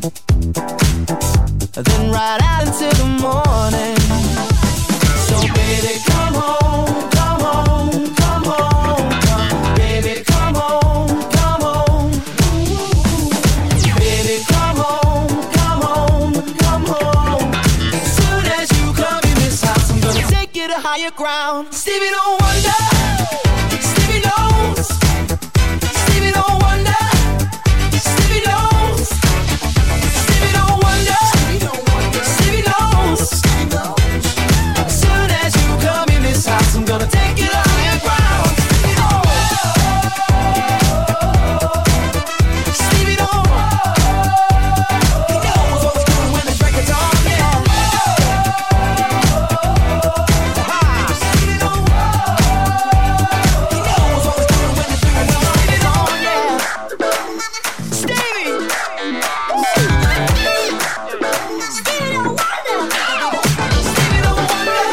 then ride out into the morning. So baby, come home, come home, come home. Baby, come home, come home. Baby, come home, come home, come home. As soon as you come in this house, I'm gonna take you to higher ground. Stevie don't wonder, Stevie knows, Stevie don't wonder, Stevie knows, Stevie don't wonder, Stevie knows. As soon as you come in this house, I'm gonna take you to higher ground. Stevie don't, he knows what we're doing when this record's on, yeah. Stevie don't, he knows what we're doing when this record's on, yeah. Stevie, Stevie don't wonder, Stevie don't wonder,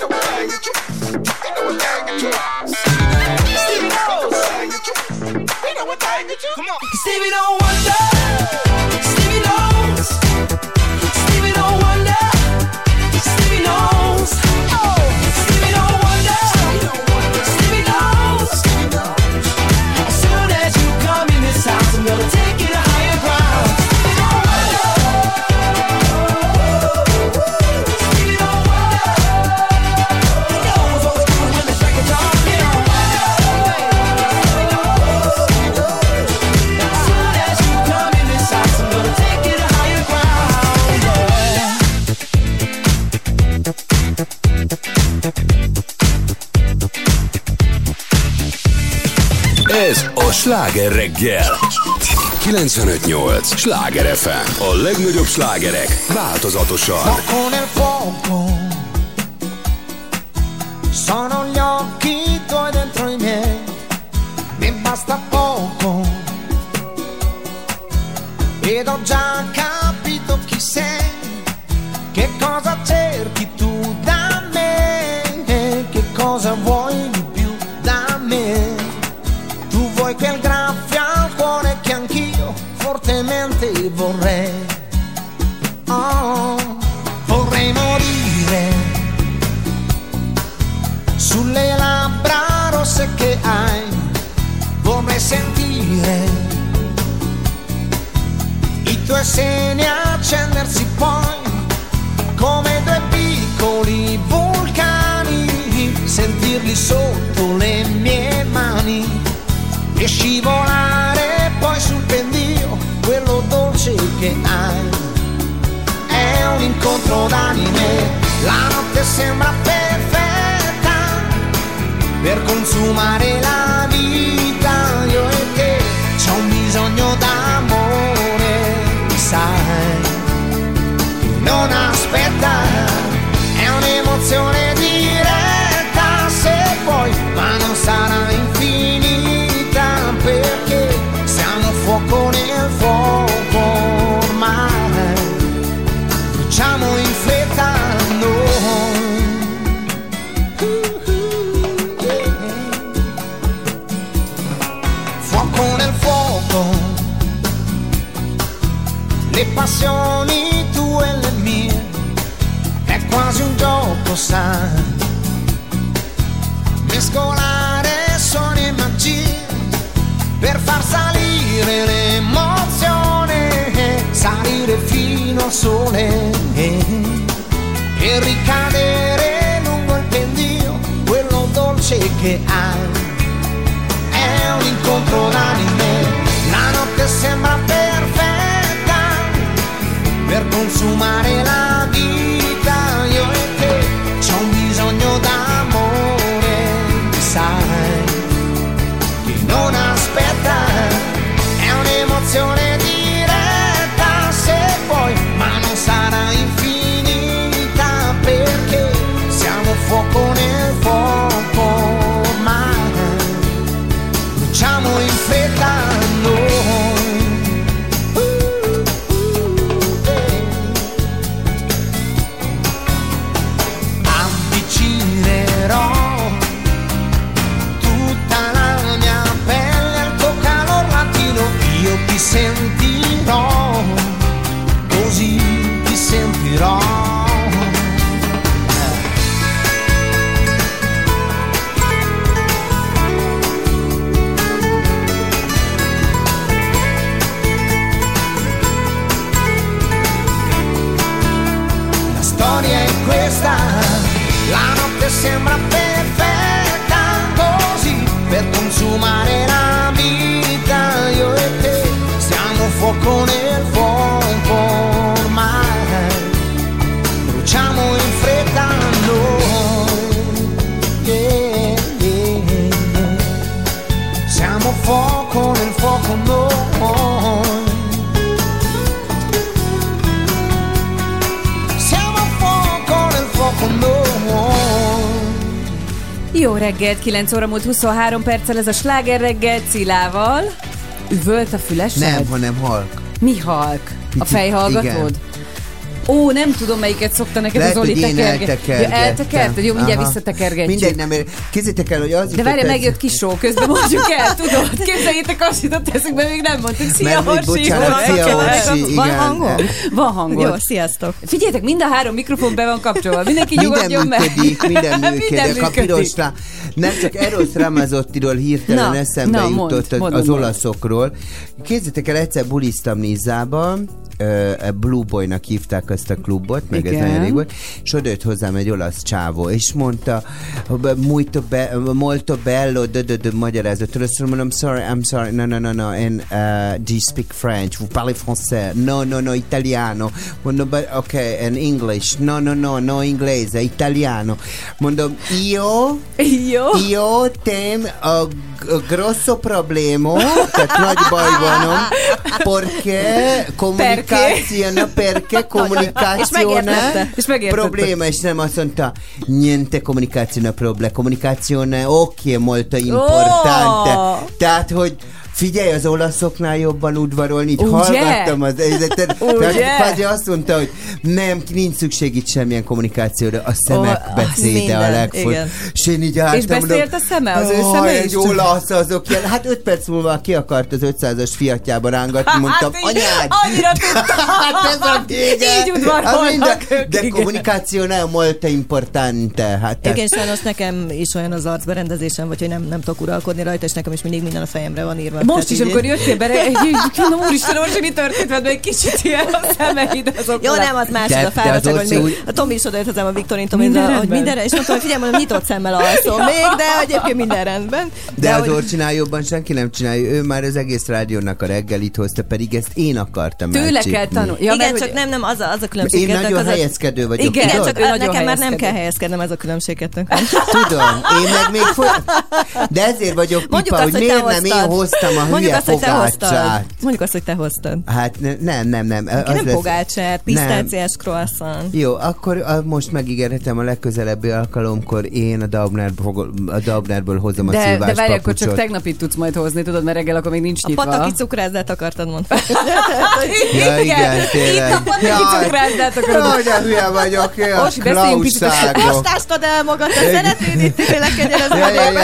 Stevie knows, we know what time to do. Come on, Stevie don't wonder, Stevie knows, Stevie don't wonder, Stevie knows, oh, Stevie don't wonder, Stevie knows. As soon as you come in this house, I'm gonna take you to higher ground. Stevie don't wonder, he knows what we're doing when this record's on, yeah. As soon as you come in this house, I'm gonna take you to higher ground, Ez a Sláger reggel. 95.8 Sláger FM. A legnagyobb slágerek változatosan. Fuoco nel fuoco, sono gli occhi tuoi dentro i miei, mi basta poco, ed ho già capito chi sei, che cosa cerchi tu da me, che cosa vuoi di più da me. Tu vuoi quel graffio al cuore che anch'io fortemente vorrei. Oh, vorrei morire sulle labbra rosse che hai, vorrei sentire i tuoi seni accendersi poi come due piccoli vulcani, sentirli sotto le mie mani e scivolare poi sul pendio, quello dolce che hai. È un incontro d'anime, la notte sembra perfetta per consumare la vita, io e te, c'ho un bisogno d'amore, sai, non aspetta, è un'emozione diretta se vuoi, ma non sarà infinita, perché siamo fuoco nel fuoco ormai, facciamo in fretta noi. Yeah. Fuoco nel fuoco, le passioni tue e le mie, è quasi un gioco, sai, mescolare suoni e magie per far salire l'emozione, salire fino al sole e ricadere lungo il pendio, quello dolce che hai. È un incontro d'anime, la notte sembra consumare la vita, io e te, c'ho un bisogno d'amore, sai, che non aspetta, è un'emozione diretta se vuoi, ma non sarà infinita perché siamo fuoco nel fuoco, ormai bruciamo in fretta noi. Avvicinerò tutta la mia pelle al tuo calor latino, io ti sentirò, così ti sentirò. La storia è questa, la notte sembra perfetta così, per consumare la vita, io e te, siamo fuoco nel fuoco, ormai bruciamo in fretta noi, yeah, yeah, yeah. Siamo fuoco nel fuoco noi. Jó reggelt, 9 óra múlt 23 perccel, ez a Sláger reggel Cilával. Üvölt a fülesed? Nem, hanem halk. Mi halk? A fejhallgatód? Ó, nem tudom, melyiket szokta neked Lehet, az Oli hogy én tekergetni. Eltekerted? Jó, mindjárt visszatekergetjük. Mindegy, nem, kézzétek el, hogy az... De várj, megjött kis só, közben mondjuk el, tudod? Képzeljétek, azt jutott eszünkbe, még nem mondtuk. Szia, Horsi! Szia, Horsi, Van hangom? Van hangod. Jó, sziasztok. Figyeljetek, mind a 3 mikrofon be van kapcsolva. Mindenki nyugodjon meg. Minden működik. A pirosra, nem csak Eros Ramazottiról hirtelen eszembe jutott az olaszokról. Képzeljétek el, egyszer buliztam Nizzában, Blue Boy-nak hívták ezt a klubot, meg ez nagyon rég volt, és odajött hozzám egy olasz csávó, és mondta, molto bello, magyarázott, először mondom, I'm sorry, no, and do you speak French? Vous parlez français? No, italiano. Mondom, okay, and English? No, inglese, italiano. Mondom, io tem grosso problema, tehát nagy baj vanom, perché comunicazione problema, és nem azt mondta, niente comunicazione problema, comunicazione molto importante. Tehát, hogy figyelj, az olaszoknál jobban udvarolni, így hallgattam az egyetet. Kvázi azt mondta, hogy nem, nincs szükség itt semmilyen kommunikációra, a szemek beszéde a legfontosabb. És én így álltam. És beszélt a szeme, az ő szeme is? Egy olasz azok ilyen. Hát 5 perc múlva ki akart az 500-as Fiatjába rángatni, mondtam, anyád! Annyira tudtam! Hát ez a vége! Így udvarolnak ők. De kommunikáció nem molto importante. Hát, igen, sajnos nekem is olyan az arcberendezésem, vagy hogy nem tudok uralkodni rajta, és nekem is mindig minden a fejemre van írva. Most is, amikor jöttél be, mondom, úristen, Orsi, mi történt veled, egy kicsit ilyen a szemeid azok. Jó, nem, az más, az a fáradtság, hogy még a Tomi is odajött hozzám a Viktorin Tomi, hogy mindenre, és mondtam, hogy figyelj, mondom, nyitott szemmel alszom még, de egyébként minden rendben. De az Orcsinál jobban senki nem csinálja, ő már az egész rádiónak a reggelit hozta, pedig ezt én akartam tőle kell tanulni. Ja, igen, csak nem, az a különbség. Én nagyon helyezkedő vagyok. Igen, csak nekem már nem kell helyezkednem, ez a különbséget. Tudom, én meg még de ezért vagyok pipa, hogy miért nem én hoztam a hülye fogácsát. Mondjuk azt, hogy te hoztad. Hát nem. Nem fogácsát, pisztáciás croissant. Jó, akkor most megígérhetem a legközelebbi alkalomkor én a Daubnerból hozom a szilvás papucsot. De várj, akkor csak tegnap itt tudsz majd hozni, tudod, mert reggel akkor még nincs nyitva. A pataki cukrászdát akartad mondani. Ja, igen, tényleg. Itt a pataki cukrászdát akarod. Nagyon hülye vagyok, a klauságok. Most ástad el magad, te szeretnéd itt tényleg kegyerezni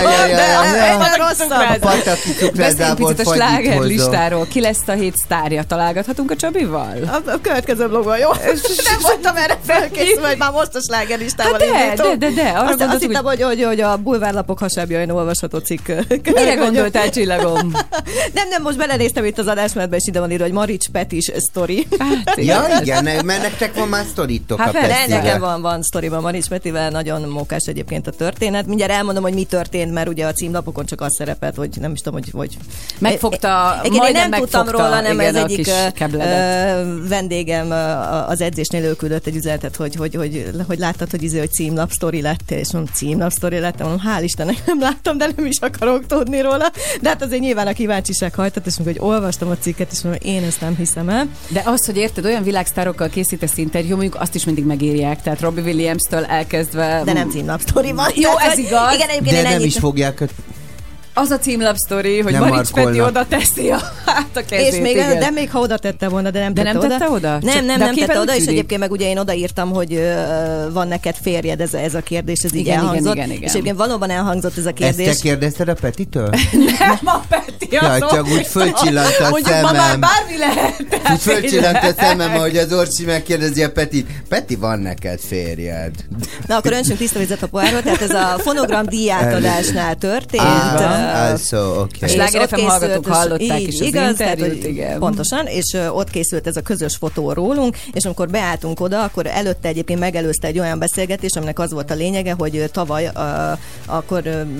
a pataki cukrászdából a Sláger listáról. Ki lesz a 7 sztárja? Találgathatunk a Csabival? A következő blogban, jó? Nem voltam erre felkészülve, hogy már most a Sláger listával indítom. De. Azt hittem, hogy a bulvárlapok hasábjain olvasható cikk. Mire gondoltál, csillagom? Nem, most belenéztem itt az adásmenetbe, és ide van írva, hogy Marics Petis sztori. Ja, igen, mert nektek van már sztoritok a Petivel. Nekem van sztoriban Marics Petivel, nagyon mókás egyébként a történet. Mindjárt elmondom, hogy mi történt, mert ugye a címlapokon csak az szerepelt, hogy nem is tudom, hogy Megfogta, igen, én majdnem nem tudtam megfogta, róla, nem igen, ez a egyik kis kebledet. vendégem az edzésnél ő küldött egy üzenetet, hogy láttad, hogy címlap sztori lett, és mondom, címlap sztori lett, mondom, hál' Istennek nem láttam, de nem is akarok tudni róla. De hát azért nyilván a kíváncsiság hajtott, és mondom, hogy olvastam a cikket, és mondom, én ezt nem hiszem el. De az, hogy érted, olyan világsztárokkal készítesz interjú, mondjuk azt is mindig megírják, tehát Robbie Williams-től elkezdve... De nem címlap sztori van. Jó, ez igaz. Igen, de nem is fogják... Az a címlapsztori, hogy Nem Marics Peti markolnak. oda teszi a kezét. És még, igen. de még ha oda tette volna, de nem De tette nem oda. tette oda? Nem De a képen tette úgy oda, és tűnik. egyébként meg ugye én odaírtam, hogy van neked férjed, ez a kérdés, ez így Igen, elhangzott. igen. És egyébként valóban elhangzott ez a Ezt kérdés. te kérdezted a Petitől? Nem a Peti, Ja, azon. csak úgy fölcsillant a Mondjuk ma már szemem. bármi lehet. Úgy fölcsillant a szemem, ahogy az Orsi megkérdezi a Petit. Peti, van neked férjed? Na, akkor öntsünk tiszta vizet a poárról, tehát ez a fonogram díjátadásnál történt. Also, A okay. Sláger FM hallgatók hallották is az igaz, interjút, tehát, igen. Pontosan, és ott készült ez a közös fotó rólunk, és amikor beálltunk oda, akkor előtte egyébként megelőzte egy olyan beszélgetés, aminek az volt a lényege, hogy tavaly akkor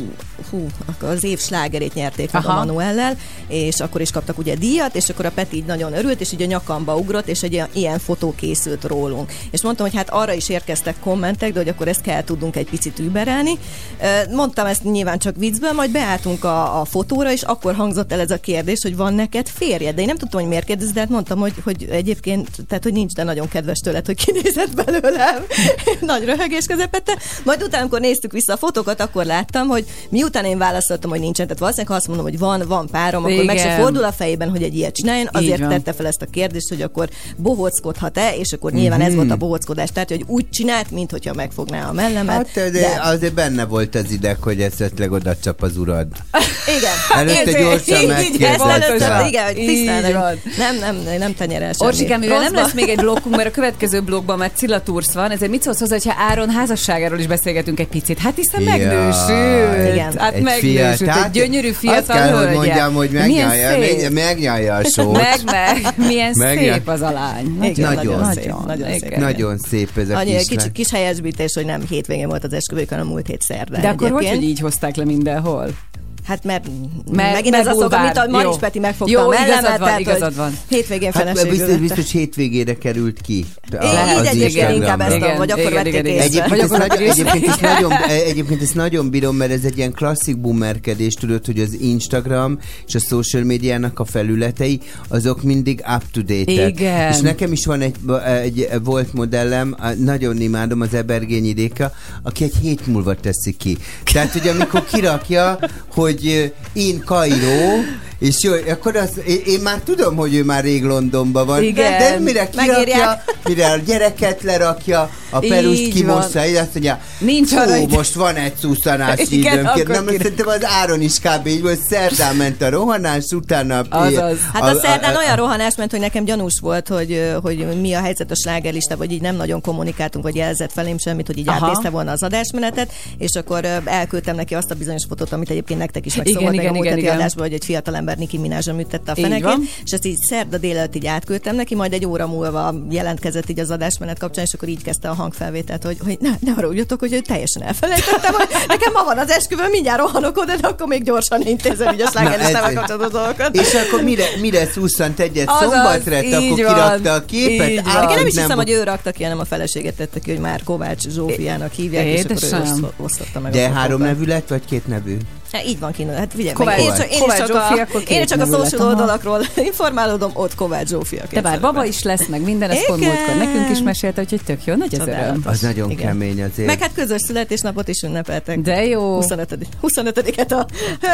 az év slágerét nyerték meg a Manuellel, és akkor is kaptak ugye díjat, és akkor a Peti így nagyon örült, és így a nyakamba ugrott, és egy ilyen fotó készült rólunk. És mondtam, hogy hát arra is érkeztek kommentek, de hogy akkor ezt kell tudnunk egy picit überelni. Mondtam ezt nyilván csak viccből, majd beálltunk a fotóra, és akkor hangzott el ez a kérdés, hogy van neked férjed. De én nem tudtam, hogy miért kérdez, de hát mondtam, hogy egyébként, tehát hogy nincs, de nagyon kedves tőled, hogy kinézett belőlem. Nagy röhögés közepette. Majd utána, amikor néztük vissza a fotókat, akkor láttam, hogy miután én válaszoltam, hogy nincsen, tehát valószínűleg ha azt mondom, hogy van párom, akkor igen. meg se fordul a fejében, hogy egy ilyet csináljon, azért van. tette fel ezt a kérdést, hogy akkor bohóckodhat-e, és akkor nyilván ez volt a bohóckodás, tehát hogy úgy csinált, mintha megfogná a mellemet. Hát de azért benne volt az ideg, hogy esetleg oda csap az urad. Igen. Előtte gyorsan megkérdezte. Igen, hogy tisztán, nem tenyerel semmi. Orsikám, mivel nem lesz még egy blokkunk, mert a következő blokkban már Cilla Tours van, ezért mit szólsz hozzá, hogyha Áron házasságáról is beszélgetünk egy picit? Hát hiszen megnősült. Igen. Hát Egy megnősült. fiatal- Egy gyönyörű Azt fiatal kell, hogy hölgye. mondjam, hogy megnyalja a sót. Milyen Megnyal- szép az a lány. Nagyon szép. Nagyon szép. Nagyon szép ez a Annyi, kislány. kis helyesbítés, hogy nem hétvégén volt az esküvők, hanem múlt hét szerdán. De akkor egyébként. hogy így hozták le mindenhol? Hát mert megint ez az szok, amit a Marics Peti megfogta a mellemet. Igazad van. Hétvégén Hát feleségül. biztos hétvégére került ki. Így egyébként inkább ezt, vagy akkor vették észre. Egyébként ezt nagyon bírom, mert ez egy ilyen klasszik boomerkedés, tudod, hogy az Instagram és a social médiának a felületei, azok mindig up-to-date-ek. Igen. És nekem is van egy volt modellem, nagyon imádom, az Ebergényi Déka, aki egy hét múlva teszi ki. Tehát, hogy amikor kirakja, hogy in Kairó, és jó, akkor én már tudom, hogy ő már rég Londonban van. Igen. De mire kirakja, mire a gyereket lerakja, a perust kimossa, így azt mondja, nincs arra, most van egy szuszanási időm. Nem, szerintem az Áron is kb. Így volt, szerdán ment a rohanás, utána... Hát a szerdán olyan rohanás ment, hogy nekem gyanús volt, hogy mi a helyzet a slágerlista, vagy így nem nagyon kommunikáltunk, vagy jelzett felém semmit, hogy így átnézte volna az adásmenetet, és akkor elküldtem neki azt a bizonyos fotót, amit egyébként nektek is megszólalt meg a múlt heti adásban, hogy egy fiatalember Nicki Minajra műtette a fenekét, és ezt így szerda délelőtt így átküldtem neki, majd egy óra múlva jelentkezett így az adásmenet kapcsán, és akkor így kezdte a hangfelvételt, hogy ne arra ugyatok, hogy teljesen elfelejtettem, hogy nekem ma van az esküvő, mindjárt rohanok oda, de akkor még gyorsan intézem így a slágerlistával kapcsolatos dolgokat. És akkor mire szusszant egyet szombatra, akkor kirakta a képet. Igen, nem is hiszem, hogy ő rakta ki, hanem a feleséget tette ki, hogy már Kovács Zsófiának hívják, és akkor ő osztotta meg. De 3 nevű lett, vagy 2 nevű? Így van kínál. Hát figyelj, én csak a social oldalakról informálódom, ott Kovács Zsófia. De bár baba is lesz, meg minden, ezt pont múltkor nekünk is mesélte, úgyhogy tök jó, nagy az öröm. Az nagyon kemény azért. Meg hát közös születésnapot is ünnepeltek. De jó. 25-et a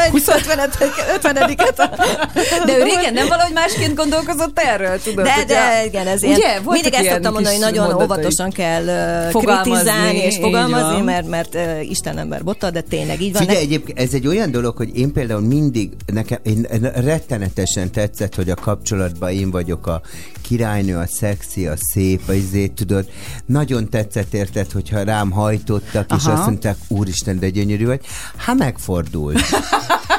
50-et a... De ő régen nem valahogy másként gondolkozott erről, tudod? De igen, ez ilyen. Mindig ezt szoktam mondani, hogy nagyon óvatosan kell kritizálni és fogalmazni, mert Isten ember botta, de tényleg így van. Figyelj, egyébként ez egy olyan dolog, hogy én például mindig, én rettenetesen tetszett, hogy a kapcsolatban én vagyok a királynő, a szexi, a szép, a izét, tudod. Nagyon tetszett érted, hogyha rám hajtottak, és azt mondták, úristen, de gyönyörű vagy. Hát megfordult.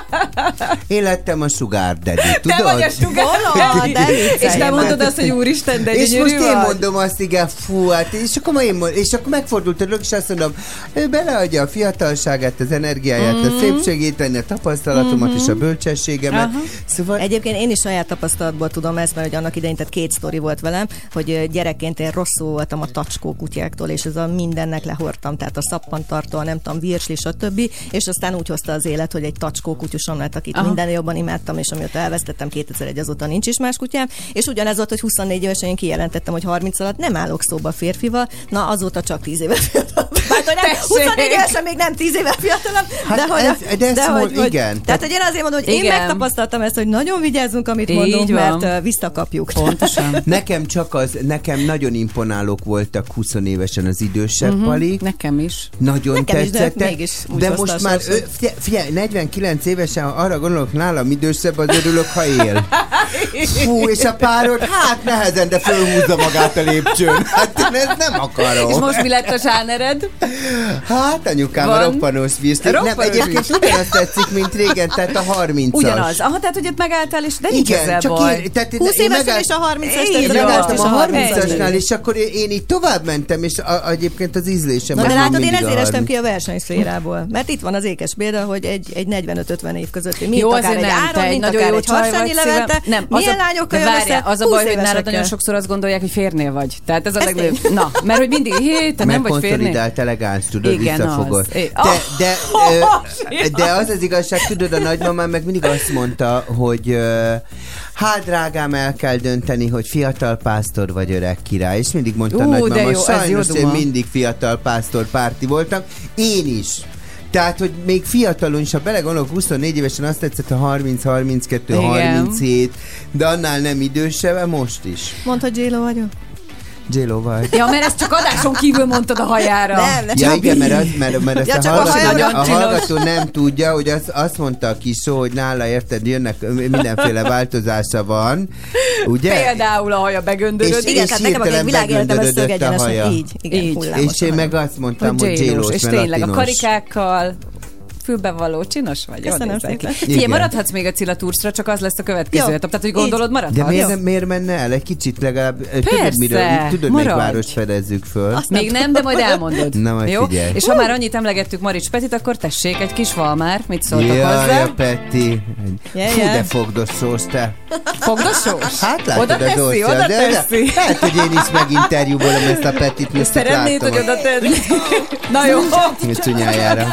Én lettem a sugar daddy, tudod? Te vagy a sugar daddy. És te mondod azt, hogy úristen, de és gyönyörű most én vagy. mondom azt, igen, fú, hát, és akkor megfordult a dolog, és azt mondom, ő beleadja a fiatalságát, az energiáját, a szépségét, a tapasztalatomat és a bölcsességemet. Szóval... Egyébként én is saját tapasztalatból tudom ezt, mert hogy annak idején, tehát 2 sztori volt velem, hogy gyerekként én rosszul voltam a tacskó kutyáktól, és ez a mindennek lehordtam, tehát a szappantartó, a nem tudom, virsli, stb. És aztán úgy hozta az élet, hogy egy tacskó kutyusom lett, akit minden jobban imádtam, és amióta elvesztettem 2001, azóta nincs is más kutyám. És ugyanez volt, hogy 24 évesen én kijelentettem, hogy 30 alatt nem állok szóba férfival, na azóta csak 10 éve fiatalabb. Hát, 24 évesen még nem 10 éve fiatalabb, igen. Tehát, hogy én azért mondom, hogy én megtapasztaltam ezt, hogy nagyon vigyázzunk, amit mondunk, mert visszakapjuk. Pontosan. Nekem nagyon imponálók voltak 20 évesen az idősebb palik. Nekem is. Nagyon tetszettek. De mégis de most már, figyelj, 49 évesen, ha arra gondolok, nálam idősebb, az örülök, ha él. Fú, és a párod, hát nehezen, de fölhúzza magát a lépcsőn. Hát én ezt nem akarom. És most mi lett a zsánered? Hát anyukám, a roppanos virsli. Nem, egyébként ugyanazt tetszik, mint régen, tehát a 30-as. Ugyanaz. Aha, tehát, hogy ott megálltál, és de nincs ezzel csak baj. 20 évesen és a 30-as. Én megálltam a 30-asnál, és akkor én így tovább mentem, és egyébként az ízlésem. Na de látod, én ezért estem ki a versenyszférából. Mert itt van az ékes példa, hogy egy 45-50 év közötti, mint akár egy Áron, mint akár egy Harsányi Levente. Milyen lányokkal jön össze? Az a baj, hogy nálad nagyon sokszor azt gondolják, hogy férnél vagy. Tehát ez a legnagyobb. Na, mert hogy mindig, te nem vagy férnél. Megkonszolidált elegáns, tudod, visszafogod. De az az igazság, tudod, a nagymamám meg mindig azt mondta, hogy hát drágám, el kell dönteni, hogy fiatal pásztor vagy öreg király. És mindig mondta a nagymama, sajnos én mindig fiatal pásztor párti voltam. Én is. Tehát, hogy még fiatalon is, ha belegondolok, 24 évesen azt tetszett, a 30, 32, igen. 37, de annál nem idősebb, most is. Mondd, hogy J-Lo vagyok. J-Lo vagy. Ja, mert ezt csak adáson kívül mondtad a hajára. Nem, ja, igen, mert ezt a hallgató nem tudja, hogy azt mondta a Kisó, hogy nála, érted, jönnek, mindenféle változása van, ugye? Például a haja begöndöröd. Igen, tehát nekem a világéletem ez szögegyenesen így. Igen, és én meg azt mondtam, hogy J-Lo-s, és tényleg a karikákkal fülbevaló, csinos vagy. Köszönöm szépen. Figyelj, maradhatsz még a Cilla Tours-ra, csak az lesz a következő etap. Tehát, hogy gondolod, maradhatsz? De miért menne el? Egy kicsit legalább. Tudod, még várost fedezzük föl. Azt még nem, de majd elmondod. Na, majd jó? figyelj. És ha már annyit emlegettük Marics Petit, akkor tessék egy kis Valmár. Mit szóltok hozzá? Jaj, Peti. Fú, de fogdossós te. Fogdossós? Hát látod oda az teszi, oda teszi. Hát, hogy én is meginterjúvolom ezt a Petit, most szeretnéd, hogy oda tenni. Na jó. Mi csúnyájára.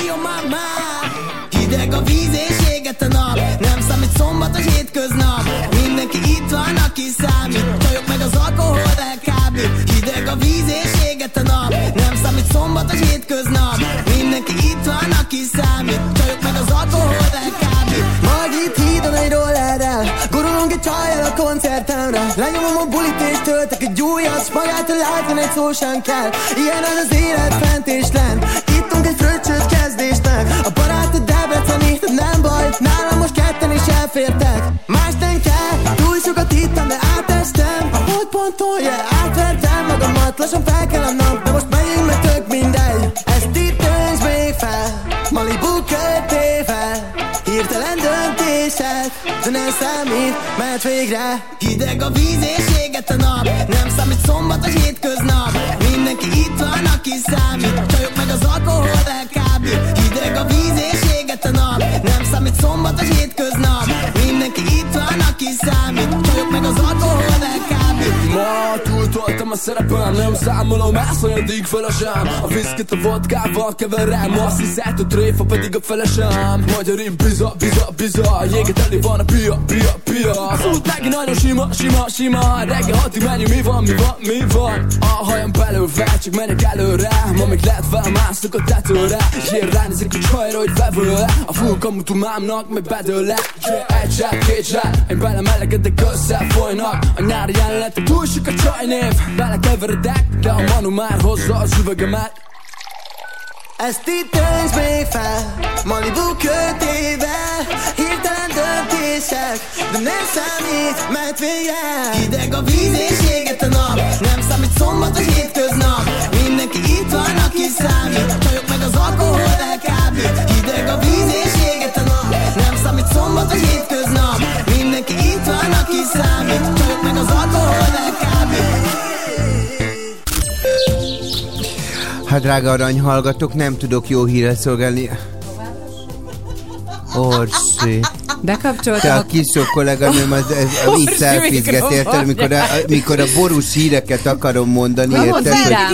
Hideg a víz és éget a nap, nem számít szombatos hétköznap. Mindenki itt van, aki számít, csajok meg az alkohol elkábít. Hideg a víz és éget a nap, nem számít szombatos hétköznap. Mindenki itt van, aki számít, csajok meg az alkohol elkábít. Majd itt hídon egy rollerrel, gurulunk egy csajjal a koncertemre. Lenyomom a bulit és töltök egy újat, s magától látvan egy szó sem kell. Ilyen az élet fent és lent, ittunk egy fröccsös kezdésnek. A barátod Debreceni, nem baj, nálam most ketten is elfértek. Más nem kell, túl sokat hittem, de átestem. A holdponton, átvertem magamat, lassan fel kell a nap, de most megyünk, mert tök mindegy. Ezt itt tönts még fel, Malibu kötével, hirtelen döntések, de nem számít, mert végre. Hideg a víz és éget a nap, nem számít szombatos hétköznap. Mindenki itt van, aki számít, csajok meg az alkohol elkábít. Hideg a víz és éget a nap, nem számít szombatos hétköznap. Mindenki itt van, aki számít, csajok meg az alkohol elkábít. Ma túltoltam a szerepem, nem számolom, elszolyadik felesem. A viszkit a vodkával keverem, azt hiszed, hogy tréfa pedig a felesem. Magyarin biza, jéget elé van a pia. Az út megint nagyon sima, reggel 6-ig menjünk, mi van? A hajam belőve, csak menjek előre, ma még lehet felmászok a tetőre. És én ránézik a csajra, hogy vevő. A full kamutú mámnak meg bedőle. Egy zsák, két zsák, én belemelegedek, összefolynak a nyári jelenetek. Túl sok a csajnév, belekeveredek, de a Manu már hozza az üvegemet. Ezt itt tönts még fel, Malibu kötével, hirtelen döntések, de nem számít, mert végre. Hideg a víz és éget a nap, nem számít szombatos hétköznap. Mindenki itt van, aki számít, csajok meg az alkohol elkábít. Hideg a víz és éget a nap, nem számít Hát drága aranyhallgatók, nem tudok jó hírrel szolgálni. Orsi. Bekapcsoltam Te a kisok kolléganőm így szelfizget, érted? Mikor a borús híreket akarom mondani, érted?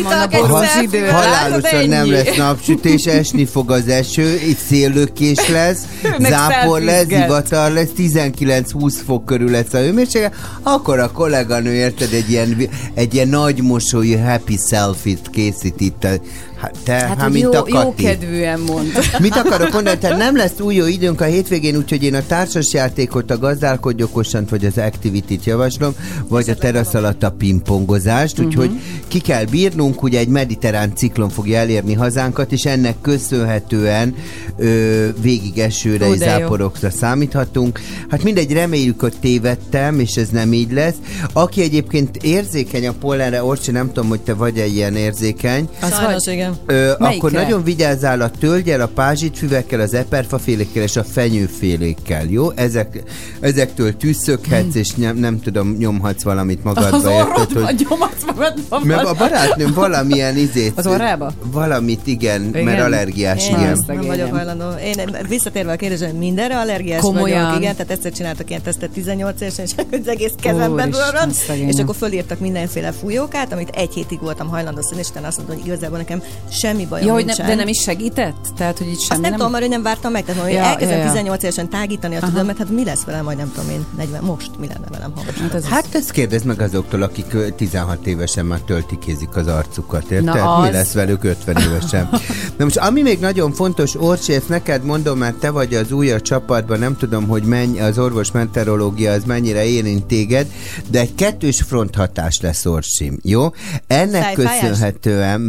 Halálosan nem lesz napsütés, esni fog az eső, itt széllökés lesz, zápor lesz, zivatar lesz, 19-20 fok körül lesz a hőmérséklet, akkor a kolléganő, érted, egy ilyen nagy mosolyú happy selfie-t készít itt. Hát mint a Kati. Jó kedvűen mond. Mit akarok mondani? Tehát nem lesz új jó időnk a hétvégén, úgyhogy én a társasjátékot, a gazdálkodj okosant, vagy az activity-t javaslom, vagy a terasz alatt a pingpongozást, úgyhogy ki kell bírnunk, ugye egy mediterrán ciklon fogja elérni hazánkat, és ennek köszönhetően végig esőre és záporokra számíthatunk. Hát mindegy, reméljük, hogy tévedtem, és ez nem így lesz. Aki egyébként érzékeny a pollenre, Orsi, nem tudom, hogy te vagy-e ilyen érzékeny. Sajnos, igen. Akkor nagyon vigyázzál a tölgyel, a pázsitfüvekkel, az eperfafélékkel és a fenyőfélékkel, jó? Ezektől tűzszökhetsz, és nem tudom, nyomhatsz valamit magadba. Az orrodban nyomhatsz magadba. Mert a barátnőm valamilyen Az orrába? Valamit, igen, mert allergiás, igen. Nem vagyok hajlandó. Én visszatérve a kérdésre, mindenre allergiás Komolyan? vagyok, igen, tehát egyszer csináltak ilyen tesztet 18 évesen, és az egész kezemben durrant, és akkor fölírtak mindenféle fújókát, amit egy hétig voltam hajlandó szedni, és utána azt mondtam, hogy igazából nekem semmi bajom nincsen. De nem is segített? Tehát, hogy itt semmi nem tudom, mert nem vártam meg, tehát hogy elkezdem 18 évesen tágítani a tudomat, hát mi lesz velem, majd nem tudom én, 40, most mi lenne velem, ha most. Hát ezt kérdezd meg azoktól, akik 16 évesen már töltikézik az arcukat, érted? Mi lesz velük 50 évesen? Na most, ami még nagyon fontos, Orsi, ezt neked mondom, mert te vagy az új a csapatban, nem tudom, hogy az orvos meteorológia az mennyire érint téged, de egy kettős fronthatás lesz, Orsim, jó? Ennek köszönhetően...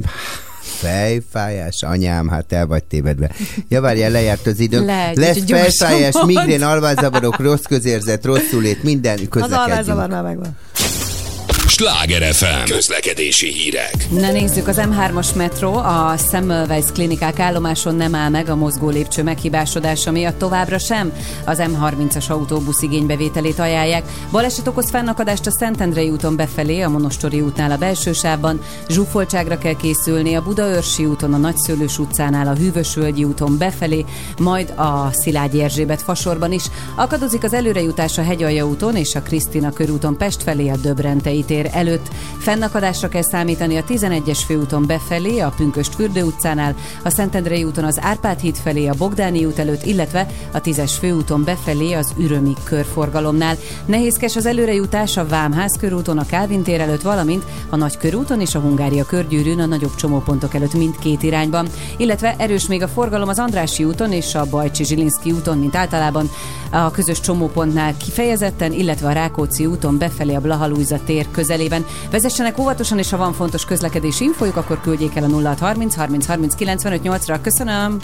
Fejfájás, anyám, hát el vagy tévedve. Ja, várjál, lejárt az időm. Lesz fejfájás, migrén, alvászavarok, rossz közérzet, rosszulét, minden közlekedjünk. Az alvászavar már megvan. Sláger FM. Közlekedési hírek. Na nézzük, az M3-as metró a Semmelweis klinikák állomáson nem áll meg a mozgó lépcső meghibásodása miatt továbbra sem. Az M30-as autóbusz igénybevételét ajánlják. Baleset okoz fennakadást a Szentendrei úton befelé, a Monostori útnál a belső sávban. Zsúfoltságra kell készülni a Budaörsi úton, a Nagyszőlős utcánál, a Hűvösvölgyi úton befelé, majd a Szilágyi Erzsébet fasorban is. Akadozik az előrejutás a Hegyalja úton és a Krisztina körúton Pest felé, a Döbrentei tér előtt. Fennakadásra kell számítani a 11-es főúton befelé, a Pünkösd-Fürdő utcánál, a Szentendrei úton az Árpád híd felé, a Bogdáni út előtt, illetve a 10-es főúton befelé az Ürömi körforgalomnál. Nehézkes az előrejutás a Vámház körúton, a Kálvin tér előtt, valamint a Nagykörúton és a Hungária körgyűrűn a nagyobb csomópontok előtt mindkét irányban. Illetve erős még a forgalom az Andrássy úton és a Bajcsi-Zsilinszky úton, mint általában a közös csomópontnál kifejezetten, illetve a Rákóczi úton befelé a Blaha Lujza tér közelében. Vezessenek óvatosan, és ha van fontos közlekedési infójuk, akkor küldjék el a 0630 30 30 95 8-ra. Köszönöm!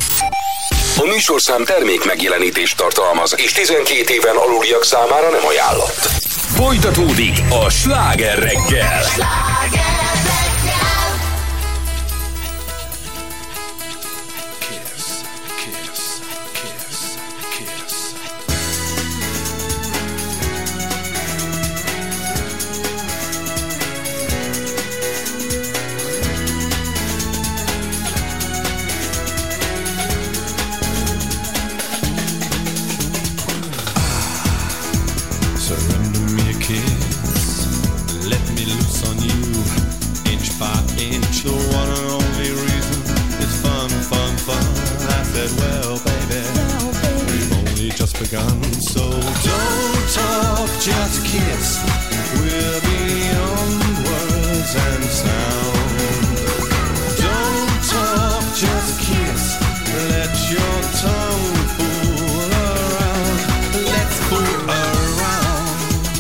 A műsorszám termék megjelenítést tartalmaz, és 12 éven aluliak számára nem ajánlott. Folytatódik a Sláger reggel. Begun. So don't talk, just kiss. We're beyond words and sound. Don't talk, just kiss. Let your tongue fool around. Let's fool around.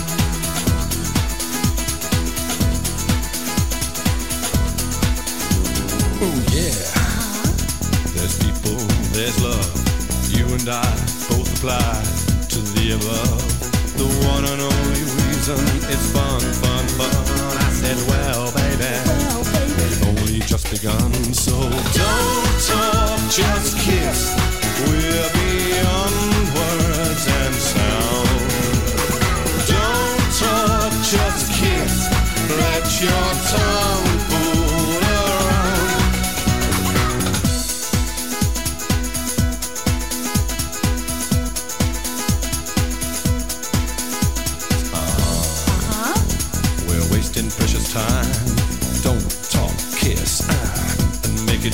Oh yeah. There's people, there's love. You and I both apply to the above. The one and only reason it's fun, fun, fun. I said, well, baby, we've only just begun. So don't talk, just kiss. We're beyond words and sound. Don't talk, just kiss. Let your tongue fool around.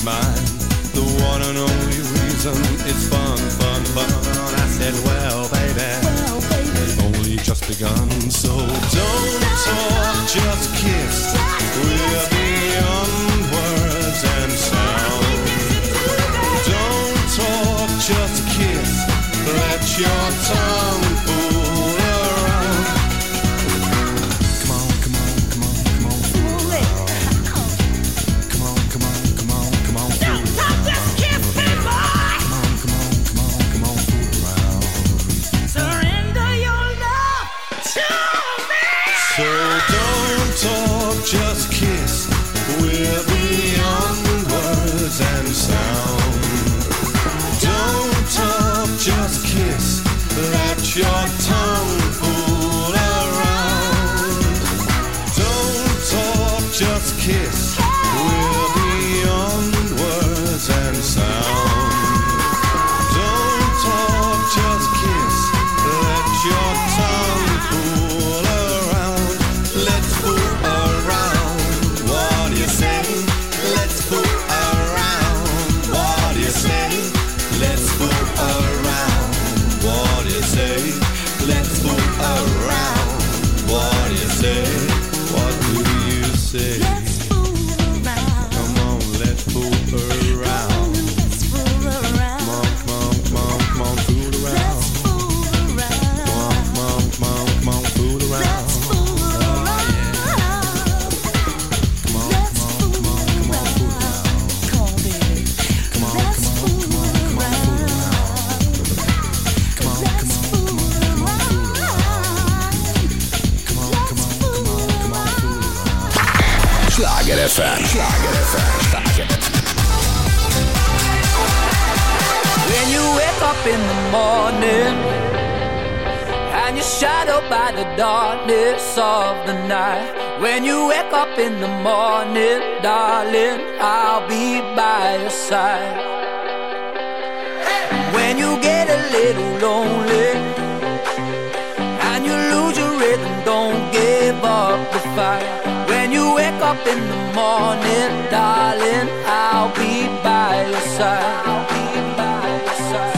mine. The one and only reason it's fun, fun, fun. I said, well, baby, it's only just begun. So don't talk, just kiss. We're beyond words and sound. Don't talk, just kiss. Let your tongue fool around. Come on, come on, come on, come on, fool around. Come on, come on, come on, come on, fool around. Don't talk, just kiss me, boy. Come on, come on, come on, come on, fool around. Surrender your love to me. So don't talk, just kiss. We're beyond words and sound. Don't talk, just kiss. Let your tongue fool around. Don't talk, just kiss. We're beyond words and sound. Don't talk, just kiss. Let your tongue fool around. Let's fool around. What do you say? Let's fool around. What do you say? Let's fool around. What do you say? Let's fool around. What do you say? What do you say? Let's fool around. Come on, let's fool around. Let's fool around. Come on, come on, come on, come on, fool around. Let's fool around. Come on, come on, come on, come on, fool around. Let's fool around. Come on, come on, come on, come on, fool around. Come on, baby. Come on, come on, come on, come on, fool around. Sláger FM. Sláger FM. When you wake up in the morning and you're shadowed by the darkness of the night. When you wake up in the morning, darling, I'll be by your side. When you get a little lonely and you lose your rhythm, don't give up the fight. When you wake up in the morning, darling, I'll be by your side. I'll be by your side.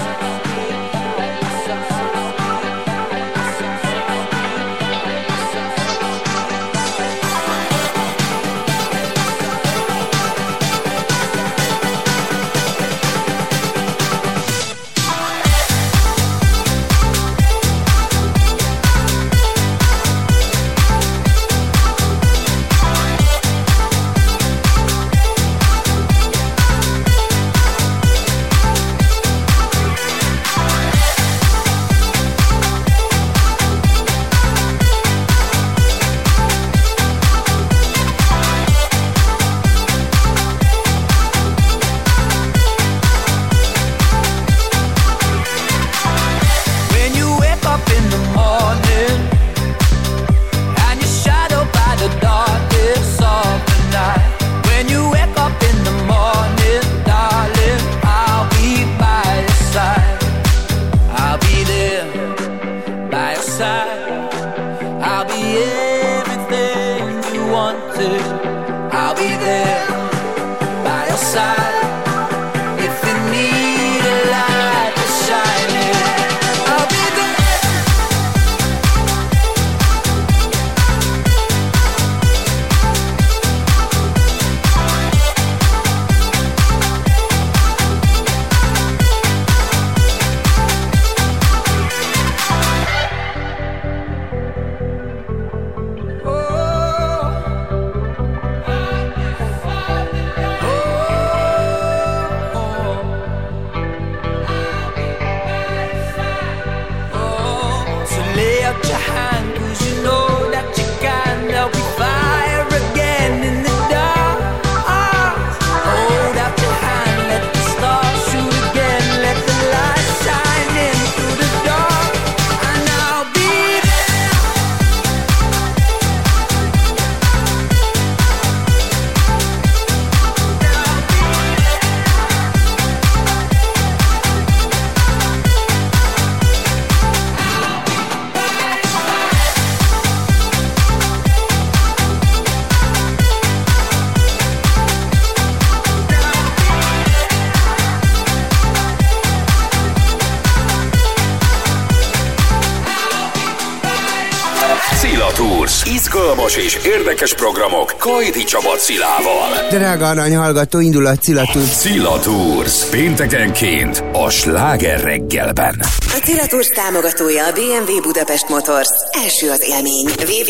Szila Tours. Izgalmas és érdekes programok Kajdi Csaba Cilával. Drága arany hallgató, indul a Szila Tours. Szila Tours. Péntekenként a Sláger reggelben. A Szila Tours támogatója a BMW Budapest Motors. Első az élmény.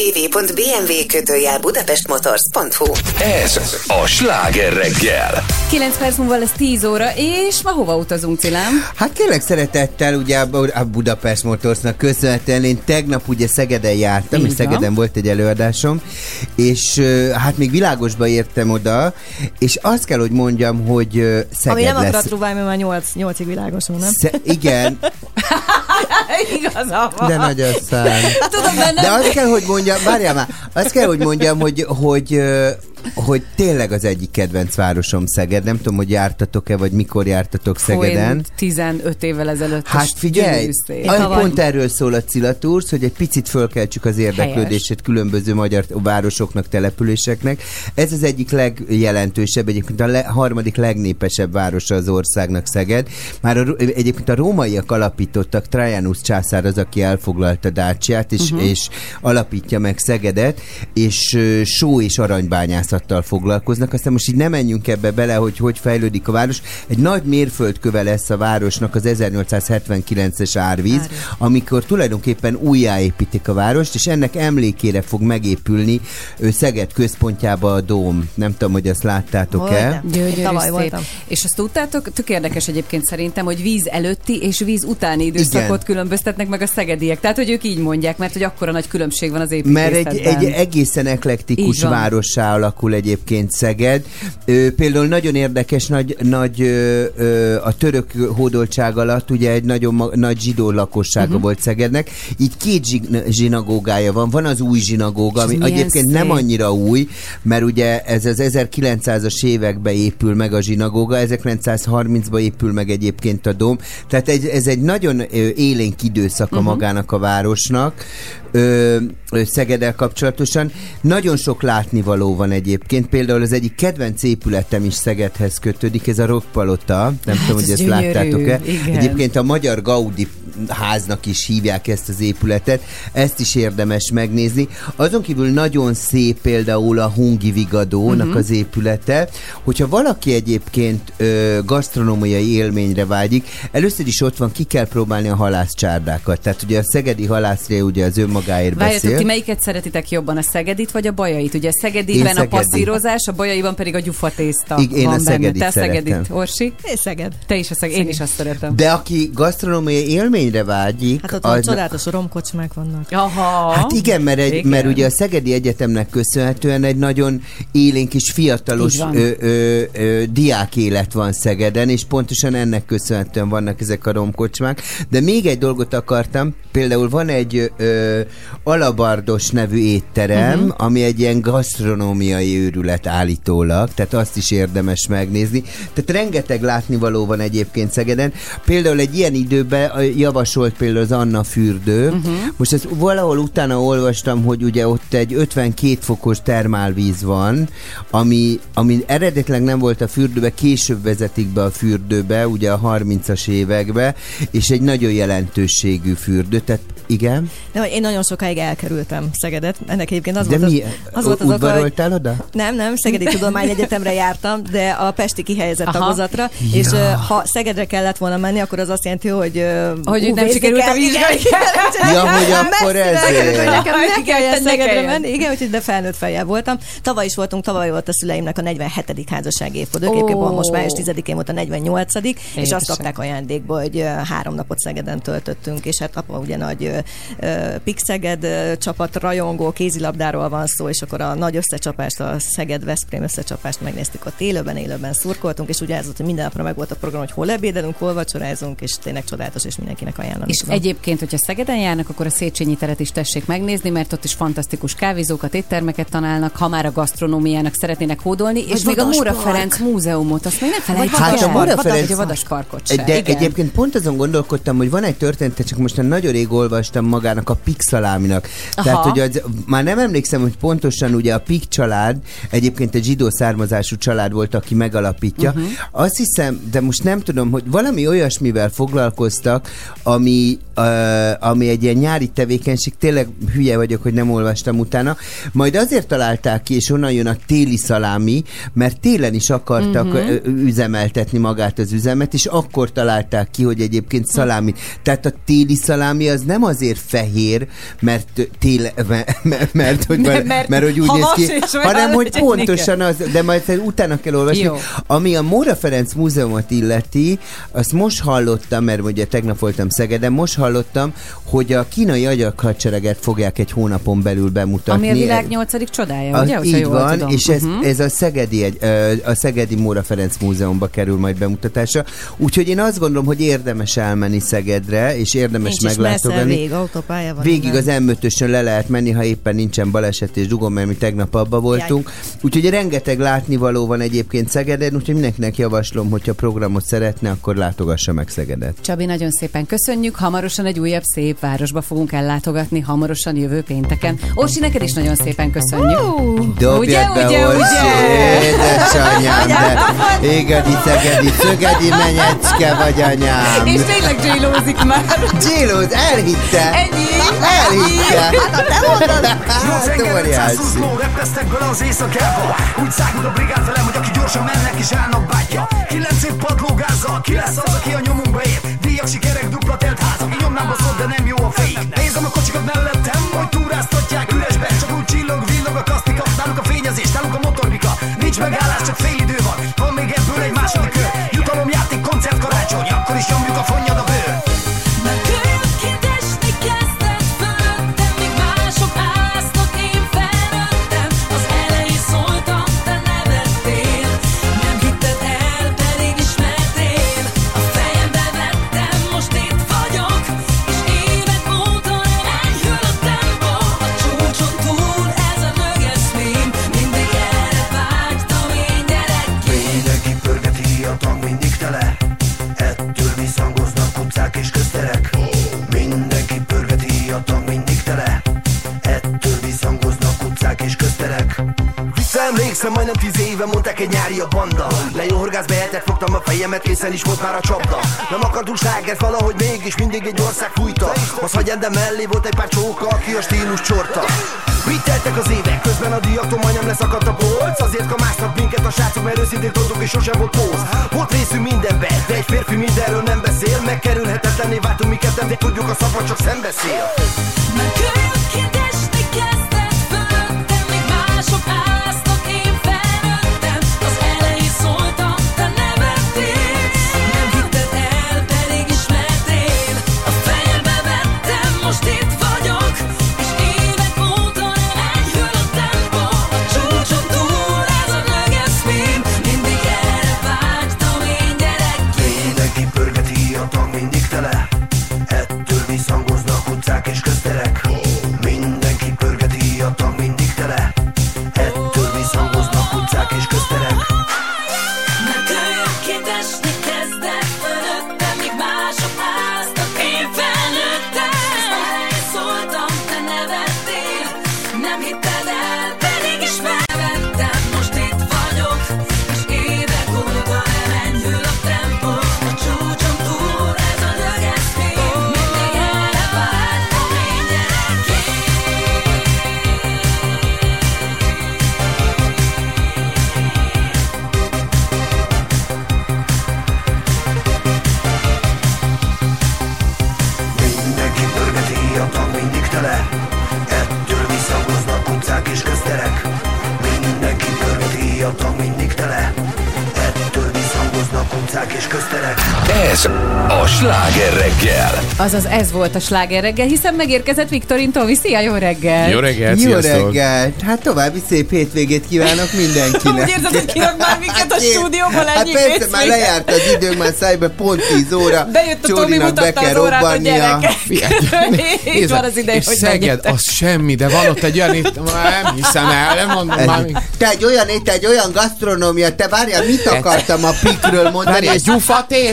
www.bmw-budapestmotors.hu. Ez a Sláger reggel. 9 perc múlva lesz 10 óra, és ma hova utazunk, Cilám? Hát kérlek szeretettel ugye a Budapest Motorsnak köszönhetően én tegnap ugye Szegeden jártam, és Szegeden volt egy előadásom, és hát még Világosba értem oda, és azt kell, hogy mondjam, hogy Szeged ami nem lesz. a gratulálj, mert már 8-ig Világoson, nem? Igen. Igazán van. De nagy a szám. Tudom, de azt kell, hogy mondjam, várjál már, azt kell, hogy mondjam, hogy tényleg az egyik kedvenc városom Szeged. Nem tudom, hogy jártatok-e, vagy mikor jártatok Szegeden. 15 évvel ezelőtt. Hát figyelj, pont erről szól a Szila Tours, hogy egy picit fölkeltsük az érdeklődését különböző magyar városoknak, településeknek. Ez az egyik legjelentősebb, egyébként a harmadik legnépesebb városa az országnak Szeged. Már egyébként a rómaiak alapítottak, Trajanus császár az, aki elfoglalta Dácsiát, és alapítja meg Szegedet, és só és aranybányászattal foglalkoznak. Aztán most így nem menjünk ebbe bele, hogy fejlődik a város. Egy nagy mérföldköve lesz a városnak az 1879-es árvíz, amikor tulajdonképpen újjáépítik a várost, és ennek emlékére fog megépülni Szeged központjába a dóm. Nem tudom, hogy azt láttátok-e. Gyönyörű, szép. És azt tudtátok, tök érdekes egyébként szerintem, hogy víz előtti és víz utáni időszakot különböztetnek meg a szegediek. Tehát, hogy ők így mondják, mert hogy akkora nagy különbség van az építészetben. Mert egy egészen eklektikus várossá alakul egyébként Szeged. Például nagyon érdekes, a török hódoltság alatt ugye egy nagyon nagy zsidó lakossága volt Szegednek. Így 2 zsinagógája van. Van az új zsinagóga, ami egyébként nem annyira új, mert ugye ez az 1900-as években épül meg a zsinagóga, 1930-ban épül meg egyébként a dóm. Tehát ez egy nagyon élénk időszaka magának a városnak, Szegeddel kapcsolatosan. Nagyon sok látnivaló van egyébként. Például az egyik kedvenc épületem is Szegedhez kötődik, ez a Rockpalota. Nem tudom, hogy ezt láttátok-e. Egyébként a magyar Gaudi háznak is hívják ezt az épületet. Ezt is érdemes megnézni. Azon kívül nagyon szép például a Hungi Vigadónak az épülete. Hogyha valaki egyébként gasztronómiai élményre vágyik, először is ott van, ki kell próbálni a halászcsárdákat. Tehát ugye a szegedi halászré ugye az önmagáért beszél. Várjatok, ti melyiket szeretitek jobban, a szegedit vagy a bajait? Ugye a szegediben a passzírozás, a bajaiban pedig a gyufatészta. Én a szegedit Te a szegedit, szeretem. Orsi? Én Szeged. Te is a Szeged. Én is azt szeretem. De aki gasztronómiai élményre vágyik... Hát ott csodálatos romkocsmák vannak. Aha. Hát igen, mert ugye a Szegedi Egyetemnek köszönhetően egy nagyon élénk és fiatalos diák élet van Szegeden, és pontosan ennek köszönhetően vannak ezek a romkocsmák. De még egy dolgot akartam, például van egy Alabardos nevű étterem, ami egy ilyen gasztronómiai őrület állítólag, tehát azt is érdemes megnézni. Tehát rengeteg látnivaló van egyébként Szegeden. Például egy ilyen időben javasolt például az Anna fürdő. Most ezt valahol utána olvastam, hogy ugye ott egy 52 fokos termálvíz van, ami eredetileg nem volt a fürdőbe, később vezetik be a fürdőbe, ugye a 30-as évekbe, és egy nagyon jelentőségű fürdő, tehát igen. De én nagyon sokáig elkerültem Szegedet. Ennek egyébként az de volt az volt az udvaroltál oda? Nem, Szegedi Tudományegyetemre jártam, de a pesti kihelyezett tagozatra, és ha Szegedre kellett volna menni, akkor az azt jelenti, hogy nem sikerült a vizsgai. Ja, hogy akkor ezért. Nekem ne kelljen Szegedre menni. Igen, úgyhogy de felnőtt fejjel voltam. Tavaly is voltunk, tavaly volt a szüleimnek a 47. házassági évfordulók. Egyébként most május 10-én volt a 48. és azt kapták ajándékba, hogy 3 napot Szegeden töltöttünk, és hát apa ugye nagy Pix-Szeged csapat rajongó, kézilabdáról van szó, és akkor a nagy összecsapást, a Szeged-Veszprém összecsapást megnéztük ott élőben szurkoltunk, és ugye ez volt, hogy minden napra meg volt a program, hogy hol ebédelünk, hol vacsorázunk, és tényleg csodálatos, és mindenkinek ajánlani. És tudom. Egyébként, hogyha Szegeden járnak, akkor a Széchenyi teret is tessék megnézni, mert ott is fantasztikus kávézókat, éttermeket találnak, ha már a gasztronómiának szeretnének hódolni, és még a Móra Ferenc múzeumot, azt még nem felejtjük el. Hát a Móra Ferenc, a Vadasparkot se. De egyébként pont azon gondolkodtam, hogy van egy történet, csak most nagyon rég olvastam magának a Pik szaláminak. Tehát, hogy már nem emlékszem, hogy pontosan ugye a Pik család, egyébként egy zsidó származású család volt, aki megalapítja. Azt hiszem, de most nem tudom, hogy valami olyasmivel foglalkoztak, ami egy ilyen nyári tevékenység, tényleg hülye vagyok, hogy nem olvastam utána. Majd azért találták ki, és onnan jön a téli szalámi, mert télen is akartak üzemeltetni magát az üzemet, és akkor találták ki, hogy egyébként szalámi. Tehát a téli szalámi az nem azért fehér, mert hogy úgy néz ki, hanem hogy pontosan az, de majd utána kell olvasni. Jó. Ami a Móra Ferenc Múzeumot illeti, azt most hallottam, mert ugye tegnap voltam Szegeden, most hallottam, hogy a kínai agyaghadsereget fogják egy hónapon belül bemutatni. Ami a világ 8. csodája, ugye? Így van, tudom. És ez a Szegedi Móra Ferenc Múzeumba kerül majd bemutatásra. Úgyhogy én azt gondolom, hogy érdemes elmenni Szegedre, és érdemes meglátogatni. Végig, autópálya van. Végig az M5-ösön le lehet menni, ha éppen nincsen baleset és dugom, mert mi tegnap abba voltunk. Úgyhogy rengeteg látnivaló van egyébként Szegeden, úgyhogy mindenkinek javaslom, hogyha programot szeretne, akkor látogassa meg Szegedet. Csabi, nagyon szépen köszönjük. Hamarosan egy újabb szép városba fogunk ellátogatni, hamarosan jövő pénteken. Orsi, neked is nagyon szépen köszönjük. Dobjad be, Orsi! Édesanyám, de igazi szegedi, szögedi menyecske vagy, anyám. És tényleg J-Lo-zik már. J-Lo, elhitte. Ennyi. Elhitte. Hát nem mondod. Hát óriási. Repesztek bele az éjszakába. Úgy szágul a brigád velem, hogy aki gyorsan mennek és állnak bátya. 9 év padlógázzal, ki lesz az, aki a nyomunkba ér? Díjak, sikerek, dupla telt házak. Én nyomnám baszott, de nem jó a fék. Nézem a kocsikat mellettem, hogy túráztatják üresben. Csak úgy csillog, villog a kasztika. Nálunk a fényezés, nálunk a motorbika. Nincs megállás, csak fél idő van. Van még ebből egy második kör. Jutalomjáték, koncert, karácsony. Akkor is nyomjuk a fonnyad a bőr. És közterek, mindenki pörgeti a tang, mindig tele. Ettől visszhangoznak utcák és közterek. Visszaemlékszem, majdnem 10 éve mondták egy nyári a banda. Lejó horgász behetett, fogtam a fejemet, készen is volt már a csapda. Nem akartunk slágert, valahogy mégis mindig egy ország fújta. Az hagyján, mellé volt egy pár csóka, aki a stílus csorta. Mit teltek az évek, közben a diaktól majdnem leszakadt a polc. Azért kamáztak minket a srácok, mert őszintén tudtuk és sosem volt póz. Volt részünk mindenben, de egy férfi mindenről nem beszél. Megkerülhetetlenné váltunk, mi ketten, de tudjuk, a szabad csak szembeszél. Megkönnyedként esni kezdett fölöttem, még mások áztak, én felnőttem. Az elején szóltam, te nevettél. Nem hitted el, pedig ismertél. A fejembe vettem, most itt vagyok. És évek óta nem enyhül a tempó. A csúcson túl ez a lögeszmény. Mindig erre vágytam én gyerekként. Mindenki pörgeti a tang, mindig tele. Ettől visszhangoznak utcák és közterek. Mindenki pörgeti a tang, mindig tele. Ettől visszhangoznak utcák és közterek. Megkönnyedként esni kezdett fölöttem, míg mások áztak, én felnőttem. Elején szóltam, te nevettél. Nem hitted el, pedig ismervettem. Most itt vagyok, és évek óta nem enyhül a tempó. A csúcson túl ez a lögeszmény. Mindig erre vágytam én gyerekként. Mindenki pörgeti a tang, mindig tele. Ettől visszhangoznak utcák és közterek. Mindenki pörgeti a tang, mindig tele. Ettől visszhangoznak utcák és közterek. Ez a Sláger reggel. Azaz ez volt a Sláger reggel, hiszen megérkezett Viktorin Tomi. Szia, jó reggel! Jó reggel, Jó sziasztok! reggelt! Hát további szép hétvégét kívánok mindenkinek. Úgy érzed, hogy kirak már minket a stúdióban Hát egyik persze, hétvégén. már lejárt az időnk, már szájba pont 10 óra. Bejött a Tomi, Csórinak be mutatta kell az órát, hogy robbannia. gyerekek. Itt van az ideje, és hogy Szeged, menjetek. az semmi, de van ott egy olyan itt, nem hiszem el, nem mondom már még. Te egy olyan gasztronómia, te várjál, mit akartam a pikről mondani? Várj, egy gyufa tészta?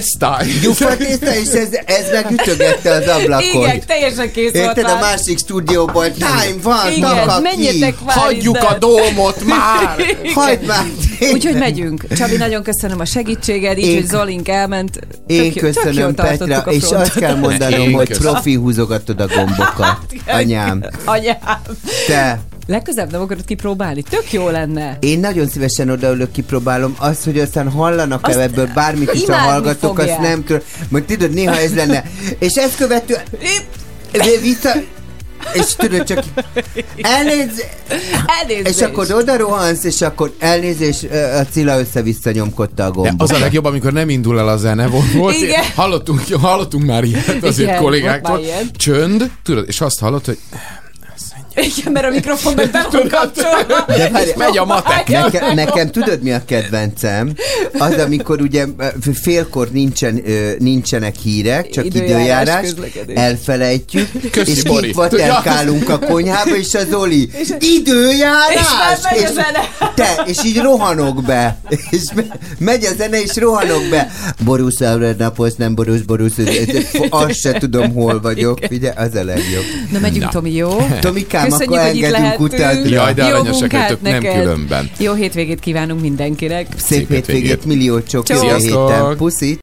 gyufatészta, és ez megütögette az ablakot. Igen, teljesen kész volt Érted, a már. másik stúdióból, time van, Igen, taka menjetek ki. már Hagyjuk innen. a dómot már! Hagyd már! Úgyhogy megyünk. Csabi, nagyon köszönöm a segítséged, így, hogy Zolink elment. Én Tök jól köszönöm, tartottuk Petra, a és frontot. azt kell mondanom, Én hogy köszönöm. profi húzogatod a gombokat. Anyám. Anyám. Te. Legközelebb nem akarod kipróbálni? Tök jó lenne. Én nagyon szívesen odaülök, kipróbálom. Azt, hogy aztán hallanak-e Azt ebből bármit is a imádni hallgatók, azt fogják. nem tudom. Majd tudod, néha ez lenne. És ezt követően... Vissza... És tudod, csak elnézést, és akkor oda rohansz, és akkor elnézés, a Cilla össze-vissza nyomkodta a De gombot. az a legjobb, amikor nem indul el a zene. Volt, Igen. hallottunk már ilyet azért Igen, kollégáktól. volt már ilyen. Csönd, tudod, és azt hallod, hogy Igen, mert a mikrofon meg be van kapcsolva. De várj, megy a matek. Nekem tudod, mi a kedvencem? Az, amikor ugye félkor nincsenek hírek, csak Időjárás, időjárás, közlekedés. elfelejtjük, Köszi, és Bori. kikvaterkálunk a konyhába, és az Oli, időjárás! És már megy a zene. És így rohanok be. És megy a zene, és rohanok be. Borusz, napos, nem Borusz, azt se tudom, hol vagyok. Figyelj, az a legjobb. Na, megyünk, Tomi, jó? Tomikám, Köszönjük, akkor hogy itt engedünk lehettünk. utánra. Jaj, de Jó aranyosak munkát vagytok, nem neked. különben. Jó hétvégét kívánunk mindenkinek. Szép hétvégét, millió csók, jövő Sziasztok. héten. Puszi.